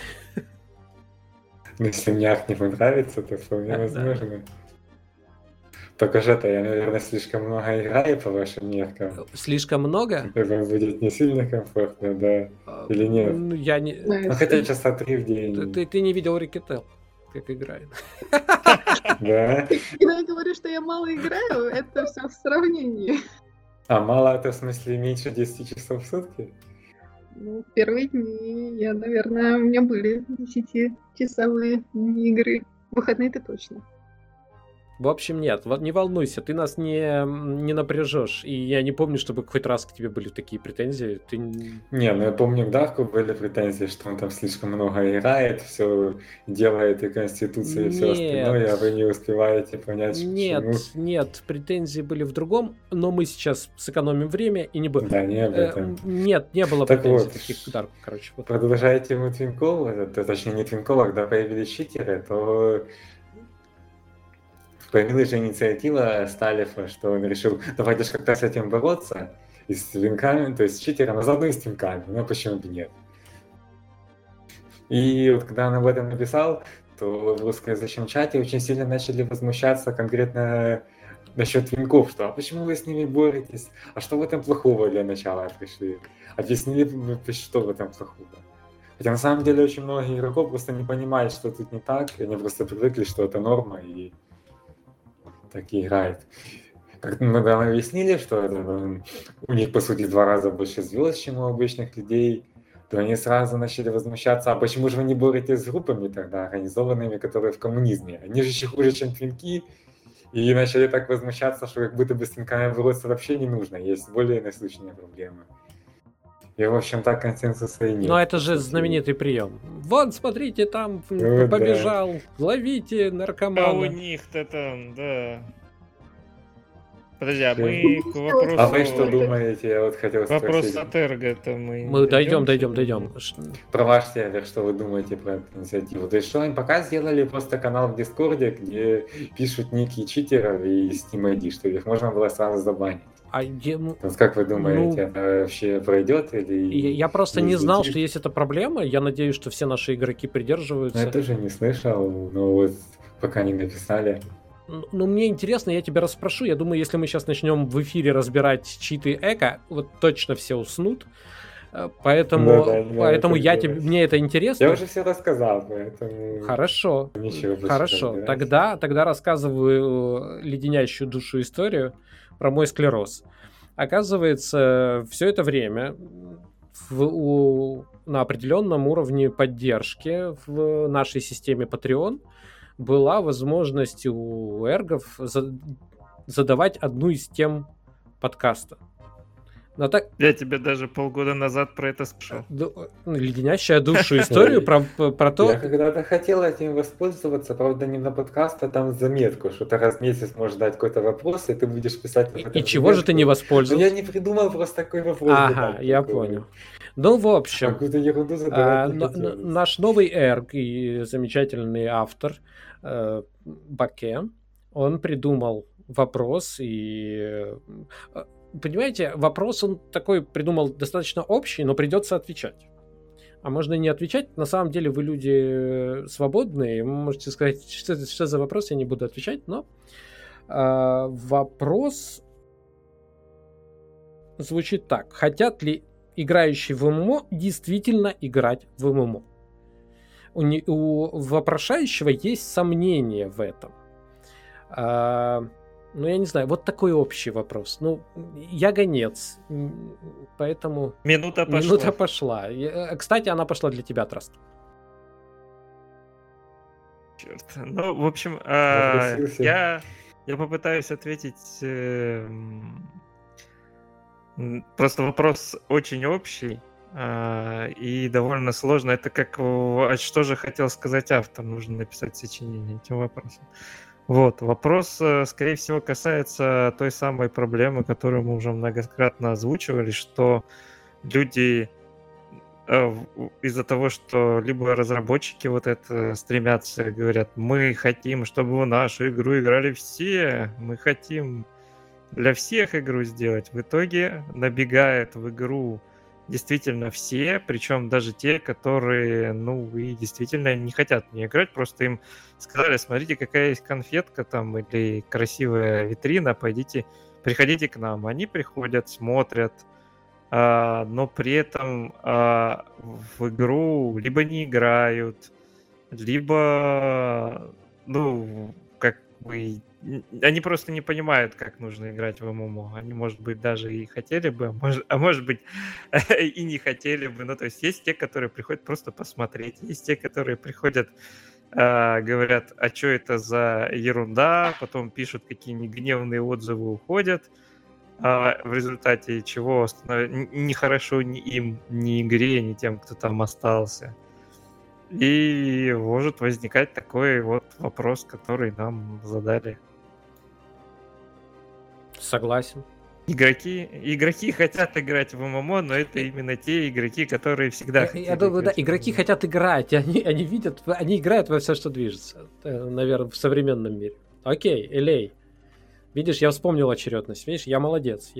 S3: Если мне арк не понравится, то вполне возможно. Только же это я, наверное, слишком много играю по вашим меркам.
S1: Слишком много?
S3: Это будет не сильно комфортно, да? Или нет?
S1: Ну, я не...
S3: Ну, хотя часа 3 в день.
S1: Ты не видел Рикетел, как играет.
S3: Да?
S2: Когда я говорю, что я мало играю, это все в сравнении.
S3: А мало это в смысле меньше 10 часов в сутки?
S2: Ну, в первые дни я, наверное, у меня были 10-часовые игры. В выходные-то точно.
S1: В общем, нет, не волнуйся, ты нас не напряжешь. И я не помню, чтобы хоть раз к тебе были такие претензии.
S3: Не, ну я помню, к Дарку были претензии, что он там слишком много играет, все делает и Конституцию, и все остальное, а вы не успеваете понять, почему.
S1: Нет, претензии были в другом, но мы сейчас сэкономим время и не будем.
S3: Да, не об этом.
S1: Нет, не было
S3: так
S1: претензий
S3: вот,
S1: таких к Дарку, короче. Вот.
S3: Продолжая тему Твинков, точнее не Твинков, когда появились читеры, то появилась же инициатива Сталифа, что он решил, давайте же как-то с этим бороться, и с твинками, то есть с читером, а заодно и с твинками, ну почему бы нет. И вот когда он об этом написал, то в русскоязычном чате очень сильно начали возмущаться конкретно насчет твинков, что а почему вы с ними боретесь, а что в этом плохого для начала пришли, объяснили, что в этом плохого. Хотя на самом деле очень многие игроков просто не понимают, что тут не так, и они просто привыкли, что это норма, и так и играет. Как мы там объяснили, что это, у них, по сути, в 2 раза больше звезд, чем у обычных людей, то они сразу начали возмущаться, а почему же вы не боретесь с группами тогда, организованными, которые в коммунизме? Они же еще хуже, чем твинки, и начали так возмущаться, что как будто бы с твинками бороться вообще не нужно, есть более насущные проблемы. И, в общем, так консенсуса и нет.
S1: Но это же знаменитый прием. Вот, смотрите, там побежал, ловите наркомана.
S6: А у них-то там, да. Подожди, а мы к вопросу...
S3: А вы что думаете? Я вот хотел спросить.
S6: Вопрос от Эрго-то мы...
S1: Мы дойдем.
S3: Про ваш сервер, что вы думаете про эту инициативу? То есть, что они пока сделали просто канал в Дискорде, где пишут ники читеров и Steam ID, что их можно было сразу забанить. Вот как вы думаете, это вообще пройдет? Или
S1: я просто не знал, что есть эта проблема. Я надеюсь, что все наши игроки придерживаются.
S3: Я тоже не слышал, но вот пока не написали.
S1: Ну, мне интересно, я тебя расспрошу. Я думаю, если мы сейчас начнем в эфире разбирать читы эко, вот точно все уснут. Поэтому мне это интересно.
S3: Я уже все рассказал, поэтому...
S1: Хорошо. Тогда рассказываю леденящую душу историю про мой склероз. Оказывается, все это время на определенном уровне поддержки в нашей системе Patreon была возможность у эргов задавать одну из тем подкаста. Но так...
S4: Я тебе даже полгода назад про это спрашивал.
S1: Леденящая душу историю про то...
S3: Я когда-то хотел этим воспользоваться, правда, не на подкаст, а там заметку, что ты раз в месяц можешь дать какой-то вопрос, и ты будешь писать...
S1: И чего же ты не воспользовался?
S3: Я не придумал просто такой вопрос.
S1: Ага, я понял. Ну, в общем,
S3: какую-то ерунду задавать не хотелось.
S1: Наш новый эрг и замечательный автор Баке, он придумал вопрос и... Понимаете, вопрос он такой придумал достаточно общий, но придется отвечать. А можно и не отвечать. На самом деле вы люди свободные. Вы можете сказать, что за вопрос, я не буду отвечать, но вопрос звучит так. Хотят ли играющие в ММО действительно играть в ММО? У вопрошающего есть сомнения в этом. Ну, я не знаю, вот такой общий вопрос. Ну, я гонец, поэтому...
S4: Минута
S1: пошла. Кстати, она пошла для тебя, Траст.
S4: Черт. Ну, в общем, я попытаюсь ответить... Просто вопрос очень общий и довольно сложно. Это как... Что же хотел сказать автор? Нужно написать сочинение этим вопросом. Вот, вопрос, скорее всего, касается той самой проблемы, которую мы уже многократно озвучивали, что люди из-за того, что либо разработчики вот это стремятся, говорят, мы хотим, чтобы в нашу игру играли все, мы хотим для всех игру сделать, в итоге набегают в игру действительно все, причем даже те, которые, ну, и действительно не хотят в нее играть, просто им сказали, смотрите, какая есть конфетка там или красивая витрина, приходите к нам. Они приходят, смотрят, но при этом в игру либо не играют, либо, ну, как бы... Они просто не понимают, как нужно играть в ММО. Они, может быть, даже и хотели бы, а может быть, и не хотели бы. Ну, то есть есть те, которые приходят просто посмотреть. Есть те, которые приходят, говорят, а что это за ерунда, потом пишут какие-нибудь гневные отзывы, уходят. В результате чего нехорошо ни им, ни игре, ни тем, кто там остался. И может возникать такой вот вопрос, который нам задали.
S1: Согласен.
S4: Игроки хотят играть в ММО, но это именно те игроки, которые всегда хотят.
S1: Я думаю, да, игроки хотят играть, они видят, они играют во все, что движется, наверное, в современном мире. Окей, Элей. Видишь, я вспомнил очередность. Видишь, я молодец.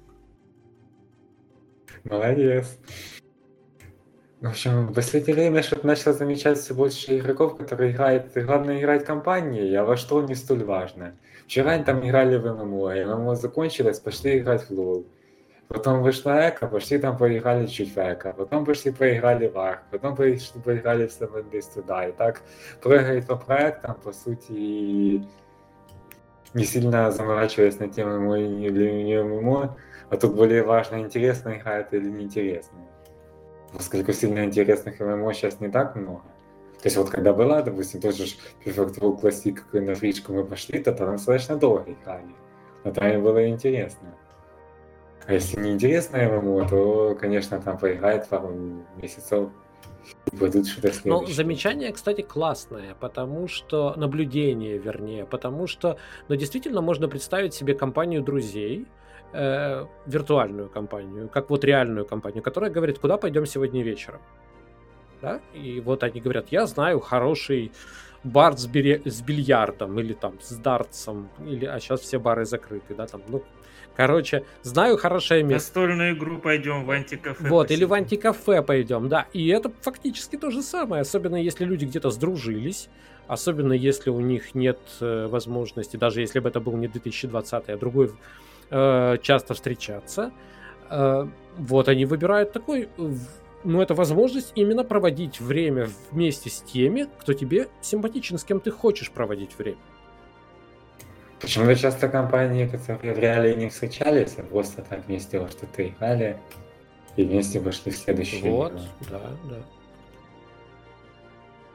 S3: Молодец. В общем, в последнее время что-то начал замечать все больше игроков, которые играют, главное играть компанией, а во что не столь важно. Вчера они там играли в ММО, и ММО закончилось, пошли играть в лол. Потом вышла Эко, пошли там поиграли чуть в Эко, потом пошли поиграли в Арк, потом пошли поиграли в 7 Days to Die. Так прыгает по проектам, по сути, и не сильно заморачиваясь на тему ММО или не ММО, а тут более важно, интересно играет или неинтересно. Поскольку сильно интересных ММО сейчас не так много. То есть вот когда была, допустим, тот же Perfect World Classic, какой на фричку мы пошли, то там достаточно долго играли. Но там и было интересно. А если не интересно ММО, то, конечно, там поиграет пару месяцев и пойдут что-то следующее.
S1: Ну, замечание, кстати, классное, потому что... Наблюдение, вернее, потому что... Ну, действительно, можно представить себе компанию друзей, виртуальную компанию, как вот реальную компанию, которая говорит, куда пойдем сегодня вечером. Да? И вот они говорят, я знаю хороший бар с бильярдом или там с дартсом, или, а сейчас все бары закрыты, да, там, ну, короче, знаю хорошее место.
S4: Настольную игру пойдем в антикафе.
S1: Вот, или в антикафе пойдем, да, и это фактически то же самое, особенно если люди где-то сдружились, особенно если у них нет возможности, даже если бы это был не 2020, а другой часто встречаться. Вот они выбирают такой, ну, это возможность именно проводить время вместе с теми, кто тебе симпатичен, с кем ты хочешь проводить время.
S3: Почему-то часто компании, которые в реалии не встречались, а просто так вместе во что-то играли и вместе вошли в следующую
S1: вот,
S3: игру.
S1: Да.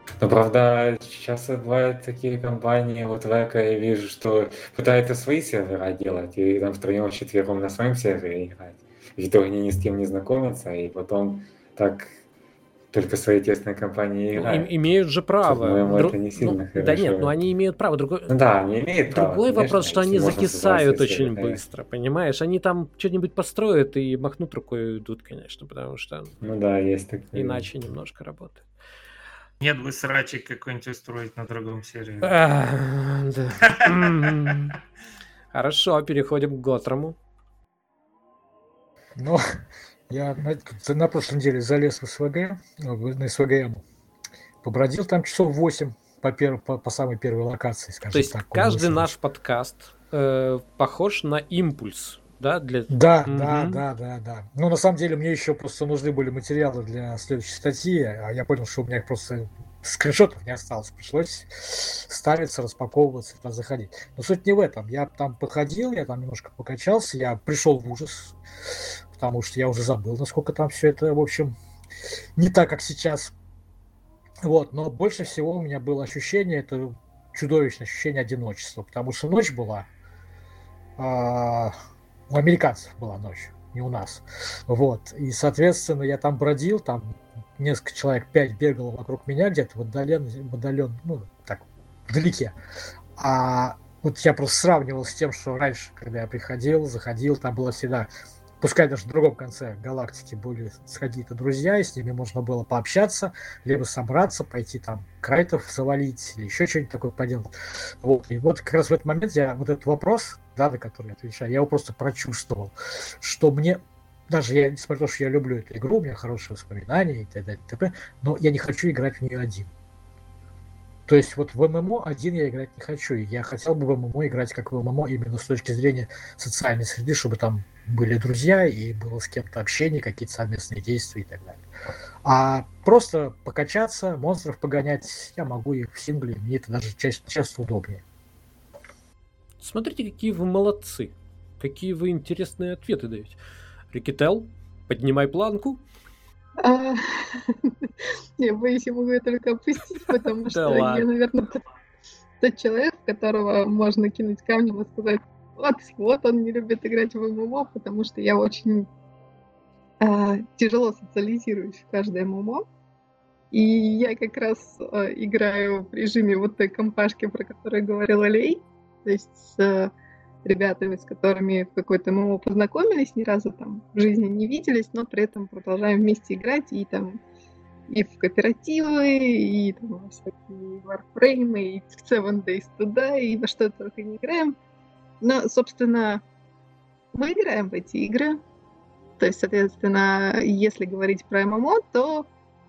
S3: Но, правда, сейчас бывают такие компании, вот Века, я вижу, что пытаются свои сервера делать, и там втроем, четвером на своем сервере играть. В итоге они ни с кем не знакомятся, и потом так только своей тесной компании
S1: Ну,
S3: играют.
S1: имеют же право.
S3: По-моему, это не сильно хорошо.
S1: Да нет, они имеют право.
S3: Ну да, они имеют право.
S1: Другой
S3: конечно,
S1: вопрос, что
S3: если
S1: они
S3: можно
S1: закисают
S3: создать
S1: очень
S3: сервер,
S1: быстро, понимаешь? Они там что-нибудь построят и махнут рукой и уйдут, конечно, потому что
S3: Ну да, есть такое.
S1: иначе немножко работает.
S4: Нет бы срачик какой-нибудь устроить на другом сервере.
S1: Да. Хорошо, переходим к Готрому.
S5: Ну, я на прошлой неделе залез в СВГ, на СВГМ, побродил там часов 8 по самой первой локации, скажем
S1: То есть
S5: так.
S1: каждый наш подкаст похож на импульс, да?
S5: Да.
S1: Мгм.
S5: Ну, на самом деле, мне еще просто нужны были материалы для следующей статьи, а я понял, что у меня просто скриншотов не осталось. Пришлось ставиться, распаковываться, туда заходить. Но суть не в этом. Я там походил, я там немножко покачался, я пришел в ужас, потому что я уже забыл, насколько там все это, в общем, не так, как сейчас. Вот, но больше всего у меня было ощущение, это чудовищное ощущение одиночества, потому что ночь была, у американцев была ночь, не у нас. Вот, и, соответственно, я там бродил, там несколько человек, 5 бегало вокруг меня где-то в отдален, ну, так, вдалеке. А вот я просто сравнивал с тем, что раньше, когда я приходил, заходил, там было всегда, пускай даже в другом конце галактики были какие-то друзья, и с ними можно было пообщаться, либо собраться, пойти там крайтов завалить, или еще что-нибудь такое поделать. Вот. И вот как раз в этот момент я вот этот вопрос, да, на который я отвечаю, я его просто прочувствовал, что мне, даже я, несмотря на то, что я люблю эту игру, у меня хорошие воспоминания и т.д. и т.п., но я не хочу играть в нее один. То есть вот в ММО один я играть не хочу. И я хотел бы в ММО играть как в ММО именно с точки зрения социальной среды, чтобы там были друзья и было с кем-то общение, какие-то совместные действия и так далее. А просто покачаться, монстров погонять, я могу и в сингле, мне это даже часто удобнее.
S1: Смотрите, какие вы молодцы. Какие вы интересные ответы даете. Рикетел, поднимай планку.
S2: Я боюсь, я могу ее только опустить, потому
S1: Да
S2: что я,
S1: ладно.
S2: наверное, тот человек, в которого можно кинуть камнем и сказать, вот он не любит играть в ММО, потому что я очень тяжело социализируюсь в каждое ММО. И я как раз играю в режиме вот той компашки, про которую говорил Алей, то есть с ребятами, с которыми в какой-то ММО познакомились, ни разу там в жизни не виделись, но при этом продолжаем вместе играть и там и в кооперативы, и там во всякие варфреймы, и в Seven Days to Die, и во что только не играем. Но, собственно, мы играем в эти игры. То есть, соответственно, если говорить про ММО, то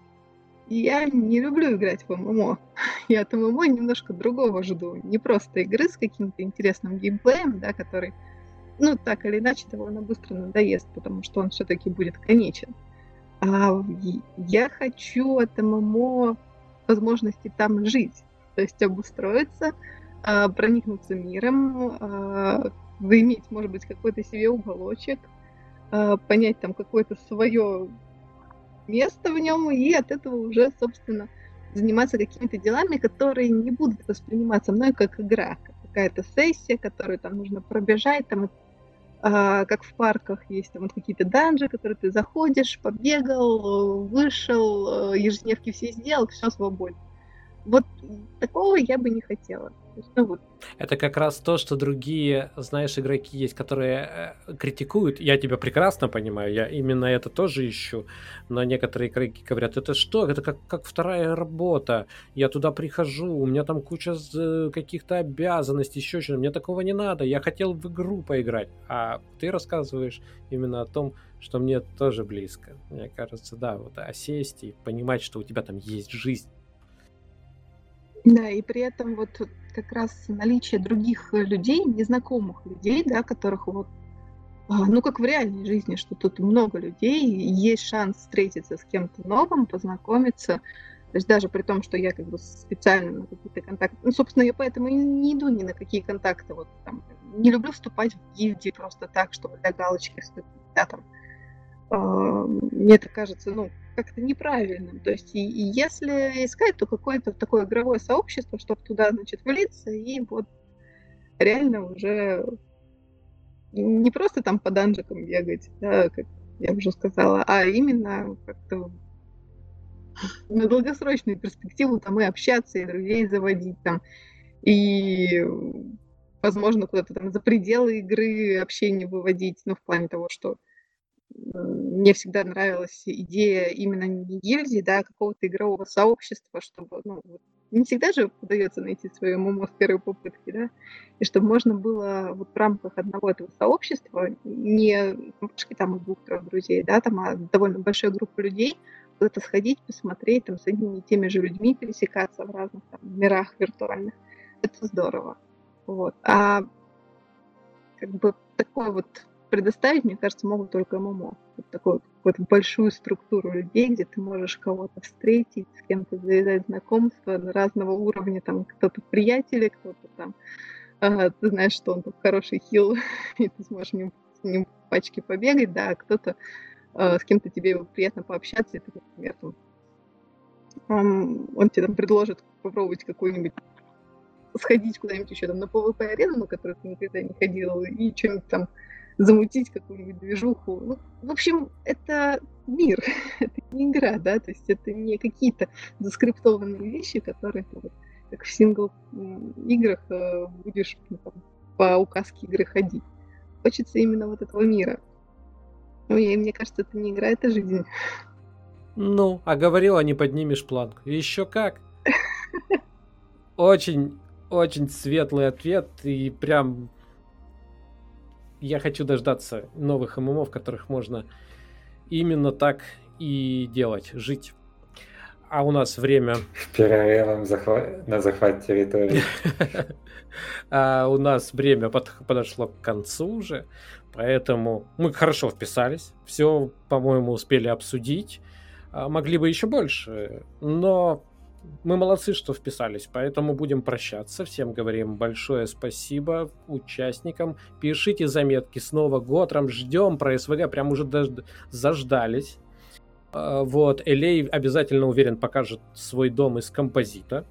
S2: я не люблю играть в ММО. Я от ММО немножко другого жду. Не просто игры с каким-то интересным геймплеем, да, который, ну, так или иначе, довольно быстро надоест, потому что он все-таки будет конечен. А я хочу от ММО возможности там жить. То есть обустроиться, проникнуться миром, иметь, может быть, какой-то себе уголочек, понять там какое-то свое место в нем, и от этого уже, собственно, заниматься какими-то делами, которые не будут восприниматься мной как игра, как какая-то сессия, которую там нужно пробежать, там, как в парках есть там вот какие-то данжи, которые ты заходишь, побегал, вышел, ежедневки все сделал, все свободно. Вот такого я бы не хотела. То есть, ну, вот.
S1: Это как раз то, что другие, знаешь, игроки есть, которые критикуют. Я тебя прекрасно понимаю, я именно это тоже ищу. Но некоторые игроки говорят, это что? Это как вторая работа. Я туда прихожу, у меня там куча каких-то обязанностей, еще что-то. Мне такого не надо. Я хотел в игру поиграть. А ты рассказываешь именно о том, что мне тоже близко. Мне кажется, да, вот осесть и понимать, что у тебя там есть жизнь.
S2: Да, и при этом вот как раз наличие других людей, незнакомых людей, да, которых вот, ну, как в реальной жизни, что тут много людей, есть шанс встретиться с кем-то новым, познакомиться. То есть даже при том, что я как бы специально на какие-то контакты... Ну, собственно, я поэтому и не иду ни на какие контакты. Вот, там, не люблю вступать в гильдии просто так, чтобы для галочки вступить. Да, там. Мне это кажется, ну, как-то неправильным. То есть, и если искать, то какое-то такое игровое сообщество, чтобы туда, значит, влиться и вот реально уже не просто там по данжикам бегать, да, как я уже сказала, а именно как-то на долгосрочную перспективу там и общаться, и друзей заводить там, и, возможно, куда-то там за пределы игры общение выводить, ну, в плане того, что мне всегда нравилась идея именно не гильдии, да, а какого-то игрового сообщества, чтобы, ну, не всегда же удается найти свое ММО с первой попытки, да, и чтобы можно было вот в рамках одного этого сообщества, не пушки там из 2-3 друзей, да, там, а довольно большая группа людей, куда-то сходить, посмотреть, там, с одними и теми же людьми пересекаться в разных там мирах виртуальных. Это здорово. Вот. А как бы такой вот предоставить, мне кажется, могут только ММО. Вот такую какую-то большую структуру людей, где ты можешь кого-то встретить, с кем-то завязать знакомства на разного уровня, там кто-то приятели, кто-то там, ты знаешь, что он тут хороший хил, и ты сможешь с ним в пачке побегать, да, а кто-то, с кем-то тебе приятно пообщаться, и ты, например, там, он тебе там предложит попробовать какую-нибудь сходить куда-нибудь еще там на PvP-арену, на которую ты никогда не ходил, и что-нибудь там замутить, какую-нибудь движуху. Ну, в общем, это мир, это не игра, да, то есть это не какие-то заскриптованные вещи, которые ты вот, как в сингл-играх будешь там, по указке игры ходить. Хочется именно вот этого мира. Ну, и мне кажется, это не игра, это жизнь.
S1: Ну, а говорила, не поднимешь планку. Еще как. Очень, очень светлый ответ, и прям я хочу дождаться новых ММО, в которых можно именно так и делать, жить. А у нас время...
S3: Перерывом на захват территории.
S1: А у нас время подошло к концу уже, поэтому мы хорошо вписались, все, по-моему, успели обсудить. Могли бы еще больше, но мы молодцы, что вписались, поэтому будем прощаться. Всем говорим большое спасибо участникам. Пишите заметки, снова Готром ждем про СВГ, прям уже заждались. Вот, Элей обязательно, уверен, покажет свой дом из композита.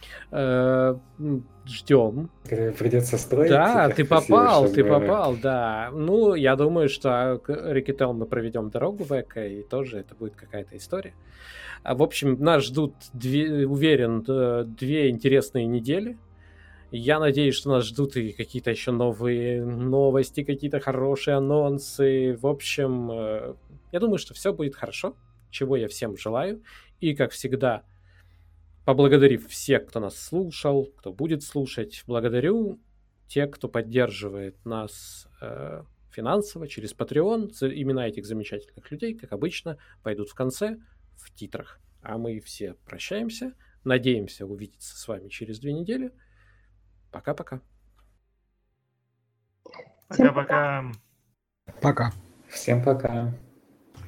S1: Ждем.
S3: Придется строить.
S1: Да, ты попал, да. Ну, я думаю, что Рикетел мы проведем дорогу в Эко, и тоже это будет какая-то история. В общем, нас ждут, уверен, 2 интересные недели. Я надеюсь, что нас ждут и какие-то еще новые новости, какие-то хорошие анонсы. В общем, я думаю, что все будет хорошо, чего я всем желаю. И, как всегда, поблагодарив всех, кто нас слушал, кто будет слушать, благодарю тех, кто поддерживает нас финансово через Patreon. Имена этих замечательных людей, как обычно, пойдут в конце в титрах. А мы все прощаемся. Надеемся увидеться с вами через 2 недели. Пока-пока.
S4: Пока-пока.
S5: Пока.
S3: Всем пока.